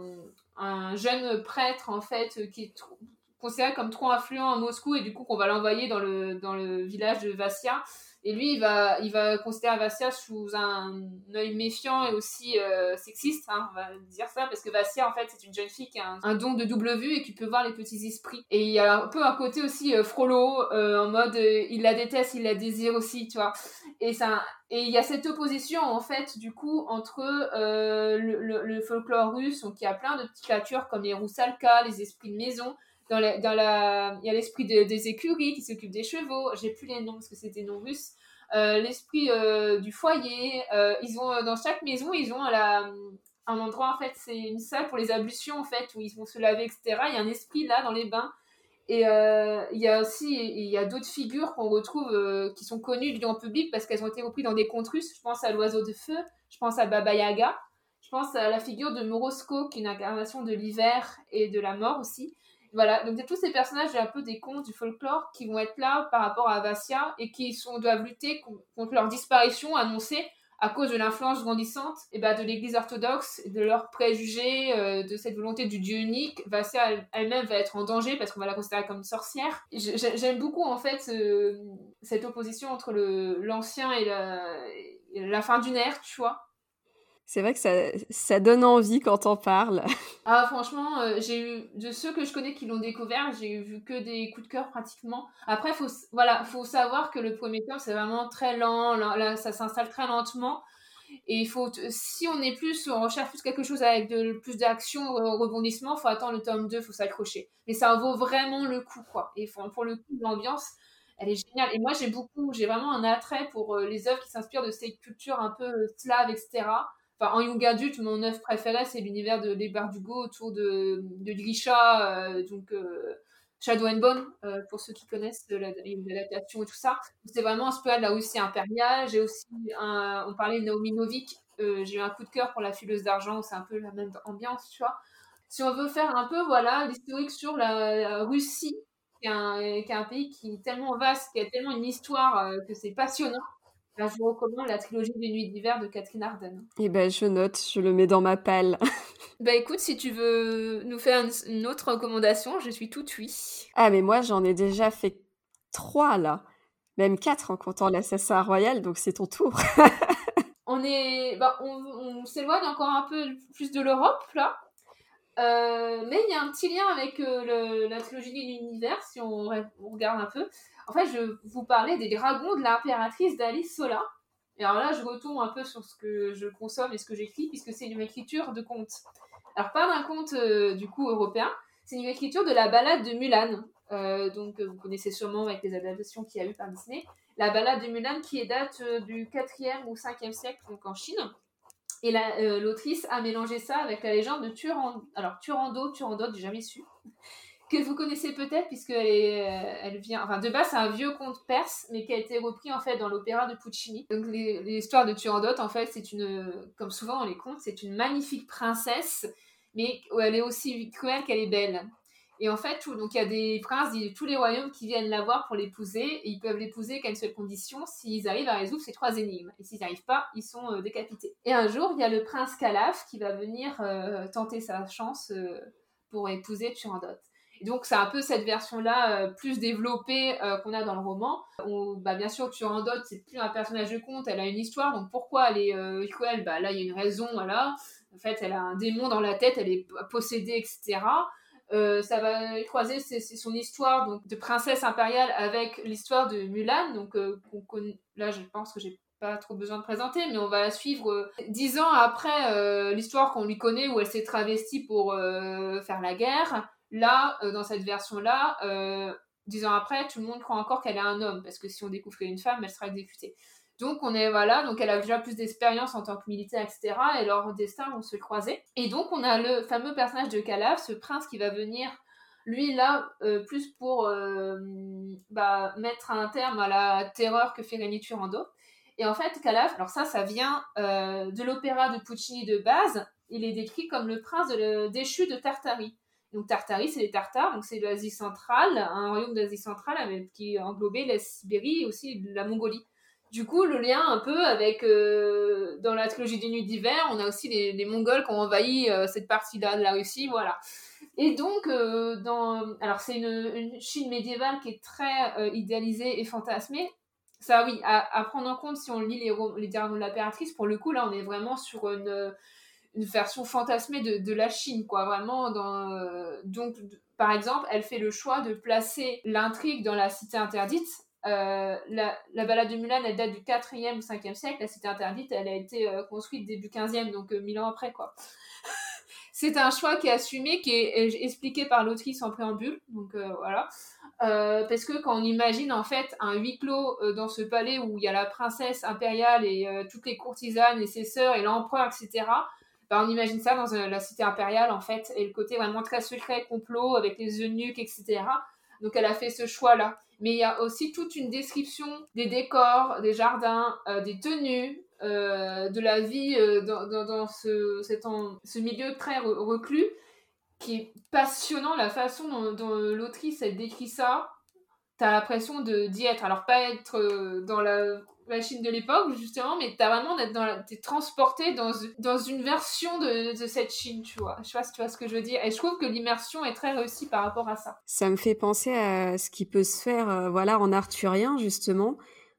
Speaker 1: un jeune prêtre en fait, qui est trop, considéré comme trop influent à Moscou et du coup qu'on va l'envoyer dans le, dans le village de Vassia. Et lui, il va, il va considérer Vassia sous un œil méfiant et aussi euh, sexiste, hein, on va dire ça, parce que Vassia, en fait, c'est une jeune fille qui a un, un don de double vue et qui peut voir les petits esprits. Et il y a un peu un côté aussi euh, frollo, euh, en mode euh, il la déteste, il la désire aussi, tu vois. Et ça, et il y a cette opposition, en fait, du coup, entre euh, le, le, le folklore russe, donc il y a plein de petites créatures comme les roussalkas, les esprits de maison. Dans la, dans la, il y a l'esprit de, des écuries qui s'occupe des chevaux. J'ai plus les noms parce que c'est des noms russes. Euh, l'esprit euh, du foyer. Euh, ils ont dans chaque maison, ils ont la, un endroit en fait, c'est une salle pour les ablutions en fait où ils vont se laver, et cetera. Il y a un esprit là dans les bains. Et euh, il y a aussi il y a d'autres figures qu'on retrouve euh, qui sont connues du grand public parce qu'elles ont été reprises dans des contes russes. Je pense à l'oiseau de feu. Je pense à Baba Yaga. Je pense à la figure de Morosko qui est une incarnation de l'hiver et de la mort aussi. Voilà, donc il y a tous ces personnages un peu des contes du folklore qui vont être là par rapport à Vassia et qui sont, doivent lutter contre leur disparition annoncée à cause de l'influence grandissante et ben, de l'église orthodoxe, de leurs préjugés, euh, de cette volonté du dieu unique. Vassia elle- elle-même va être en danger parce qu'on va la considérer comme une sorcière. J'ai- J'aime beaucoup en fait euh, cette opposition entre le, l'ancien et la, et la fin d'une ère, tu vois.
Speaker 2: C'est vrai que ça, ça donne envie quand on parle.
Speaker 1: Ah, franchement, euh, j'ai eu, de ceux que je connais qui l'ont découvert, j'ai vu que des coups de cœur pratiquement. Après, faut, s- voilà, faut savoir que le premier tome, c'est vraiment très lent, là, là, ça s'installe très lentement. Et il faut, t- si on est plus, on recherche plus quelque chose avec de, plus d'action, re- rebondissement, faut attendre le tome deux, faut s'accrocher. Mais ça vaut vraiment le coup, quoi. Et faut- pour le coup, l'ambiance, elle est géniale. Et moi, j'ai beaucoup, j'ai vraiment un attrait pour euh, les œuvres qui s'inspirent de ces cultures un peu euh, slaves, et cetera. Enfin, en young adulte, mon œuvre préférée, c'est l'univers de Les Bardugo autour de, de Grisha, euh, donc euh, Shadow and Bone, euh, pour ceux qui connaissent de la- de l'adaptation et tout ça. C'est vraiment inspiré de la Russie impériale. J'ai aussi, un, on parlait de Naomi Novik, euh, j'ai eu un coup de cœur pour La Fileuse d'Argent, c'est un peu la même ambiance, tu vois. Si on veut faire un peu, voilà, l'historique sur la, la Russie, qui est, un, qui est un pays qui est tellement vaste, qui a tellement une histoire euh, que c'est passionnant, ben, je vous recommande la trilogie des Nuits d'hiver de Catherine Arden.
Speaker 2: Et ben je note, je le mets dans ma palle.
Speaker 1: Bah écoute, si tu veux nous faire une, une autre recommandation, je suis toute oui.
Speaker 2: Ah mais moi j'en ai déjà fait trois là, même quatre en comptant l'Assassin Royal, donc c'est ton tour.
Speaker 1: On est, bah, on, on s'éloigne encore un peu plus de l'Europe là. Euh, mais il y a un petit lien avec euh, le, la trilogie de l'univers, si on, on regarde un peu. En fait, je vous parlais des dragons de l'impératrice d'Alice Sola. Et alors là, je retombe un peu sur ce que je consomme et ce que j'écris, puisque c'est une écriture de conte. Alors, pas d'un conte, euh, du coup, européen, c'est une écriture de la ballade de Mulan. Euh, donc, euh, vous connaissez sûrement avec les adaptations qu'il y a eu par Disney. La ballade de Mulan qui est date euh, du quatrième ou cinquième siècle, donc en Chine. Et la, euh, l'autrice a mélangé ça avec la légende de Turandot. Alors, Turandot, Turandot, j'ai jamais su. Que vous connaissez peut-être, puisqu'elle est, euh, elle vient... Enfin, de base, c'est un vieux conte perse, mais qui a été repris, en fait, dans l'opéra de Puccini. Donc, les, l'histoire de Turandot, en fait, c'est une... Comme souvent dans les contes, c'est une magnifique princesse, mais où elle est aussi cruelle qu'elle est belle. Et en fait, tout, donc il y a des princes de tous les royaumes qui viennent la voir pour l'épouser, et ils peuvent l'épouser qu'à une seule condition, s'ils arrivent à résoudre ces trois énigmes. Et s'ils n'y arrivent pas, ils sont euh, décapités. Et un jour, il y a le prince Calaf qui va venir euh, tenter sa chance euh, pour épouser Turandot. Et donc c'est un peu cette version-là euh, plus développée euh, qu'on a dans le roman. On, bah, bien sûr, Turandot, c'est plus un personnage de conte, elle a une histoire, donc pourquoi elle est euh, cruelle, bah, là il y a une raison, voilà. En fait, elle a un démon dans la tête, elle est possédée, et cetera. Euh, ça va croiser c'est, c'est son histoire donc, de princesse impériale avec l'histoire de Mulan. Donc, euh, qu'on connaît... Là, je pense que j'ai pas trop besoin de présenter, mais on va la suivre euh, dix ans après euh, l'histoire qu'on lui connaît où elle s'est travestie pour euh, faire la guerre. Là, euh, dans cette version-là, euh, dix ans après, tout le monde croit encore qu'elle est un homme, parce que si on découvre qu'elle est une femme, elle sera exécutée. Donc on est voilà, donc elle a déjà plus d'expérience en tant que militaire, et cetera. Et leurs destins vont se croiser. Et donc on a le fameux personnage de Calaf, ce prince qui va venir, lui là, euh, plus pour euh, bah, mettre un terme à la terreur que fait Rémi Turandot. Et en fait, Calaf, alors ça, ça vient euh, de l'opéra de Puccini de base. Il est décrit comme le prince de le, déchu de Tartarie. Donc Tartarie, c'est les Tartares, donc c'est l'Asie centrale, un royaume d'Asie centrale avec, qui englobait la Sibérie et aussi la Mongolie. Du coup, le lien un peu avec, euh, dans la trilogie des Nuits d'hiver, on a aussi les, les Mongols qui ont envahi euh, cette partie-là de la Russie, voilà. Et donc, euh, dans, alors c'est une, une Chine médiévale qui est très euh, idéalisée et fantasmée. Ça, oui, à, à prendre en compte si on lit les, les dialogues de l'impératrice, pour le coup, là, on est vraiment sur une, une version fantasmée de, de la Chine, quoi, vraiment. Dans, euh, donc, par exemple, elle fait le choix de placer l'intrigue dans la cité interdite. Euh, la, la ballade de Mulan, elle date du quatrième ou cinquième siècle. La cité interdite, elle a été euh, construite début quinzième, donc euh, mille ans après, quoi. C'est un choix qui est assumé, qui est expliqué par l'autrice en préambule, donc euh, voilà. Euh, parce que quand on imagine en fait un huis clos euh, dans ce palais où il y a la princesse impériale et euh, toutes les courtisanes et ses sœurs et l'empereur, et cetera, bah, on imagine ça dans euh, la cité impériale en fait, et le côté vraiment très secret, complot avec les eunuques, et cetera. Donc elle a fait ce choix-là. Mais il y a aussi toute une description des décors, des jardins, euh, des tenues, euh, de la vie euh, dans, dans, dans ce, cet en, ce milieu très reclus, qui est passionnant, la façon dont, dont l'autrice elle décrit ça. T'as l'impression de, d'y être. Alors, pas être euh, dans la, la Chine de l'époque, justement, mais t'as vraiment d'être dans la, t'es transporté dans, dans une version de, de cette Chine, tu vois. Je sais pas si tu vois ce que je veux dire. Et je trouve que l'immersion est très réussie par rapport à ça.
Speaker 2: Ça me fait penser à ce qui peut se faire euh, voilà, en arthurien, justement,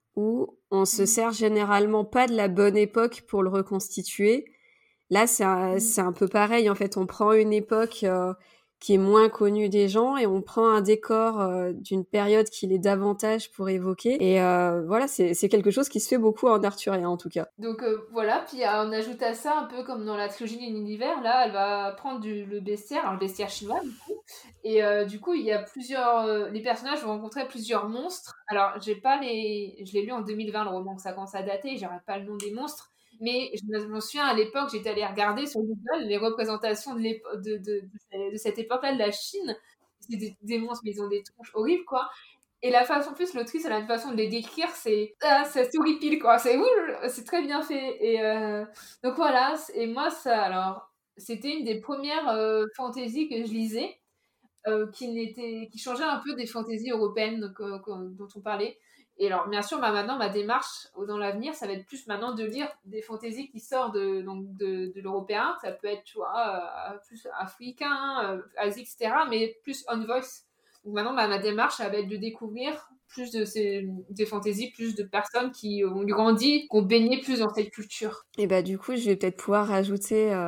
Speaker 2: où on se sert généralement pas de la bonne époque pour le reconstituer. Là, c'est un, c'est un peu pareil. En fait, on prend une époque euh, qui est moins connue des gens et on prend un décor euh, d'une période qu'il est davantage pour évoquer. Et euh, voilà, c'est, c'est quelque chose qui se fait beaucoup en arthurien, en tout cas.
Speaker 1: Donc euh, voilà, puis euh, on ajoute à ça, un peu comme dans la trilogie des l'univers, là, elle va prendre du, le bestiaire, alors le bestiaire chinois, du coup. Et euh, du coup, il y a plusieurs... Euh, les personnages vont rencontrer plusieurs monstres. Alors, j'ai pas les... Je l'ai lu en deux mille vingt, le roman, que ça commence à dater, j'aurais pas le nom des monstres. Mais je me, je me souviens, à l'époque, j'étais allée regarder sur Google les représentations de, de, de, de, de cette époque-là de la Chine. C'est des, des monstres, mais ils ont des tronches horribles, quoi. Et la façon, en plus, l'autrice, elle a une façon de les décrire, c'est... Ah, ça s'horripile, quoi. C'est ouf, c'est très bien fait. Et euh, donc voilà, et moi, ça, alors, c'était une des premières euh, fantaisies que je lisais, euh, qui, n'était, qui changeait un peu des fantaisies européennes donc, euh, dont on parlait. Et alors, bien sûr, bah, maintenant, ma démarche dans l'avenir, ça va être plus maintenant de lire des fantaisies qui sortent de, donc, de, de l'européen. Ça peut être, tu vois, euh, plus africain, euh, Asie, et cetera, mais plus on voice. Donc maintenant, bah, ma démarche, ça va être de découvrir plus de ces, des fantaisies, plus de personnes qui ont grandi, qui ont baigné plus dans cette culture.
Speaker 2: Et bah du coup, je vais peut-être pouvoir rajouter euh,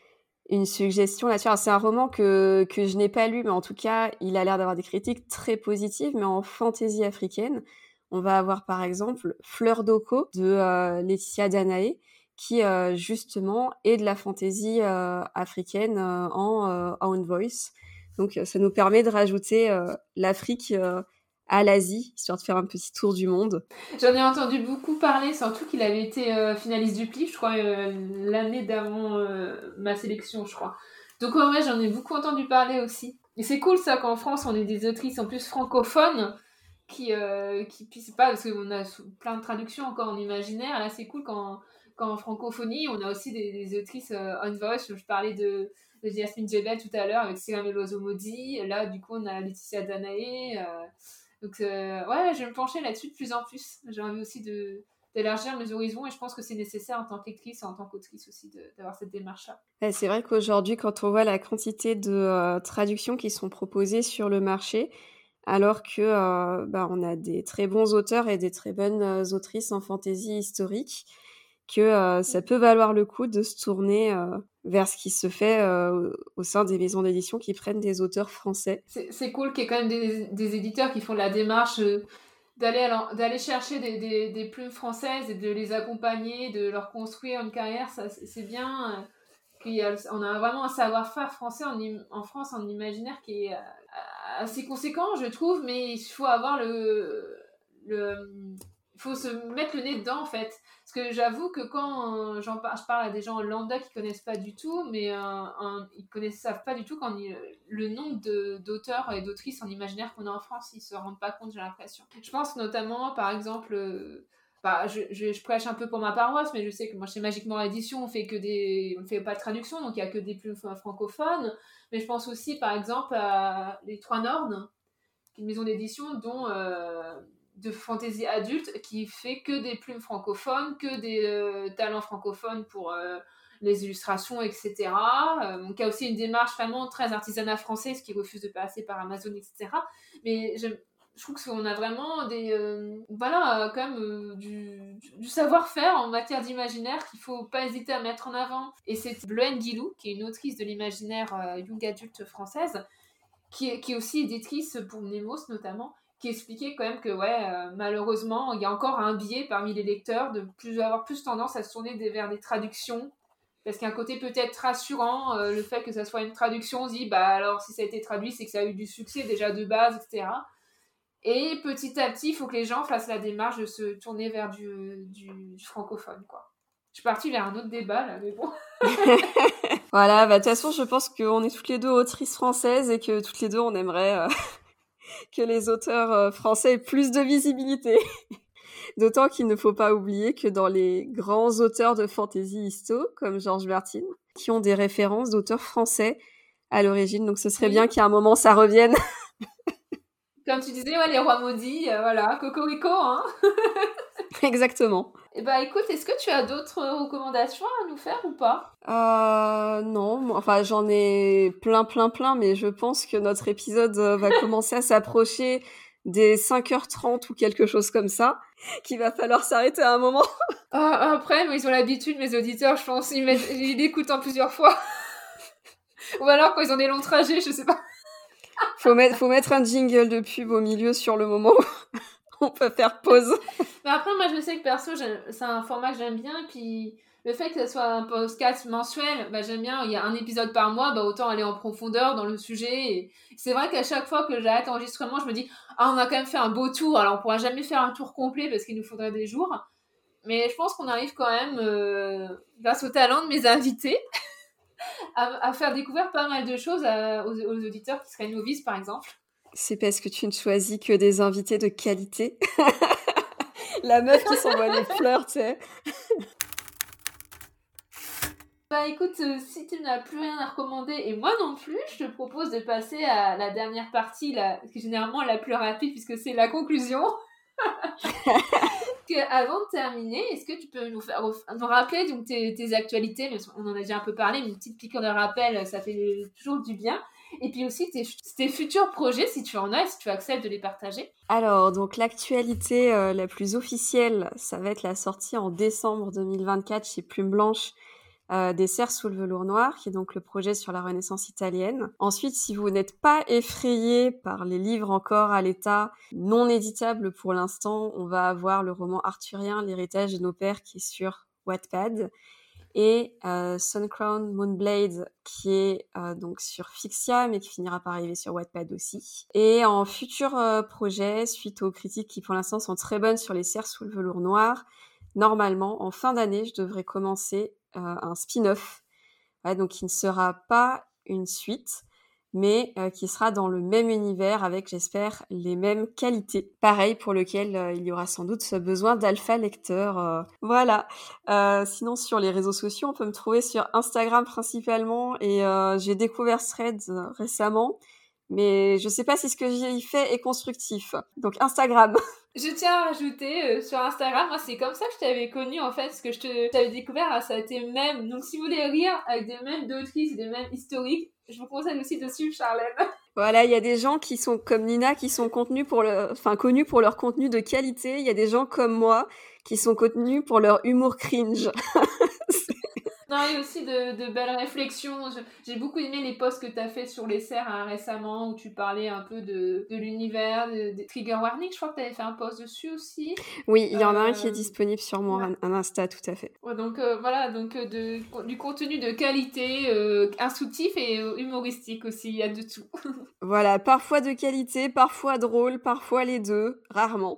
Speaker 2: une suggestion là-dessus. Alors, c'est un roman que, que je n'ai pas lu, mais en tout cas, il a l'air d'avoir des critiques très positives, mais en fantaisie africaine. on va avoir par exemple Fleur d'Oko de euh, Laetitia Danaé, qui euh, justement est de la fantaisie euh, africaine euh, en euh, Own Voice. Donc ça nous permet de rajouter euh, l'Afrique euh, à l'Asie, histoire de faire un petit tour du monde.
Speaker 1: J'en ai entendu beaucoup parler, surtout qu'il avait été euh, finaliste du P L I F, je crois, euh, l'année d'avant euh, ma sélection, je crois. Donc ouais, ouais, j'en ai beaucoup entendu parler aussi. Et c'est cool ça qu'en France, on ait des autrices en plus francophones qui, euh, qui puissent pas, parce qu'on a plein de traductions encore en imaginaire, là c'est cool quand, quand en francophonie, on a aussi des, des autrices euh, on voice. Je parlais de, de Jasmine Jebel tout à l'heure avec Cyril et l'oiseau maudit, là du coup on a Laetitia Danaé, euh, donc euh, ouais, je vais me pencher là-dessus de plus en plus. J'ai envie aussi de, d'élargir mes horizons et je pense que c'est nécessaire en tant qu'actrice et en tant qu'autrice aussi de, d'avoir cette démarche-là.
Speaker 2: Et c'est vrai qu'aujourd'hui, quand on voit la quantité de euh, traductions qui sont proposées sur le marché, alors que euh, bah, on a des très bons auteurs et des très bonnes euh, autrices en fantaisie historique, que euh, ça peut valoir le coup de se tourner euh, vers ce qui se fait euh, au sein des maisons d'édition qui prennent des auteurs français.
Speaker 1: C'est, c'est cool qu'il y ait quand même des, des éditeurs qui font la démarche euh, d'aller, alors, d'aller chercher des, des, des plumes françaises et de les accompagner, de leur construire une carrière. Ça, c'est, c'est bien. Euh, qu'il y a, on a vraiment un savoir-faire français en, en France en imaginaire qui est euh, assez conséquent, je trouve, mais il faut avoir le... le il faut se mettre le nez dedans en fait. Parce que j'avoue que quand euh, j'en par, je parle à des gens lambda qui connaissent pas du tout, mais euh, un, ils connaissent savent pas du tout quand ils, le nombre de, d'auteurs et d'autrices en imaginaire qu'on a en France, ils se rendent pas compte, j'ai l'impression. Je pense notamment, par exemple, euh, bah, je, je, je prêche un peu pour ma paroisse, mais je sais que moi chez Magiquement Édition, on fait que des, on fait pas de traduction, donc il y a que des plumes francophones. Mais je pense aussi, par exemple, à les Trois Nornes, qui est une maison d'édition dont euh, de fantaisie adulte qui fait que des plumes francophones, que des euh, talents francophones pour euh, les illustrations, et cetera. Euh, donc il y a aussi une démarche vraiment très artisanat française qui refuse de passer par Amazon, et cetera. Mais j'aime je trouve qu'on a vraiment des euh, voilà euh, quand même euh, du, du savoir-faire en matière d'imaginaire qu'il faut pas hésiter à mettre en avant. Et c'est Bloën Guilou, qui est une autrice de l'imaginaire euh, young adulte française, qui est, qui est aussi éditrice pour Nemos notamment, qui expliquait quand même que ouais euh, malheureusement il y a encore un biais parmi les lecteurs de plus avoir plus tendance à se tourner des, vers des traductions. Parce qu'il y a un côté peut-être rassurant, euh, le fait que ça soit une traduction, on se dit bah alors si ça a été traduit c'est que ça a eu du succès déjà de base, et cetera. Et petit à petit, il faut que les gens fassent la démarche de se tourner vers du, du, du francophone, quoi. Je suis partie vers un autre débat, là, mais bon.
Speaker 2: Voilà, bah de toute façon, je pense qu'on est toutes les deux autrices françaises et que toutes les deux, on aimerait euh, que les auteurs euh, français aient plus de visibilité. D'autant qu'il ne faut pas oublier que dans les grands auteurs de fantasy histo, comme George Martin, qui ont des références d'auteurs français à l'origine, donc ce serait oui. bien qu'à un moment, ça revienne.
Speaker 1: Comme tu disais, ouais, les rois maudits, euh, voilà, cocorico, hein.
Speaker 2: Exactement.
Speaker 1: Et bah écoute, est-ce que tu as d'autres recommandations à nous faire ou pas ?
Speaker 2: Euh, non, enfin j'en ai plein, plein, plein, mais je pense que notre épisode va commencer à s'approcher des cinq heures trente ou quelque chose comme ça, qu'il va falloir s'arrêter à un moment.
Speaker 1: Ah, après, mais ils ont l'habitude, mes auditeurs, je pense, ils, mettent, ils l'écoutent en plusieurs fois. Ou alors quand ils ont des longs trajets, je sais pas.
Speaker 2: faut, mettre, faut mettre un jingle de pub au milieu sur le moment où on peut faire pause.
Speaker 1: Mais après, moi, je sais que perso, c'est un format que j'aime bien, puis le fait que ce soit un podcast mensuel, bah, j'aime bien, il y a un épisode par mois, bah, autant aller en profondeur dans le sujet. Et c'est vrai qu'à chaque fois que j'arrête l'enregistrement, je me dis, ah, on a quand même fait un beau tour, alors on pourra jamais faire un tour complet parce qu'il nous faudrait des jours. Mais je pense qu'on arrive quand même, euh, grâce au talent de mes invités, à, à faire découvrir pas mal de choses à, aux, aux auditeurs qui seraient novices, par exemple.
Speaker 2: C'est parce que tu ne choisis que des invités de qualité. La meuf qui s'envoie les fleurs, tu sais.
Speaker 1: Bah écoute, euh, si tu n'as plus rien à recommander, et moi non plus, je te propose de passer à la dernière partie, là, qui est généralement la plus rapide, puisque c'est la conclusion. que, avant de terminer, est-ce que tu peux nous, faire, nous rappeler donc, tes, tes actualités, mais on en a déjà un peu parlé, mais une petite piqûre de rappel, ça fait toujours du bien. Et puis aussi tes, tes futurs projets, si tu en as, et si tu acceptes de les partager.
Speaker 2: Alors, donc l'actualité euh, la plus officielle, ça va être la sortie en décembre deux mille vingt-quatre chez Plume Blanche euh, des cerfs sous le velours noir, qui est donc le projet sur la Renaissance italienne. Ensuite, si vous n'êtes pas effrayé par les livres encore à l'état non éditable pour l'instant, on va avoir le roman arthurien L'héritage de nos pères qui est sur Wattpad. Et euh, Suncrown Moonblade qui est euh, donc sur Fixia mais qui finira par arriver sur Wattpad aussi. Et en futur euh, projet, suite aux critiques qui pour l'instant sont très bonnes sur les cerfs sous le velours noir, normalement en fin d'année je devrais commencer euh, un spin-off, ouais, donc qui ne sera pas une suite mais euh, qui sera dans le même univers avec, j'espère, les mêmes qualités. Pareil, pour lequel euh, il y aura sans doute ce besoin d'alpha lecteur. Euh, voilà. Euh, sinon, sur les réseaux sociaux, on peut me trouver sur Instagram principalement et euh, j'ai découvert Threads euh, récemment, mais je sais pas si ce que j'y fais est constructif. Donc Instagram.
Speaker 1: Je tiens à rajouter euh, sur Instagram, moi c'est comme ça que je t'avais connu en fait, parce que je te, t'avais découvert grâce à tes mèmes. Donc si vous voulez lire avec des mèmes d'autrices, des mèmes historiques, je vous conseille aussi de suivre Charlène.
Speaker 2: Voilà, il y a des gens qui sont comme Nina, qui sont contenus pour le, enfin connus pour leur contenu de qualité. Il y a des gens comme moi qui sont connus pour leur humour cringe.
Speaker 1: Non, il y a aussi de, de belles réflexions. Je, j'ai beaucoup aimé les posts que tu as fait sur les cerfs hein, récemment, où tu parlais un peu de, de l'univers, de, de Trigger Warning. Je crois que tu avais fait un post dessus aussi.
Speaker 2: Oui, il y en a
Speaker 1: euh...
Speaker 2: un qui est disponible sur mon ouais. un Insta, tout à fait.
Speaker 1: Ouais, donc euh, voilà, donc euh, de, du contenu de qualité, euh, instructif et euh, humoristique aussi, il y a de tout.
Speaker 2: Voilà, parfois de qualité, parfois drôle, parfois les deux, rarement.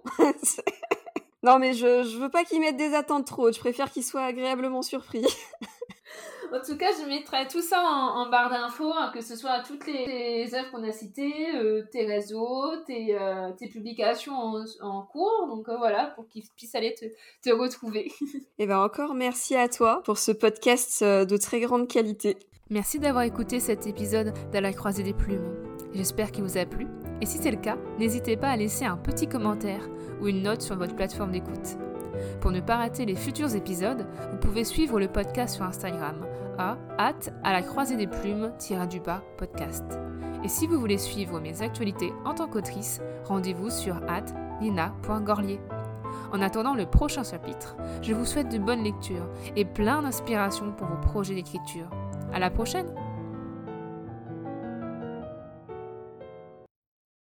Speaker 2: Non mais je, je veux pas qu'ils mettent des attentes trop hautes, je préfère qu'ils soient agréablement surpris.
Speaker 1: En tout cas, je mettrai tout ça en, en barre d'infos, hein, que ce soit toutes les, les œuvres qu'on a citées, euh, tes réseaux, tes, euh, tes publications en, en cours, donc euh, voilà, pour qu'ils puissent aller te, te retrouver.
Speaker 2: Et bien encore merci à toi pour ce podcast de très grande qualité.
Speaker 1: Merci d'avoir écouté cet épisode d'À la croisée des plumes. J'espère qu'il vous a plu, et si c'est le cas, n'hésitez pas à laisser un petit commentaire ou une note sur votre plateforme d'écoute. Pour ne pas rater les futurs épisodes, vous pouvez suivre le podcast sur Instagram à hâte à la croisée des plumes du bas podcast. Et si vous voulez suivre mes actualités en tant qu'autrice, rendez-vous sur hâte nina point gorlier. En attendant le prochain chapitre, je vous souhaite de bonnes lectures et plein d'inspiration pour vos projets d'écriture. À la prochaine!